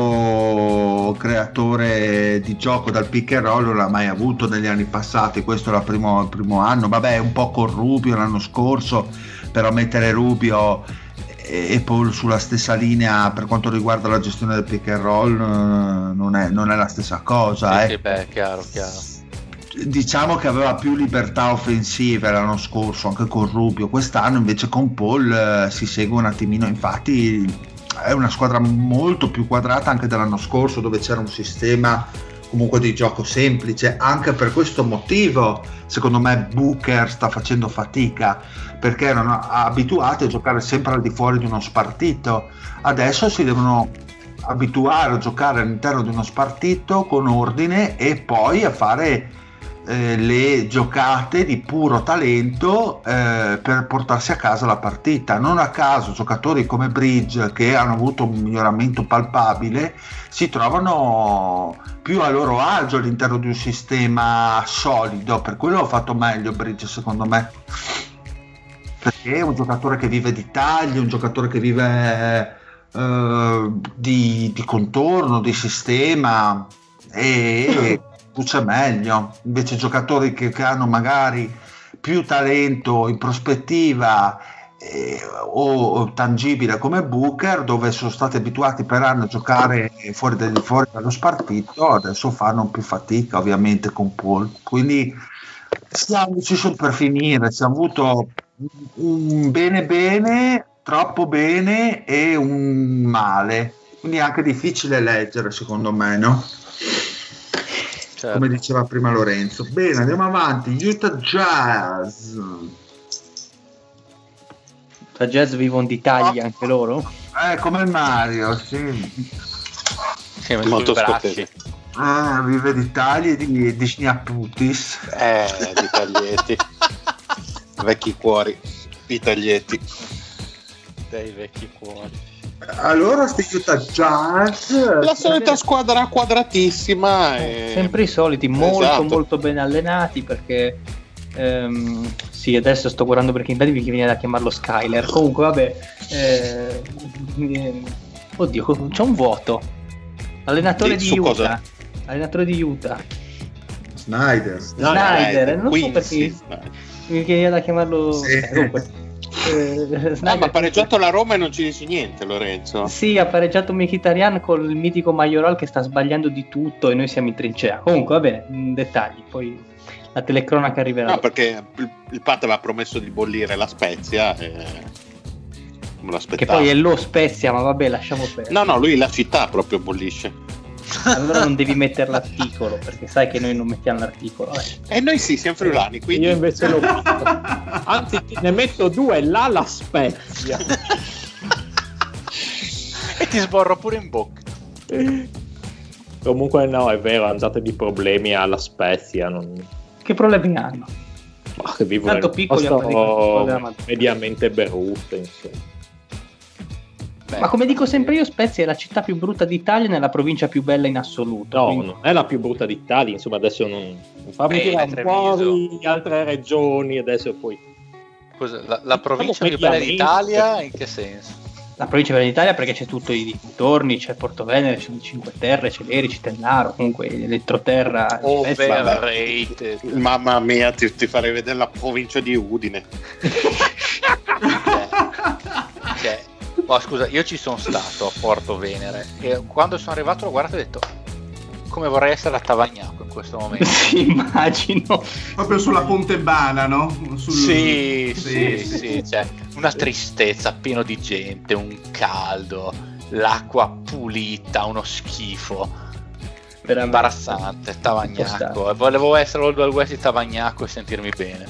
vero creatore di gioco dal pick and roll non l'ha mai avuto negli anni passati. Questo era il primo, il primo anno, vabbè, un po' con Rubio l'anno scorso, però mettere Rubio e, e Paul sulla stessa linea per quanto riguarda la gestione del pick and roll uh, non, è, non è la stessa cosa. Sì, eh. sì, beh, chiaro, chiaro. Diciamo che aveva più libertà offensive l'anno scorso anche con Rubio, quest'anno invece con Paul eh, si segue un attimino, infatti è una squadra molto più quadrata anche dell'anno scorso, dove c'era un sistema comunque di gioco semplice. Anche per questo motivo secondo me Booker sta facendo fatica, perché erano abituati a giocare sempre al di fuori di uno spartito, adesso si devono abituare a giocare all'interno di uno spartito con ordine e poi a fare Eh, le giocate di puro talento eh, per portarsi a casa la partita. Non a caso giocatori come Bridge, che hanno avuto un miglioramento palpabile, si trovano più a loro agio all'interno di un sistema solido. Per quello ho fatto meglio Bridge, secondo me, perché è un giocatore che vive di tagli, un giocatore che vive eh, di, di contorno, di sistema, e produce meglio. Invece giocatori che, che hanno magari più talento in prospettiva eh, o, o tangibile come Booker, dove sono stati abituati per anni a giocare fuori, dagli, fuori dallo spartito, adesso fanno più fatica ovviamente con Paul. Quindi siamo, ci sono per finire, siamo avuto un bene bene, troppo bene e un male, quindi è anche difficile leggere secondo me, no? Certo. Come diceva prima Lorenzo. Bene, andiamo avanti. Utah Jazz. Utah Jazz vivono di tagli oh. anche loro? Eh, come il Mario, sì. Sì, molto bracci. Ah, vive di tagli e di, di sgnapputis. Eh, di taglietti. Vecchi cuori. I taglietti. Dei vecchi cuori. Allora sti Utah Jazz, la solita squadra quadratissima e... sempre i soliti, molto esatto. molto ben allenati, perché ehm, sì, adesso sto guardando Breaking Bad, mi viene da chiamarlo Skyler. Comunque vabbè, eh, eh, oddio, c'è un vuoto. Allenatore di, di Utah cosa? allenatore di Utah Snyder Snyder, non so perché mi viene da chiamarlo sì. eh, comunque Eh, no, ma ha pareggiato la Roma e non ci dici niente, Lorenzo. Sì, ha pareggiato Mkhitaryan con il mitico Majoral che sta sbagliando di tutto e noi siamo in trincea. Comunque va bene, dettagli, poi la telecronaca arriverà. No, perché il, il Pat aveva promesso di bollire la Spezia e... me l'aspettavo. Che poi è lo Spezia, ma vabbè, lasciamo perdere. No, no, lui la città proprio bollisce. Allora non devi mettere l'articolo, perché sai che noi non mettiamo l'articolo. Eh. E noi sì, siamo friulani, quindi... Io invece lo anzi ne metto due, là la Spezia. E ti sborro pure in bocca. Comunque no, è vero, hanno dato di problemi alla Spezia. Non... Che problemi hanno? Ma che vivono tanto piccoli posto mediamente brutto, insomma. Beh, ma come dico sempre io, Spezia è la città più brutta d'Italia nella provincia più bella in assoluto. No, quindi... non è la più brutta d'Italia, insomma, adesso non, non farmi Beh, tirare fuori altre regioni, adesso poi... Cosa, la, la provincia più bella d'Italia in che senso? La provincia più bella d'Italia perché c'è tutto i dintorni, c'è Portovenere, c'è il Cinque Terre, c'è Lerici, Tennaro, comunque Elettroterra. Overrated. Mamma mia, ti, ti farei vedere la provincia di Udine. cioè, cioè oh, scusa, io ci sono stato a Porto Venere e quando sono arrivato l'ho guardato e ho detto come vorrei essere a Tavagnaco in questo momento. Sì, immagino. Proprio sulla Ponte Bana, no? Sul... Sì, sì, sì, sì, cioè una tristezza, pieno di gente, un caldo, l'acqua pulita, uno schifo. Veramente imbarazzante, Tavagnaco. Volevo essere Old Wild West di Tavagnaco e sentirmi bene.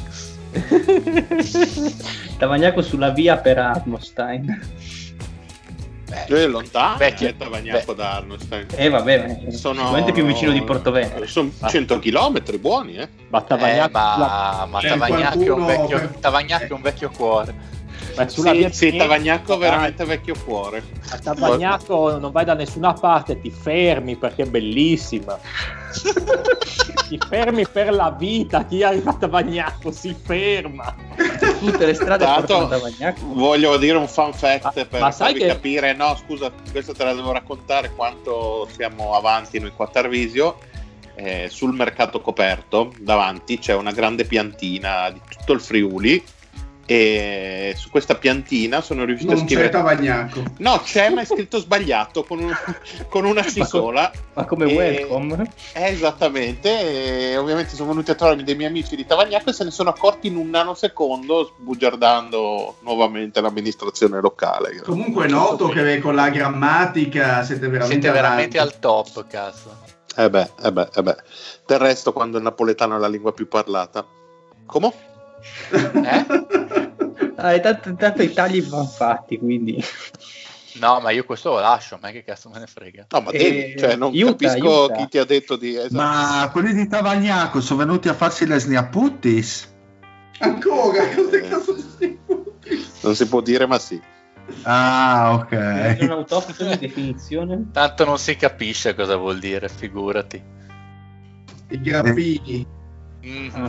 Tavagnaco sulla via per Arnostein. Lui è lontano, vecchio, è Tavagnaco da Arnostein. Eh vabbè, sono sicuramente più vicino di Portovenere. Sono cento chilometri buoni, eh. Ma Tavagnaco, eh, ma, ma Tavagnaco, è un vecchio, per... Tavagnaco è un vecchio cuore. Ma sulla sì, via sì, Tavagnaco è veramente vecchio cuore. A Tavagnaco non vai da nessuna parte, ti fermi perché è bellissima. Ti fermi per la vita, chi arriva a Tavagnaco si ferma. Tutte le strade Tanto, portano a Tavagnaco. voglio dire un fun fact ma, per ma farvi che... capire, no scusa, questo te la devo raccontare quanto siamo avanti noi qua a Tarvisio. Eh, sul mercato coperto davanti c'è una grande piantina di tutto il Friuli e su questa piantina sono riuscito non a scrivere c'è Tavagnaco. no c'è ma è scritto sbagliato con, un, con una C ma sola ma come e, welcome eh, esattamente, e ovviamente sono venuti a trovarmi dei miei amici di Tavagnaco e se ne sono accorti in un nanosecondo sbugiardando nuovamente l'amministrazione locale. Comunque è noto che con la grammatica siete veramente, siete veramente avanti. al top, cazzo. Eh beh, eh beh, eh beh. Del resto quando il napoletano è la lingua più parlata. Come? Eh? ah, tanto, tanto i tagli vanno fatti, quindi No, ma io questo lo lascio, ma che cazzo me ne frega. No, ma Eh, devi, cioè, non Utah, capisco Utah. chi ti ha detto di... Esatto. Ma quelli di Tavagnaco sono venuti a farsi le sniaputtis? Ancora? Cosa Eh. cazzo di Non si può dire, ma sì. Ah, è un ok. autopico di definizione. Tanto non si capisce cosa vuol dire, figurati. I graffini. Mm.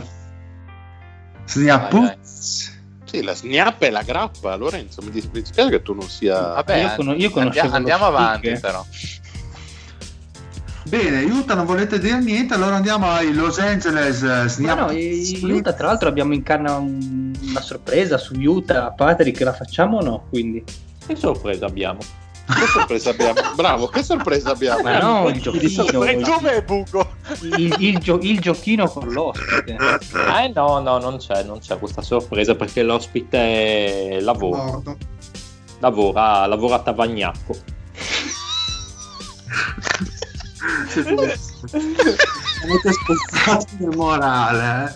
Sniaputtis. Sì, la snappa e la grappa, Lorenzo, mi dis- mi dispiace che tu non sia... Vabbè, Io con- io conoscevo andiamo, andiamo lo avanti stick. però. Bene, Utah non volete dire niente, allora andiamo ai Los Angeles uh, Ma no, Utah tra l'altro abbiamo in canna un, una sorpresa su Utah. Patrick, la facciamo o no? Quindi Che sorpresa abbiamo? Che sorpresa abbiamo? Bravo, che sorpresa abbiamo? Ma no, il giochino, Dov'è Buco? il, il, gio- il giochino con l'ospite. Eh no, no, non c'è, non c'è questa sorpresa perché l'ospite lavora, Morto. lavora, lavora a Tavagnacco. Avete spezzato il morale,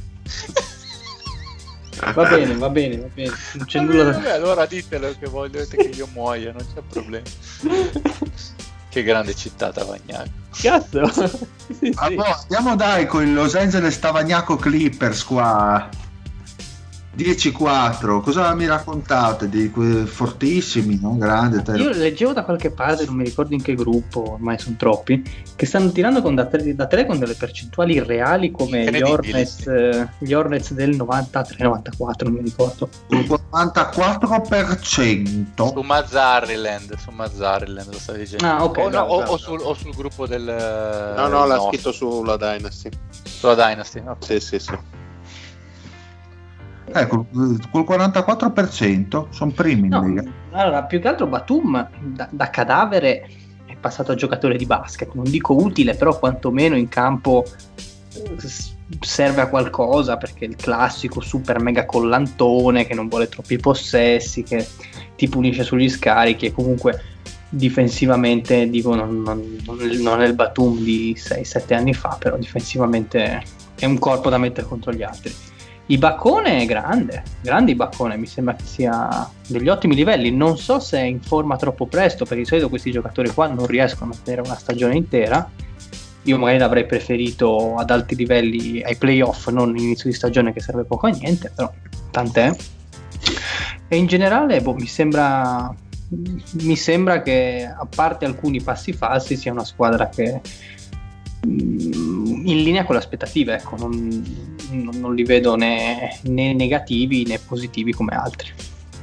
eh? Va bene, va bene, va bene. Non c'è nulla da... Vabbè, allora ditelo che vogliono che io muoia, non c'è problema. Che grande città Tavagnacco. Cazzo! Sì, sì. Ah, boh, andiamo dai con il Los Angeles Tavagnacco Clippers qua. dieci quattro, cosa mi raccontate di que- fortissimi, non grande ter- Io leggevo da qualche parte, non mi ricordo in che gruppo, ormai sono troppi, che stanno tirando con da, tre, da tre con delle percentuali reali come gli Hornets, eh, gli Hornets del novantatré novantaquattro, non mi ricordo. il quarantaquattro per cento. Su Mazzariland, su Mazzariland lo stavi dicendo. Ah, ok. o, no, bravo, o, bravo. o sul, o sul gruppo del... No, no, l'ha no, scritto sulla Dynasty. sulla Dynasty. Ok. Sì, sì, sì. Ecco, col quarantaquattro per cento sono primi in No, Lega. allora, più che altro Batum da, da cadavere è passato a giocatore di basket, non dico utile, però quantomeno in campo eh, s- serve a qualcosa, perché è il classico super mega collantone che non vuole troppi possessi, che ti punisce sugli scarichi e comunque difensivamente dico non, non, non è il Batum di sei sette anni fa, però difensivamente è un corpo da mettere contro gli altri. Ibacone è grande, grande Ibacone, mi sembra che sia degli ottimi livelli. Non so se è in forma troppo presto, perché di solito questi giocatori qua non riescono a tenere una stagione intera. Io magari l'avrei preferito ad alti livelli ai playoff, non inizio di stagione che serve poco a niente, però tant'è. E in generale boh, mi sembra mi sembra che, a parte alcuni passi falsi, sia una squadra che in linea con le aspettative, ecco, non, non, non li vedo né, né negativi né positivi come altri.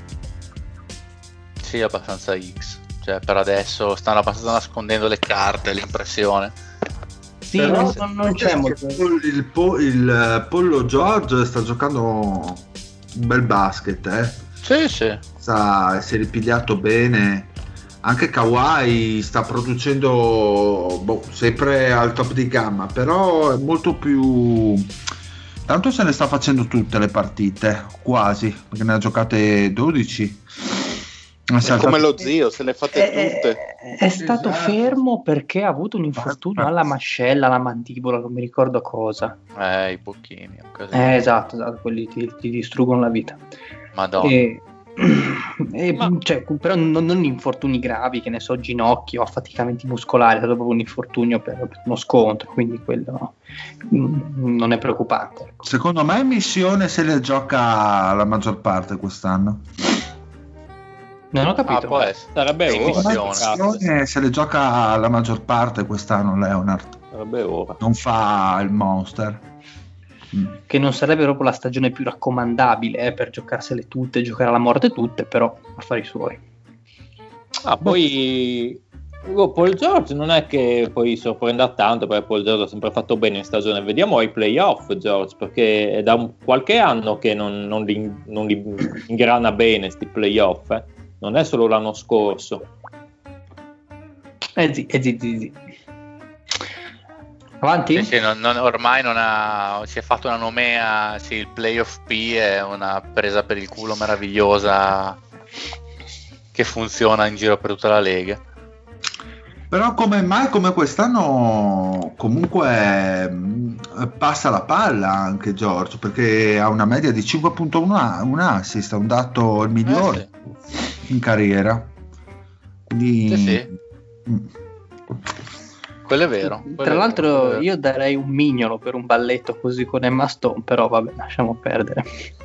Sì, abbastanza X. Cioè, per adesso stanno abbastanza nascondendo le carte, l'impressione. Sì, Però non, non- non c'è molto. il, il, po- il Pollo George sta giocando un bel basket, eh. Sì, sì. Sta, si è ripigliato bene. Anche Kawhi sta producendo boh, sempre al top di gamma, però è molto più... Tanto se ne sta facendo tutte le partite, quasi, perché ne ha giocate dodici. È come lo zio, se le fate È, tutte. è- è stato Esatto. fermo perché ha avuto un infortunio alla mascella, alla mandibola, non mi ricordo cosa. Eh, i bocchini. un casino. Eh, esatto, esatto, quelli ti, ti distruggono la vita. Madonna. E, e, Ma- cioè, però non, non infortuni gravi, che ne so, ginocchio, affaticamenti muscolari, è stato proprio un infortunio per, per uno scontro, quindi quello mm, non è preoccupante. ecco. Secondo me Missione se le gioca la maggior parte quest'anno. Non ho Ah, capito. può essere. Sarebbe Sì, ora. missione. cazzo. Missione se le gioca la maggior parte quest'anno Leonard. Sarebbe ora. Non fa il monster. Mm. Che non sarebbe proprio la stagione più raccomandabile eh, per giocarsele tutte, giocare alla morte tutte, però affari suoi. Ah, poi oh, Paul George non è che poi sorprenda tanto, perché Paul George ha sempre fatto bene in stagione. Vediamo ai playoff George, perché è da un- qualche anno che non, non li, non li ingrana bene sti playoff, eh. Non è solo l'anno scorso. Eh zi, eh zi, zi, zi. Avanti? Sì, sì, non- non- ormai non ha, si è fatto una nomea, sì, il playoff P è una presa per il culo meravigliosa che funziona in giro per tutta la Lega. Però come mai come quest'anno comunque mh, passa la palla anche George, perché ha una media di cinque virgola uno a- un assist, è un dato il migliore in carriera. Quindi Sì, sì. mm. Quello è vero. quello Tra è l'altro vero, quello è io darei un mignolo per un balletto così con Emma Stone, però vabbè, lasciamo perdere.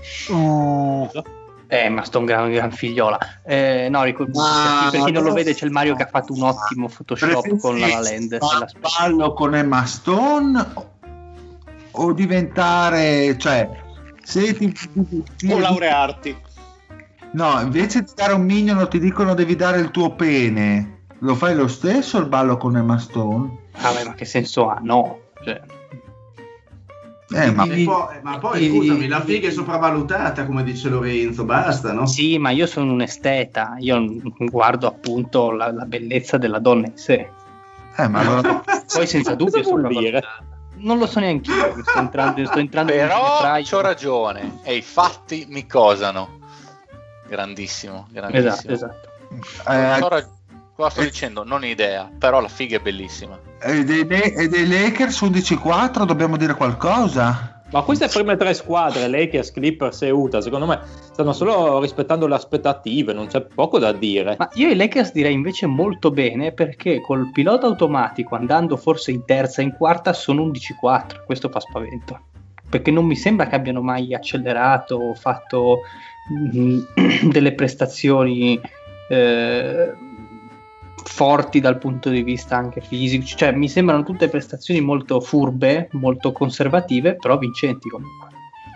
Eh, Emma Stone, gran, gran figliola. Eh, no, ricor- Ma- per chi, per chi non lo ma- vede c'è il Mario che ha fatto un ottimo Photoshop con La La Land. se la spe- Ballo con Emma Stone o- o diventare, cioè se ti, ti- ti- O laurearti. no, invece di dare un mignolo ti dicono devi dare il tuo pene, lo fai lo stesso il ballo con Emma Stone? Vabbè, ma che senso ha? No, cioè... Eh, ma... E poi, ma poi scusami, la figa è sopravvalutata, come dice Lorenzo, basta, no? Sì, ma io sono un esteta, io guardo appunto la, la bellezza della donna in sé. Eh, ma allora... Poi senza dubbio è sopravvalutata. Non lo so neanche io, sto entrando, sto entrando però in c'ho ragione e i fatti mi cosano. Grandissimo, grandissimo. Esatto, esatto. Eh, so rag- cosa sto dicendo? Non idea, però la figa è bellissima. E dei, e dei Lakers undici quattro dobbiamo dire qualcosa? Ma queste prime tre squadre, Lakers, Clippers e Utah, secondo me stanno solo rispettando le aspettative, non c'è poco da dire. Ma io i Lakers direi invece molto bene, perché col pilota automatico andando forse in terza e in quarta sono undici quattro, questo fa spavento, perché non mi sembra che abbiano mai accelerato o fatto mh, delle prestazioni eh, forti dal punto di vista anche fisico, cioè mi sembrano tutte prestazioni molto furbe, molto conservative, però vincenti comunque.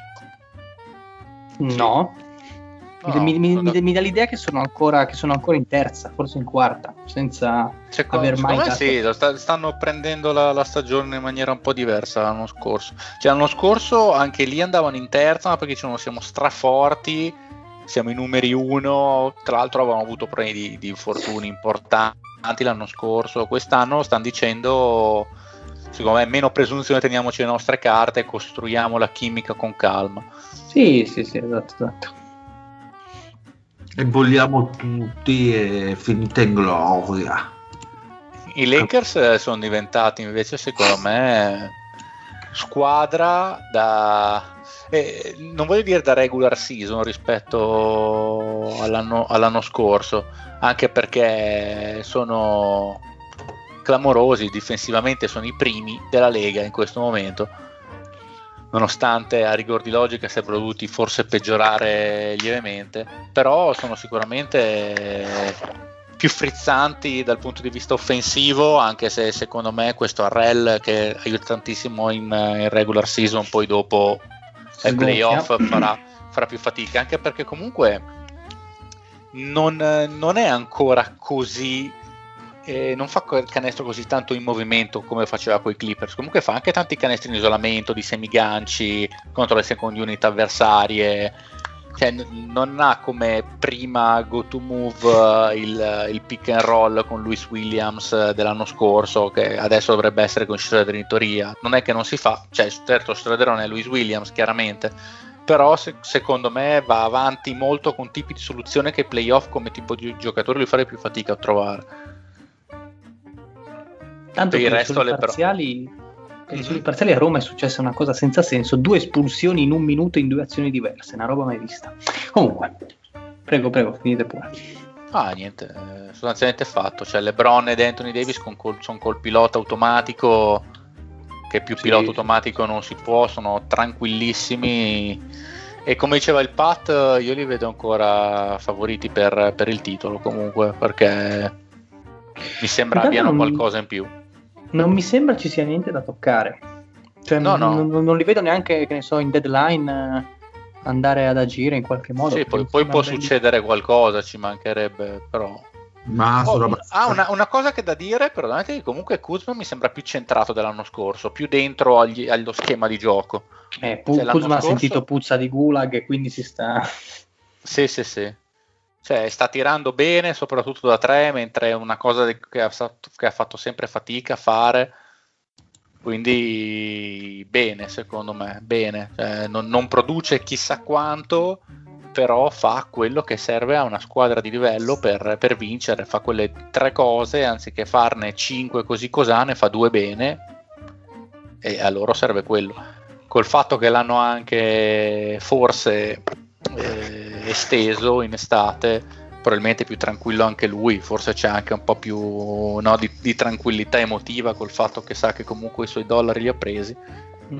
No, no mi, mi, mi, da... mi dà l'idea che sono ancora che sono ancora in terza, forse in quarta, senza secondo, aver mai secondo dato... me sì, lo sta, stanno prendendo la, la stagione in maniera un po' diversa l'anno scorso. Cioè l'anno scorso anche lì andavano in terza, ma perché dicevano siamo straforti, siamo i numeri uno, tra l'altro avevamo avuto problemi di, di infortuni importanti l'anno scorso. Quest'anno stanno dicendo, secondo me, meno presunzione, teniamoci le nostre carte e costruiamo la chimica con calma. Sì, sì, sì, esatto, esatto. E vogliamo tutti e finita in gloria. I Lakers sono diventati invece, secondo me, squadra da... Eh, non voglio dire da regular season rispetto all'anno, all'anno scorso, anche perché sono clamorosi difensivamente, sono i primi della Lega in questo momento, nonostante a rigor di logica si sarebbero dovuti forse peggiorare lievemente, però sono sicuramente più frizzanti dal punto di vista offensivo, anche se secondo me questo Harrell, che aiuta tantissimo in, in regular season, poi dopo ai playoff farà, farà più fatica, anche perché comunque non, non è ancora così eh, non fa il canestro così tanto in movimento come faceva con i Clippers. Comunque fa anche tanti canestri in isolamento, di semiganci contro le second unit avversarie, cioè n- non ha come prima go to move il, il pick and roll con Louis Williams dell'anno scorso, che adesso dovrebbe essere con Schroeder in teoria. Non è che non si fa, cioè certo Schroeder non è Louis Williams chiaramente, però se, secondo me va avanti molto con tipi di soluzione che playoff come tipo di giocatore lui fare più fatica a trovare. Tanto per il per resto le le parziali, per mm-hmm. i parziali a Roma è successa una cosa senza senso, due espulsioni in un minuto in due azioni diverse, una roba mai vista. Comunque, prego, prego, finite pure. Ah, niente, eh, sostanzialmente fatto, cioè LeBron ed Anthony Davis con col, sono col pilota automatico, che più sì. pilota automatico non si può, sono tranquillissimi e come diceva il Pat io li vedo ancora favoriti per, per il titolo comunque, perché mi sembra abbiano non, qualcosa in più. Non mi sembra ci sia niente da toccare, cioè no, no. Non, non li vedo neanche, che ne so, in deadline andare ad agire in qualche modo. Sì, poi, poi può belli. succedere qualcosa, ci mancherebbe, però Ma oh, roba... ah, una, una cosa che da dire, perdonate, che comunque Kuzma mi sembra più centrato dell'anno scorso, più dentro agli, allo schema di gioco. Eh, Pu- cioè, Kuzma scorso... ha sentito puzza di gulag e quindi si sta... Sì, sì, sì. Cioè, sta tirando bene, soprattutto da tre, mentre è una cosa che ha, che ha fatto sempre fatica a fare. Quindi bene, secondo me, bene. Cioè, non, non produce chissà quanto, però fa quello che serve a una squadra di livello per, per vincere. Fa quelle tre cose, anziché farne cinque così cosà, ne fa due bene, e a loro serve quello. Col fatto che l'hanno anche forse eh, esteso in estate, probabilmente più tranquillo anche lui, forse c'è anche un po' più no, di, di tranquillità emotiva col fatto che sa che comunque i suoi dollari li ha presi, mm.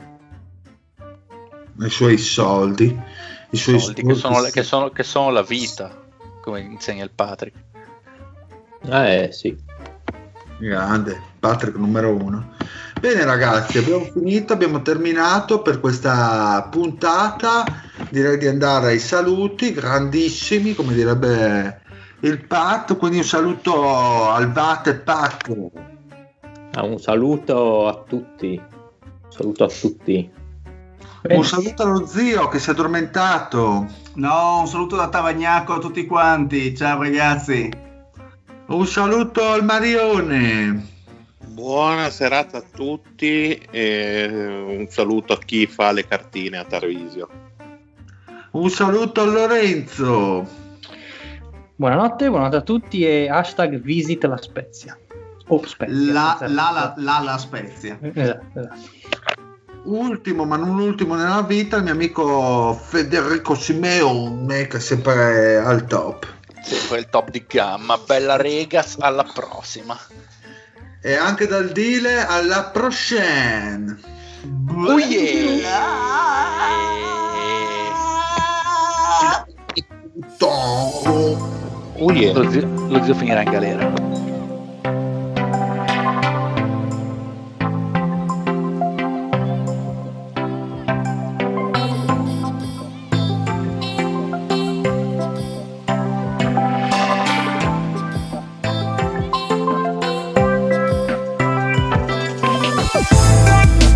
i suoi soldi i suoi soldi che sono, che, sono, che sono la vita, come insegna il Patrick. Eh sì, grande Patrick numero uno. Bene ragazzi, abbiamo finito, abbiamo terminato per questa puntata. Direi di andare ai saluti, grandissimi, come direbbe il Pat, quindi un saluto al Vat e Pat. Ah, un saluto a tutti, un saluto a tutti. Un saluto allo zio che si è addormentato. No, un saluto da Tavagnacco a tutti quanti. Ciao ragazzi. Un saluto al Marione. Buona serata a tutti e un saluto a chi fa le cartine a Tarvisio. Un saluto a Lorenzo. Buonanotte, buonanotte a tutti e hashtag visit la Spezia. Oh, Spezia. La, Spezia. la, la, la, la Spezia. Esatto, esatto. Ultimo, ma non ultimo nella vita, il mio amico Federico Simeone, che è sempre al top. Sempre il top di gamma. Bella Regas, alla prossima. E anche dal Dile alla prochaine. Oh yeah! Oh yeah. Lo zio, lo zio finirà in galera. We'll be right back.